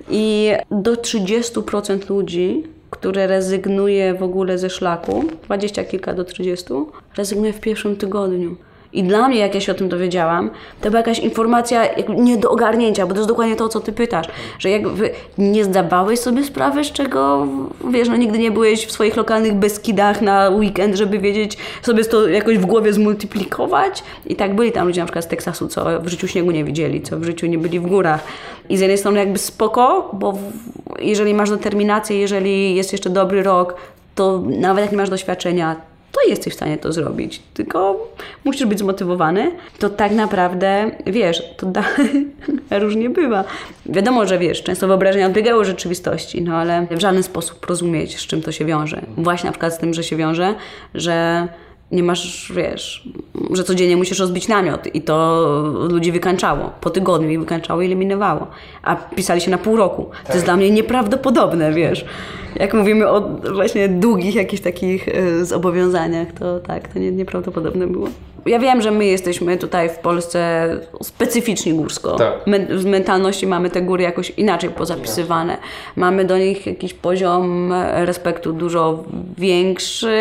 I do trzydziestu procent ludzi, które rezygnuje w ogóle ze szlaku, dwadzieścia kilka do trzydziestu, rezygnuje w pierwszym tygodniu. I dla mnie, jak ja się o tym dowiedziałam, to była jakaś informacja nie do ogarnięcia, bo to jest dokładnie to, o co ty pytasz, że jakby nie zdawałeś sobie sprawy, z czego, wiesz, no nigdy nie byłeś w swoich lokalnych Beskidach na weekend, żeby wiedzieć, sobie to jakoś w głowie zmultiplikować. I tak byli tam ludzie na przykład z Teksasu, co w życiu śniegu nie widzieli, co w życiu nie byli w górach. I z jednej strony jakby spoko, bo jeżeli masz determinację, jeżeli jest jeszcze dobry rok, to nawet jak nie masz doświadczenia, to jesteś w stanie to zrobić, tylko musisz być zmotywowany, to tak naprawdę, wiesz, to da, różnie bywa. Wiadomo, że wiesz, często wyobrażenia odbiegają od rzeczywistości, no ale w żaden sposób rozumieć, z czym to się wiąże. Właśnie na przykład z tym, że się wiąże, że nie masz, wiesz, że codziennie musisz rozbić namiot i to ludzi wykańczało. Po tygodniu ich wykańczało i eliminowało. A pisali się na pół roku. To jest dla mnie nieprawdopodobne, wiesz. Jak mówimy o właśnie długich jakichś takich y, zobowiązaniach, to tak, to nie, nieprawdopodobne było. Ja wiem, że my jesteśmy tutaj w Polsce specyficzni górsko. Tak. My w mentalności mamy te góry jakoś inaczej pozapisywane. Mamy do nich jakiś poziom respektu dużo większy,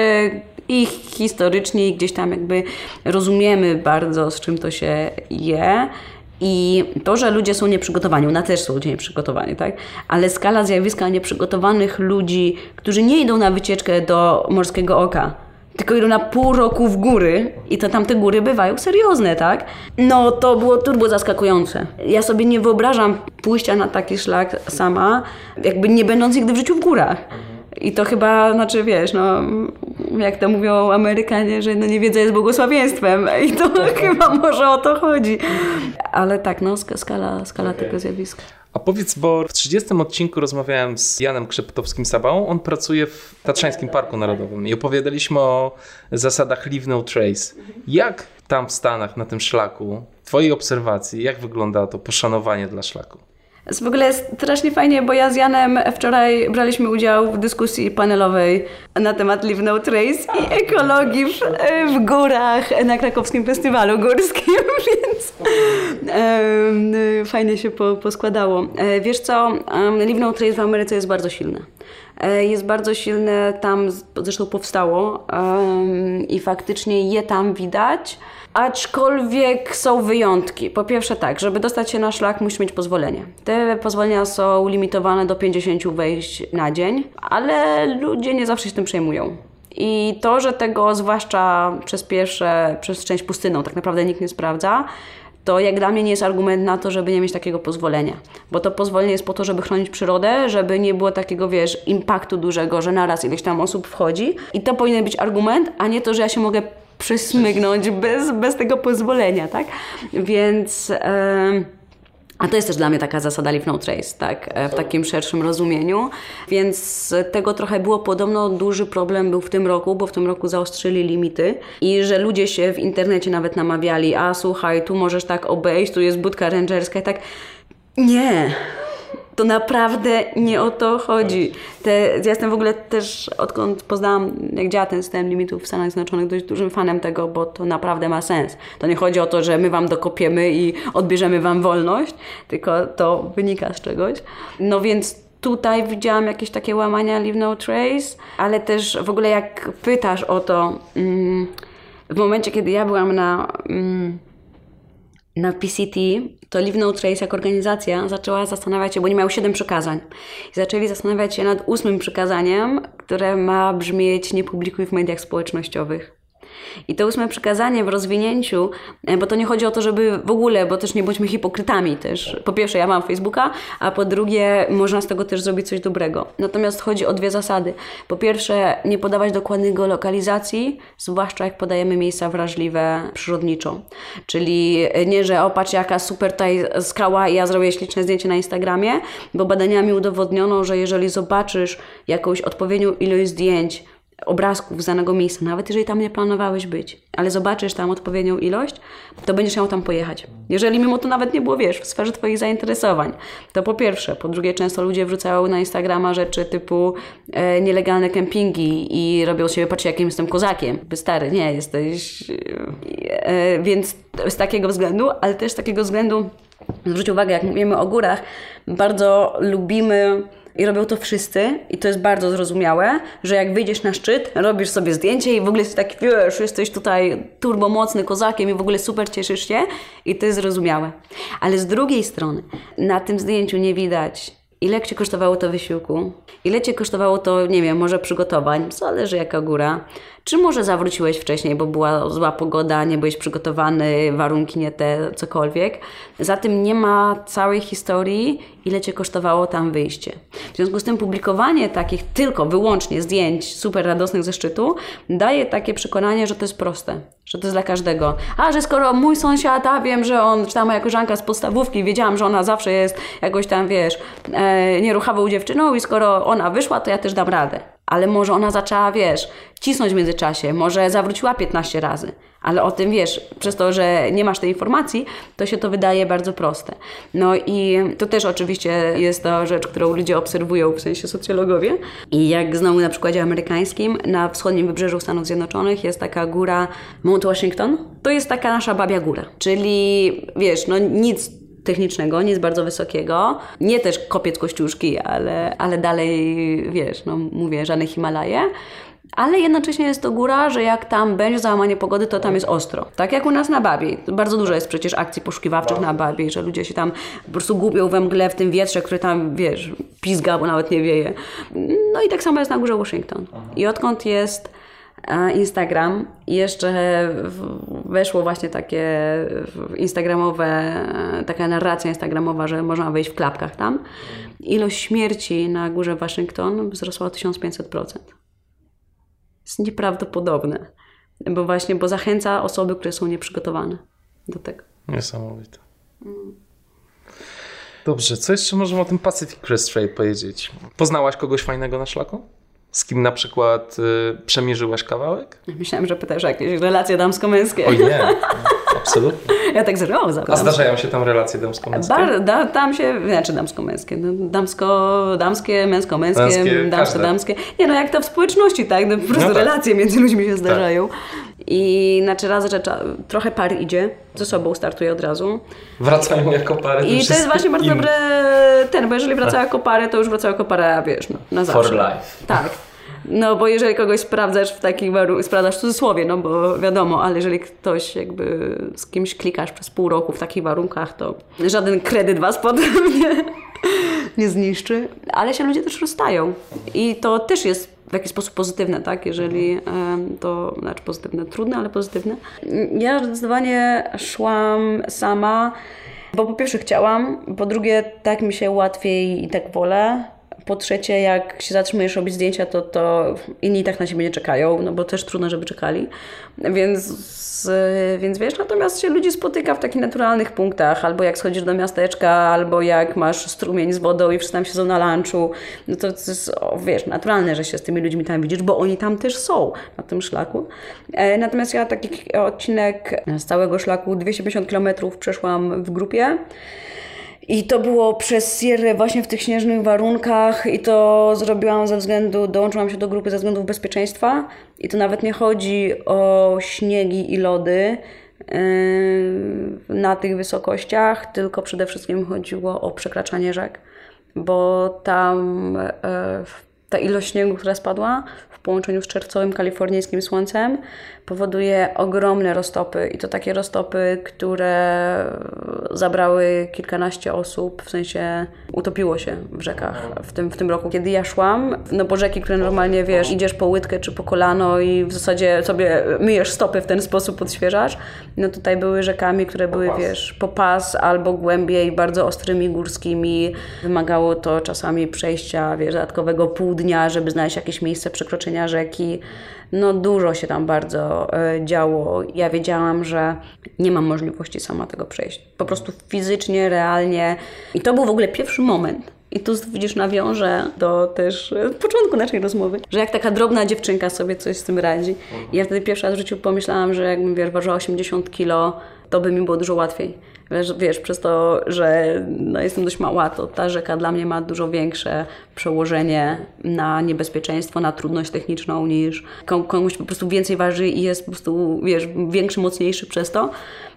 i historycznie i gdzieś tam jakby rozumiemy bardzo, z czym to się je. I to, że ludzie są nieprzygotowani, u nas też są ludzie nieprzygotowani, tak? Ale skala zjawiska nieprzygotowanych ludzi, którzy nie idą na wycieczkę do Morskiego Oka, tylko idą na pół roku w góry i to tam te góry bywają seriozne, tak? No to było turbo zaskakujące. Ja sobie nie wyobrażam pójścia na taki szlak sama, jakby nie będąc nigdy w życiu w górach. I to chyba, znaczy wiesz, no jak to mówią Amerykanie, że no niewiedza jest błogosławieństwem i to chyba może o to chodzi. Ale tak, no skala, skala okay. tego zjawiska. A powiedz, bo w trzydziestym odcinku rozmawiałem z Janem Krzeptowskim-Sabałą, on pracuje w Tatrzańskim Parku Narodowym i opowiadaliśmy o zasadach Leave No Trace. Jak tam w Stanach, na tym szlaku, w twojej obserwacji, jak wygląda to poszanowanie dla szlaku? W ogóle jest strasznie fajnie, bo ja z Janem wczoraj braliśmy udział w dyskusji panelowej na temat Leave No Trace i ekologii w, w górach na krakowskim festiwalu górskim, więc um, fajnie się po, poskładało. Wiesz co, um, Leave No Trace w Ameryce jest bardzo silne. Jest bardzo silne, tam zresztą powstało um, i faktycznie je tam widać. Aczkolwiek są wyjątki. Po pierwsze tak, żeby dostać się na szlak musisz mieć pozwolenie. Te pozwolenia są limitowane do pięćdziesięciu wejść na dzień, ale ludzie nie zawsze się tym przejmują. I to, że tego zwłaszcza przez pierwsze, przez część pustyną tak naprawdę nikt nie sprawdza, to jak dla mnie nie jest argument na to, żeby nie mieć takiego pozwolenia. Bo to pozwolenie jest po to, żeby chronić przyrodę, żeby nie było takiego, wiesz, impaktu dużego, że naraz ileś tam osób wchodzi. I to powinien być argument, a nie to, że ja się mogę przesmygnąć bez, bez tego pozwolenia, tak? Więc... Yy... A to jest też dla mnie taka zasada Leave No Trace, tak, w takim szerszym rozumieniu. Więc tego trochę było. Podobno duży problem był w tym roku, bo w tym roku zaostrzyli limity i że ludzie się w internecie nawet namawiali, a słuchaj, tu możesz tak obejść, tu jest budka rangerska i tak. Nie! To naprawdę nie o to chodzi. Te, ja jestem w ogóle też, odkąd poznałam, jak działa ten system limitów w Stanach Zjednoczonych, dość dużym fanem tego, bo to naprawdę ma sens. To nie chodzi o to, że my wam dokopiemy i odbierzemy wam wolność, tylko to wynika z czegoś. No więc tutaj widziałam jakieś takie łamania Leave No Trace, ale też w ogóle jak pytasz o to, mm, w momencie, kiedy ja byłam na... Mm, na P C T, to Leave No Trace jako organizacja zaczęła zastanawiać się, bo oni mają siedem przykazań. I zaczęli zastanawiać się nad ósmym przykazaniem, które ma brzmieć: nie publikuj w mediach społecznościowych. I to ósme przykazanie w rozwinięciu, bo to nie chodzi o to, żeby w ogóle, bo też nie bądźmy hipokrytami też. Po pierwsze, ja mam Facebooka, a po drugie, można z tego też zrobić coś dobrego. Natomiast chodzi o dwie zasady. Po pierwsze, nie podawać dokładnych geolokalizacji, zwłaszcza jak podajemy miejsca wrażliwe przyrodniczo. Czyli nie, że o, patrz jaka super tutaj skała i ja zrobię śliczne zdjęcie na Instagramie, bo badaniami udowodniono, że jeżeli zobaczysz jakąś odpowiednią ilość zdjęć, obrazków z danego miejsca, nawet jeżeli tam nie planowałeś być, ale zobaczysz tam odpowiednią ilość, to będziesz chciał tam pojechać. Jeżeli mimo to nawet nie było, wiesz, w sferze twoich zainteresowań, to po pierwsze. Po drugie, często ludzie wrzucają na Instagrama rzeczy typu e, nielegalne kempingi i robią z siebie, patrzcie, jakim jestem kozakiem. By stary, nie, jesteś... E, więc z takiego względu, ale też z takiego względu, zwróć uwagę, jak mówimy o górach, bardzo lubimy... I robią to wszyscy i to jest bardzo zrozumiałe, że jak wyjdziesz na szczyt, robisz sobie zdjęcie i w ogóle jesteś taki, wiesz, jesteś tutaj turbomocny kozakiem i w ogóle super cieszysz się i to jest zrozumiałe. Ale z drugiej strony na tym zdjęciu nie widać, ile Cię kosztowało to wysiłku, ile Cię kosztowało to, nie wiem, może przygotowań, zależy jaka góra, czy może zawróciłeś wcześniej, bo była zła pogoda, nie byłeś przygotowany, warunki nie te, cokolwiek. Za tym nie ma całej historii, ile Cię kosztowało tam wyjście. W związku z tym publikowanie takich tylko, wyłącznie zdjęć super radosnych ze szczytu daje takie przekonanie, że to jest proste, że to jest dla każdego. A, że skoro mój sąsiad, a wiem, że on, czy ta moja koleżanka z podstawówki, wiedziałam, że ona zawsze jest jakoś tam, wiesz, e, nieruchawą dziewczyną i skoro ona wyszła, to ja też dam radę. Ale może ona zaczęła, wiesz, cisnąć w międzyczasie, może zawróciła piętnaście razy, ale o tym, wiesz, przez to, że nie masz tej informacji, to się to wydaje bardzo proste. No i to też oczywiście jest to rzecz, którą ludzie obserwują, w sensie socjologowie. I jak znowu na przykładzie amerykańskim, na wschodnim wybrzeżu Stanów Zjednoczonych jest taka góra Mount Washington. To jest taka nasza babia góra, czyli, wiesz, no nic technicznego, nic bardzo wysokiego. Nie też kopiec Kościuszki, ale, ale dalej, wiesz, no mówię, żadne Himalaje. Ale jednocześnie jest to góra, że jak tam będzie załamanie pogody, to tam jest ostro. Tak jak u nas na Babii. Bardzo dużo jest przecież akcji poszukiwawczych na Babii, że ludzie się tam po prostu gubią we mgle, w tym wietrze, który tam, wiesz, pizga, bo nawet nie wieje. No i tak samo jest na górze Washington. I odkąd jest Instagram i jeszcze weszło właśnie takie instagramowe, taka narracja instagramowa, że można wejść w klapkach tam. Ilość śmierci na górze Waszyngton wzrosła o tysiąc pięćset procent. Jest nieprawdopodobne, bo właśnie, bo zachęca osoby, które są nieprzygotowane do tego. Niesamowite. Mm. Dobrze, co jeszcze możemy o tym Pacific Crest Trail powiedzieć? Poznałaś kogoś fajnego na szlaku? Z kim na przykład y, przemierzyłaś kawałek? Myślałam, że pytasz o jakieś relacje damsko-męskie. O nie, absolutnie. Ja tak zero. A zdarzają się tam relacje damsko-męskie? Bar, da, tam się, znaczy damsko-męskie, no, damsko, damskie, męsko-męskie, Męskie, damsko-damskie. Nie no, jak to w społeczności, tak? No, po prostu no tak. Relacje między ludźmi się zdarzają. Tak. I znaczy raz, że trochę par idzie, ze sobą startuje od razu. Wracają jako pary. I to jest właśnie bardzo dobre ten, bo jeżeli wracają jako pary, to już wracają jako para, wiesz, no, na zawsze. For life. Tak. No bo jeżeli kogoś sprawdzasz w takich warunkach, sprawdzasz w cudzysłowie, no bo wiadomo, ale jeżeli ktoś jakby z kimś klikasz przez pół roku w takich warunkach, to żaden kredyt was potem nie, nie zniszczy. Ale się ludzie też rozstają. I to też jest w jakiś sposób pozytywne, tak? Jeżeli um, to, znaczy pozytywne, trudne, ale pozytywne. Ja zdecydowanie szłam sama, bo po pierwsze chciałam, po drugie tak mi się łatwiej i tak wolę. Po trzecie, jak się zatrzymujesz robić zdjęcia, to, to inni i tak na ciebie nie czekają, no bo też trudno, żeby czekali. Więc, więc wiesz, natomiast się ludzi spotyka w takich naturalnych punktach, albo jak schodzisz do miasteczka, albo jak masz strumień z wodą i wszyscy tam siedzą na lunchu, no to, to jest, wiesz, naturalne, że się z tymi ludźmi tam widzisz, bo oni tam też są na tym szlaku. Natomiast ja taki odcinek z całego szlaku dwieście pięćdziesiąt kilometrów przeszłam w grupie. I to było przez Sierrę właśnie w tych śnieżnych warunkach i to zrobiłam ze względu, dołączyłam się do grupy ze względów bezpieczeństwa i to nawet nie chodzi o śniegi i lody yy, na tych wysokościach, tylko przede wszystkim chodziło o przekraczanie rzek, bo tam yy, ta ilość śniegu, która spadła w połączeniu z czerwcowym kalifornijskim słońcem powoduje ogromne roztopy i to takie roztopy, które zabrały kilkanaście osób, w sensie utopiło się w rzekach w tym, w tym roku. Kiedy ja szłam, no bo rzeki, które normalnie, wiesz, idziesz po łydkę czy po kolano i w zasadzie sobie myjesz stopy w ten sposób, odświeżasz, no tutaj były rzekami, które były, po wiesz, po pas albo głębiej, bardzo ostrymi, górskimi. Wymagało to czasami przejścia, wiesz, dodatkowego pół dnia, żeby znaleźć jakieś miejsce przekroczenia rzeki. No dużo się tam bardzo y, działo. Ja wiedziałam, że nie mam możliwości sama tego przejść. Po prostu fizycznie, realnie. I to był w ogóle pierwszy moment. I tu widzisz, nawiążę do też y, początku naszej rozmowy, że jak taka drobna dziewczynka sobie coś z tym radzi. I ja wtedy pierwszy raz w życiu pomyślałam, że jakbym, wiesz, ważyła osiemdziesiąt kilo, to by mi było dużo łatwiej. Wiesz, wiesz przez to, że no, jestem dość mała, to ta rzeka dla mnie ma dużo większe przełożenie na niebezpieczeństwo, na trudność techniczną niż komuś po prostu więcej waży i jest po prostu, wiesz, większy, mocniejszy przez to.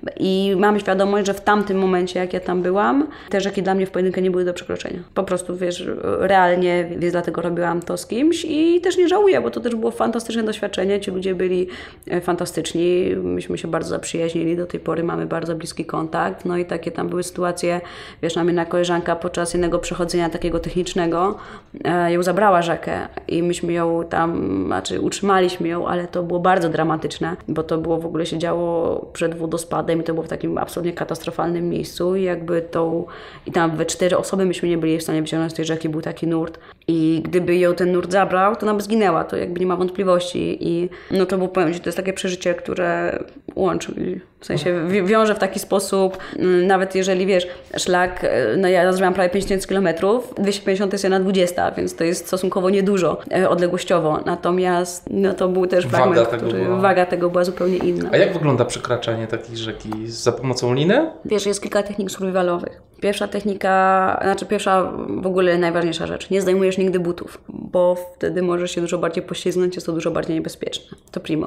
I mam świadomość, że w tamtym momencie, jak ja tam byłam, te rzeki dla mnie w pojedynkę nie były do przekroczenia. Po prostu, wiesz, realnie, więc dlatego robiłam to z kimś i też nie żałuję, bo to też było fantastyczne doświadczenie. Ci ludzie byli fantastyczni, myśmy się bardzo zaprzyjaźnili, do tej pory mamy bardzo bliski kontakt. No i takie tam były sytuacje, wiesz, nam jedna koleżanka podczas jednego przechodzenia takiego technicznego e, ją zabrała rzekę i myśmy ją tam, znaczy utrzymaliśmy ją, ale to było bardzo dramatyczne, bo to było w ogóle się działo przed wodospadem i to było w takim absolutnie katastrofalnym miejscu i jakby tą, i tam we cztery osoby myśmy nie byli w stanie wyciągnąć z tej rzeki, był taki nurt i gdyby ją ten nurt zabrał, to ona by zginęła, to jakby nie ma wątpliwości i no to było, powiem Ci, to jest takie przeżycie, które łączy, w sensie wiąże w taki sposób, nawet jeżeli wiesz, szlak, no ja zrobiłam prawie pięć tysięcy kilometrów, dwieście pięćdziesiąt to jest jedna dwudziesta, więc to jest stosunkowo niedużo odległościowo, natomiast no to był też fragment, waga tego, który, była... waga tego była zupełnie inna. A jak wygląda przekraczanie takiej rzeki? Za pomocą liny? Wiesz, jest kilka technik survivalowych. Pierwsza technika, znaczy pierwsza w ogóle najważniejsza rzecz, nie zdejmujesz nigdy butów, bo wtedy możesz się dużo bardziej poślizgnąć, jest to dużo bardziej niebezpieczne. To primo.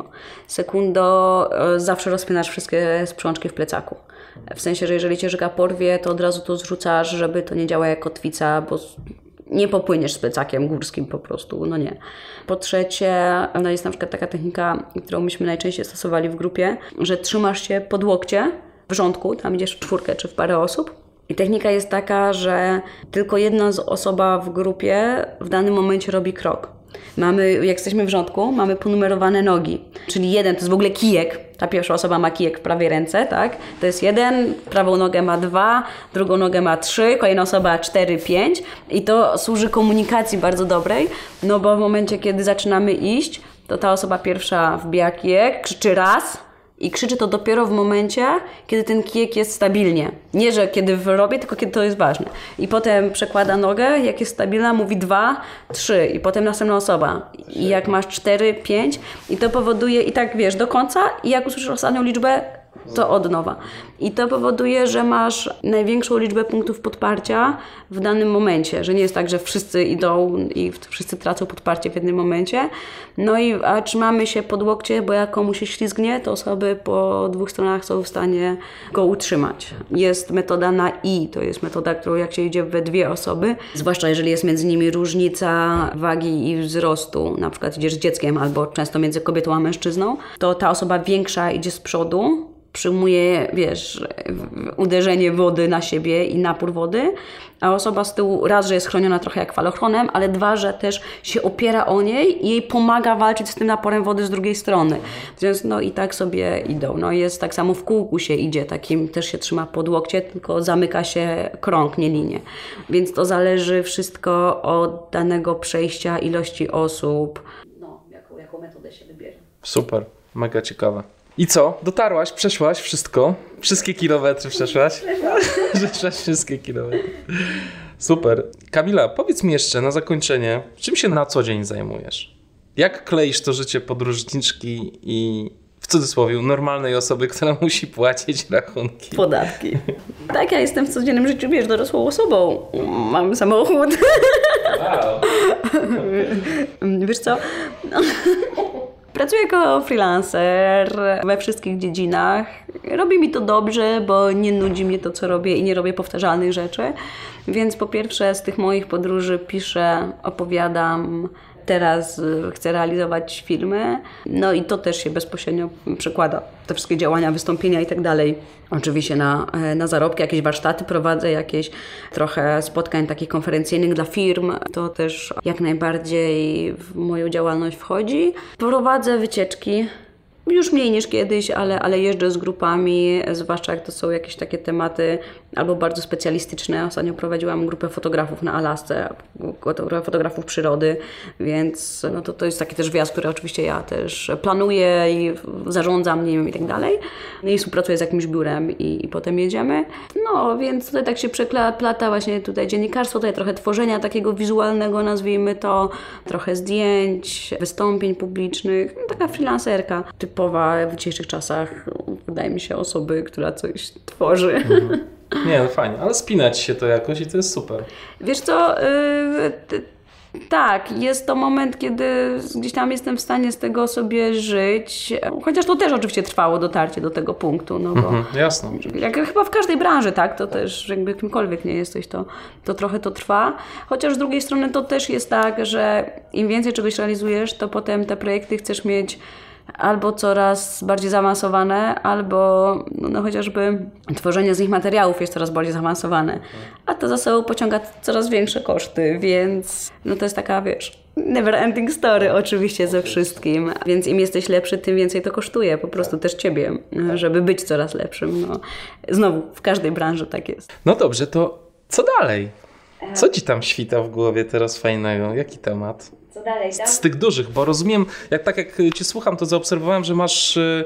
Sekundo, zawsze rozpinasz wszystkie sprzączki w plecaku. W sensie, że jeżeli cię rzeka porwie, to od razu to zrzucasz, żeby to nie działa jak kotwica, bo nie popłyniesz z plecakiem górskim po prostu, no nie. Po trzecie, no jest na przykład taka technika, którą myśmy najczęściej stosowali w grupie, że trzymasz się pod łokcie w rządku, tam idziesz w czwórkę czy w parę osób. I technika jest taka, że tylko jedna z osoba w grupie w danym momencie robi krok. Mamy, jak jesteśmy w rządku, mamy ponumerowane nogi. Czyli jeden to jest w ogóle kijek. Ta pierwsza osoba ma kijek w prawej ręce, tak? To jest jeden, prawą nogę ma dwa, drugą nogę ma trzy, kolejna osoba cztery, pięć. I to służy komunikacji bardzo dobrej, no bo w momencie, kiedy zaczynamy iść, to ta osoba pierwsza wbija kijek, krzyczy raz. I krzyczy to dopiero w momencie, kiedy ten kijek jest stabilnie. Nie, że kiedy wyrobię, tylko kiedy to jest ważne. I potem przekłada nogę, jak jest stabilna, mówi dwa, trzy i potem następna osoba. I jak masz cztery, pięć i to powoduje, i tak wiesz, do końca i jak usłyszysz ostatnią liczbę, to od nowa. I to powoduje, że masz największą liczbę punktów podparcia w danym momencie, że nie jest tak, że wszyscy idą i wszyscy tracą podparcie w jednym momencie. No i a trzymamy się pod łokcie, bo jak komuś się ślizgnie, to osoby po dwóch stronach są w stanie go utrzymać. Jest metoda na I, to jest metoda, którą jak się idzie we dwie osoby, zwłaszcza jeżeli jest między nimi różnica wagi i wzrostu, na przykład idziesz z dzieckiem albo często między kobietą a mężczyzną, to ta osoba większa idzie z przodu, przyjmuje, wiesz, uderzenie wody na siebie i napór wody, a osoba z tyłu raz, że jest chroniona trochę jak falochronem, ale dwa, że też się opiera o niej i jej pomaga walczyć z tym naporem wody z drugiej strony. Więc no i tak sobie idą. No jest tak samo w kółku się idzie, takim też się trzyma pod łokcie, tylko zamyka się krąg, nie linię. Więc to zależy wszystko od danego przejścia, ilości osób. No, jaką, jaką metodę się wybierze. Super, mega ciekawe. I co? Dotarłaś, przeszłaś wszystko? Wszystkie kilometry przeszłaś? Przeszłaś wszystkie kilometry. Super. Kamila, powiedz mi jeszcze na zakończenie, czym się na co dzień zajmujesz? Jak kleisz to życie podróżniczki i w w cudzysłowie, normalnej osoby, która musi płacić rachunki. Podatki. Tak, ja jestem w codziennym życiu, wiesz, dorosłą osobą. Mam samochód. Wow. Wiesz co? Pracuję jako freelancer we wszystkich dziedzinach. Robi mi to dobrze, bo nie nudzi mnie to, co robię i nie robię powtarzalnych rzeczy. Więc po pierwsze z tych moich podróży piszę, opowiadam. Teraz chcę realizować filmy, no i to też się bezpośrednio przekłada, te wszystkie działania, wystąpienia i tak dalej. Oczywiście na, na zarobki, jakieś warsztaty prowadzę, jakieś trochę spotkań takich konferencyjnych dla firm, to też jak najbardziej w moją działalność wchodzi. Prowadzę wycieczki. Już mniej niż kiedyś, ale, ale jeżdżę z grupami, zwłaszcza jak to są jakieś takie tematy albo bardzo specjalistyczne. Ostatnio prowadziłam grupę fotografów na Alasce, fotografów przyrody, więc no to, to jest taki też wjazd, który oczywiście ja też planuję i zarządzam nim i tak dalej. I współpracuję z jakimś biurem i, i potem jedziemy. No więc tutaj tak się przeplata właśnie tutaj dziennikarstwo, tutaj trochę tworzenia takiego wizualnego, nazwijmy to, trochę zdjęć, wystąpień publicznych, no, taka freelancerka typowa w dzisiejszych czasach, wydaje mi się, osoby, która coś tworzy. Mhm. Nie, no fajnie, ale spinać się to jakoś i to jest super. Wiesz co, yy, t- tak, jest to moment, kiedy gdzieś tam jestem w stanie z tego sobie żyć, chociaż to też oczywiście trwało dotarcie do tego punktu, no bo mhm, jasne. Jak chyba w każdej branży, tak, to też jakby kimkolwiek nie jesteś, to, to trochę to trwa, chociaż z drugiej strony to też jest tak, że im więcej czegoś realizujesz, to potem te projekty chcesz mieć albo coraz bardziej zaawansowane, albo no, no, chociażby tworzenie z nich materiałów jest coraz bardziej zaawansowane, a to za sobą pociąga coraz większe koszty, więc no to jest taka, wiesz, never ending story oczywiście ze wszystkim, więc im jesteś lepszy, tym więcej to kosztuje, po prostu też ciebie, żeby być coraz lepszym. No. Znowu, w każdej branży tak jest. No dobrze, to co dalej? Co ci tam świta w głowie teraz fajnego? Jaki temat? Co dalej tam? Z tych dużych, bo rozumiem, jak tak jak cię słucham, to zaobserwowałem, że masz y,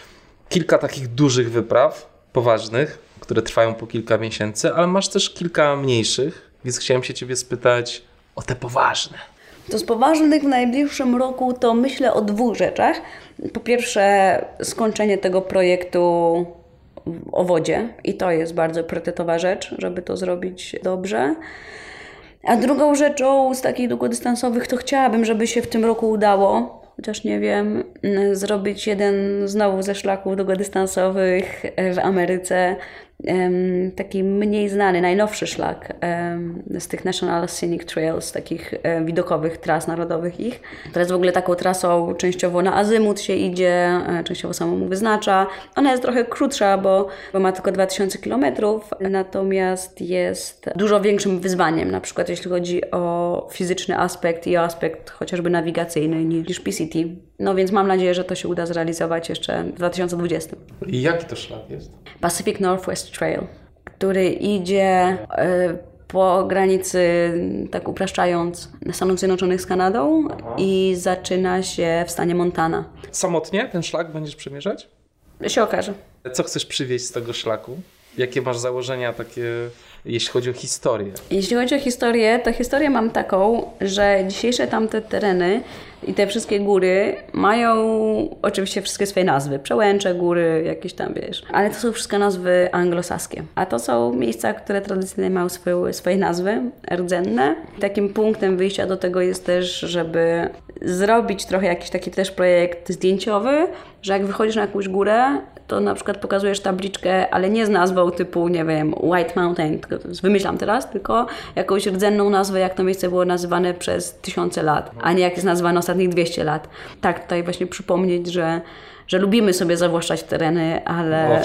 kilka takich dużych wypraw, poważnych, które trwają po kilka miesięcy, ale masz też kilka mniejszych, więc chciałem się ciebie spytać o te poważne. To z poważnych w najbliższym roku to myślę o dwóch rzeczach. Po pierwsze skończenie tego projektu o wodzie i to jest bardzo priorytetowa rzecz, żeby to zrobić dobrze. A drugą rzeczą z takich długodystansowych to chciałabym, żeby się w tym roku udało, chociaż nie wiem, zrobić jeden znowu ze szlaków długodystansowych w Ameryce, taki mniej znany, najnowszy szlak z tych National Scenic Trails, takich widokowych tras narodowych ich. To jest w ogóle taką trasą, częściowo na azymut się idzie, częściowo samemu wyznacza. Ona jest trochę krótsza, bo, bo ma tylko dwa tysiące kilometrów, natomiast jest dużo większym wyzwaniem, na przykład jeśli chodzi o fizyczny aspekt i o aspekt chociażby nawigacyjny niż P C T. No więc mam nadzieję, że to się uda zrealizować jeszcze w dwa tysiące dwudziestym. I jaki to szlak jest? Pacific Northwest Trail, który idzie y, po granicy, tak upraszczając, Stanów Zjednoczonych z Kanadą. Aha. I zaczyna się w stanie Montana. Samotnie ten szlak będziesz przemierzać? Się okaże. Co chcesz przywieźć z tego szlaku? Jakie masz założenia takie, jeśli chodzi o historię? Jeśli chodzi o historię, to historię mam taką, że dzisiejsze tamte tereny i te wszystkie góry mają oczywiście wszystkie swoje nazwy. Przełęcze, góry, jakieś tam, wiesz. Ale to są wszystkie nazwy anglosaskie. A to są miejsca, które tradycyjnie mają swoje, swoje nazwy, rdzenne. Takim punktem wyjścia do tego jest też, żeby zrobić trochę jakiś taki też projekt zdjęciowy, że jak wychodzisz na jakąś górę, to na przykład pokazujesz tabliczkę, ale nie z nazwą typu, nie wiem, White Mountain, tylko wymyślam teraz, tylko jakąś rdzenną nazwę, jak to miejsce było nazywane przez tysiące lat, a nie jak jest nazwane ostatnich dwieście lat. Tak, tutaj właśnie przypomnieć, że, że lubimy sobie zawłaszczać tereny, ale...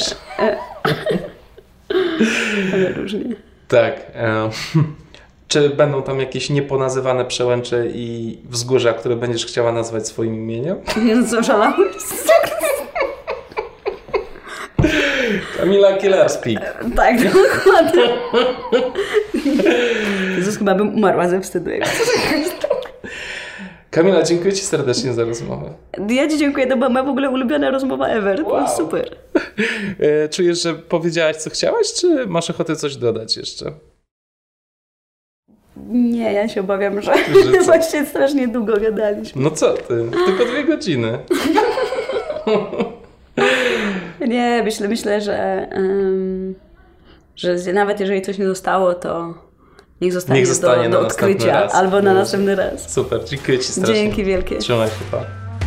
ale różnie. Tak. Um, czy będą tam jakieś nieponazywane przełęcze i wzgórza, które będziesz chciała nazwać swoim imieniem? Nie, no co, żalałeś? Kamila Killer Speak. Tak, dokładnie. Jezus, chyba bym umarła ze wstydu. Kamila, dziękuję Ci serdecznie za rozmowę. Ja Ci dziękuję, to była moja w ogóle ulubiona rozmowa ever. Wow. To jest super. Czujesz, że powiedziałaś, co chciałaś, czy masz ochotę coś dodać jeszcze? Nie, ja się obawiam, że, że właśnie strasznie długo gadaliśmy. No co ty? Tylko dwie godziny. Nie, myślę, myślę, że, um, że nawet jeżeli coś nie zostało, to niech zostanie, niech zostanie do, do na odkrycia raz. albo na następny raz. Super, dziękuję Ci strasznie. Dzięki wielkie. Trzymaj się, pa.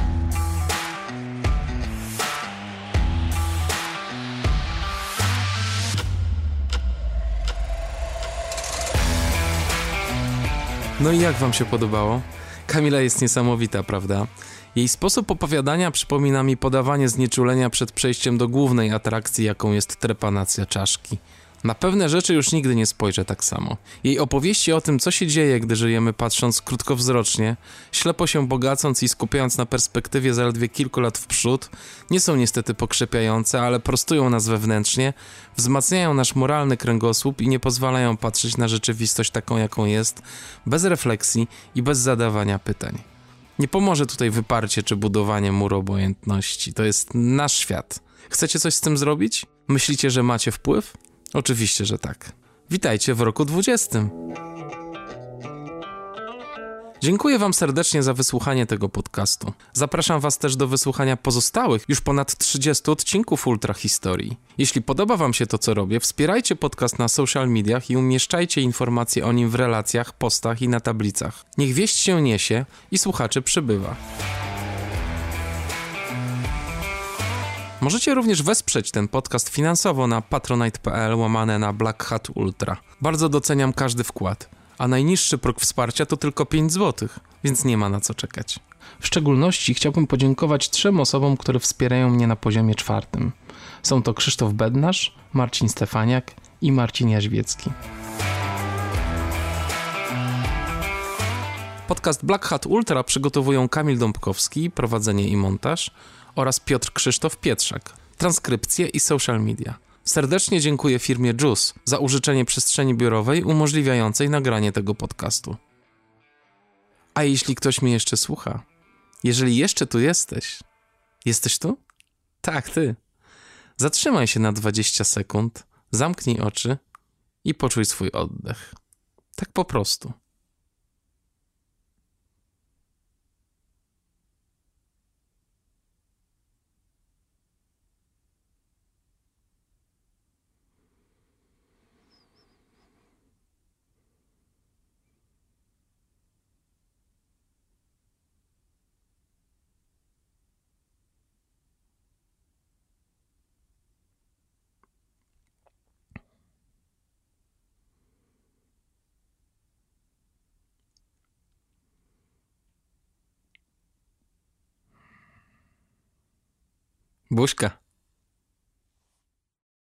No i jak wam się podobało? Kamila jest niesamowita, prawda? Jej sposób opowiadania przypomina mi podawanie znieczulenia przed przejściem do głównej atrakcji, jaką jest trepanacja czaszki. Na pewne rzeczy już nigdy nie spojrzę tak samo. Jej opowieści o tym, co się dzieje, gdy żyjemy patrząc krótkowzrocznie, ślepo się bogacąc i skupiając na perspektywie zaledwie kilku lat w przód, nie są niestety pokrzepiające, ale prostują nas wewnętrznie, wzmacniają nasz moralny kręgosłup i nie pozwalają patrzeć na rzeczywistość taką, jaką jest, bez refleksji i bez zadawania pytań. Nie pomoże tutaj wyparcie czy budowanie muru obojętności. To jest nasz świat. Chcecie coś z tym zrobić? Myślicie, że macie wpływ? Oczywiście, że tak. Witajcie w roku dwudziestym. Dziękuję wam serdecznie za wysłuchanie tego podcastu. Zapraszam was też do wysłuchania pozostałych, już ponad trzydziestu odcinków Ultra Historii. Jeśli podoba wam się to, co robię, wspierajcie podcast na social mediach i umieszczajcie informacje o nim w relacjach, postach i na tablicach. Niech wieść się niesie i słuchaczy przybywa. Możecie również wesprzeć ten podcast finansowo na patronite.pl łamane na Black Hat Ultra. Bardzo doceniam każdy wkład, a najniższy próg wsparcia to tylko pięć złotych, więc nie ma na co czekać. W szczególności chciałbym podziękować trzem osobom, które wspierają mnie na poziomie czwartym. Są to Krzysztof Bednarz, Marcin Stefaniak i Marcin Jaźwiecki. Podcast Black Hat Ultra przygotowują Kamil Dąbkowski, prowadzenie i montaż, oraz Piotr Krzysztof Pietrzak, transkrypcje i social media. Serdecznie dziękuję firmie Juice za użyczenie przestrzeni biurowej umożliwiającej nagranie tego podcastu. A jeśli ktoś mnie jeszcze słucha, jeżeli jeszcze tu jesteś, jesteś tu? Tak, ty. Zatrzymaj się na dwadzieścia sekund, zamknij oczy i poczuj swój oddech. Tak po prostu. Buźka.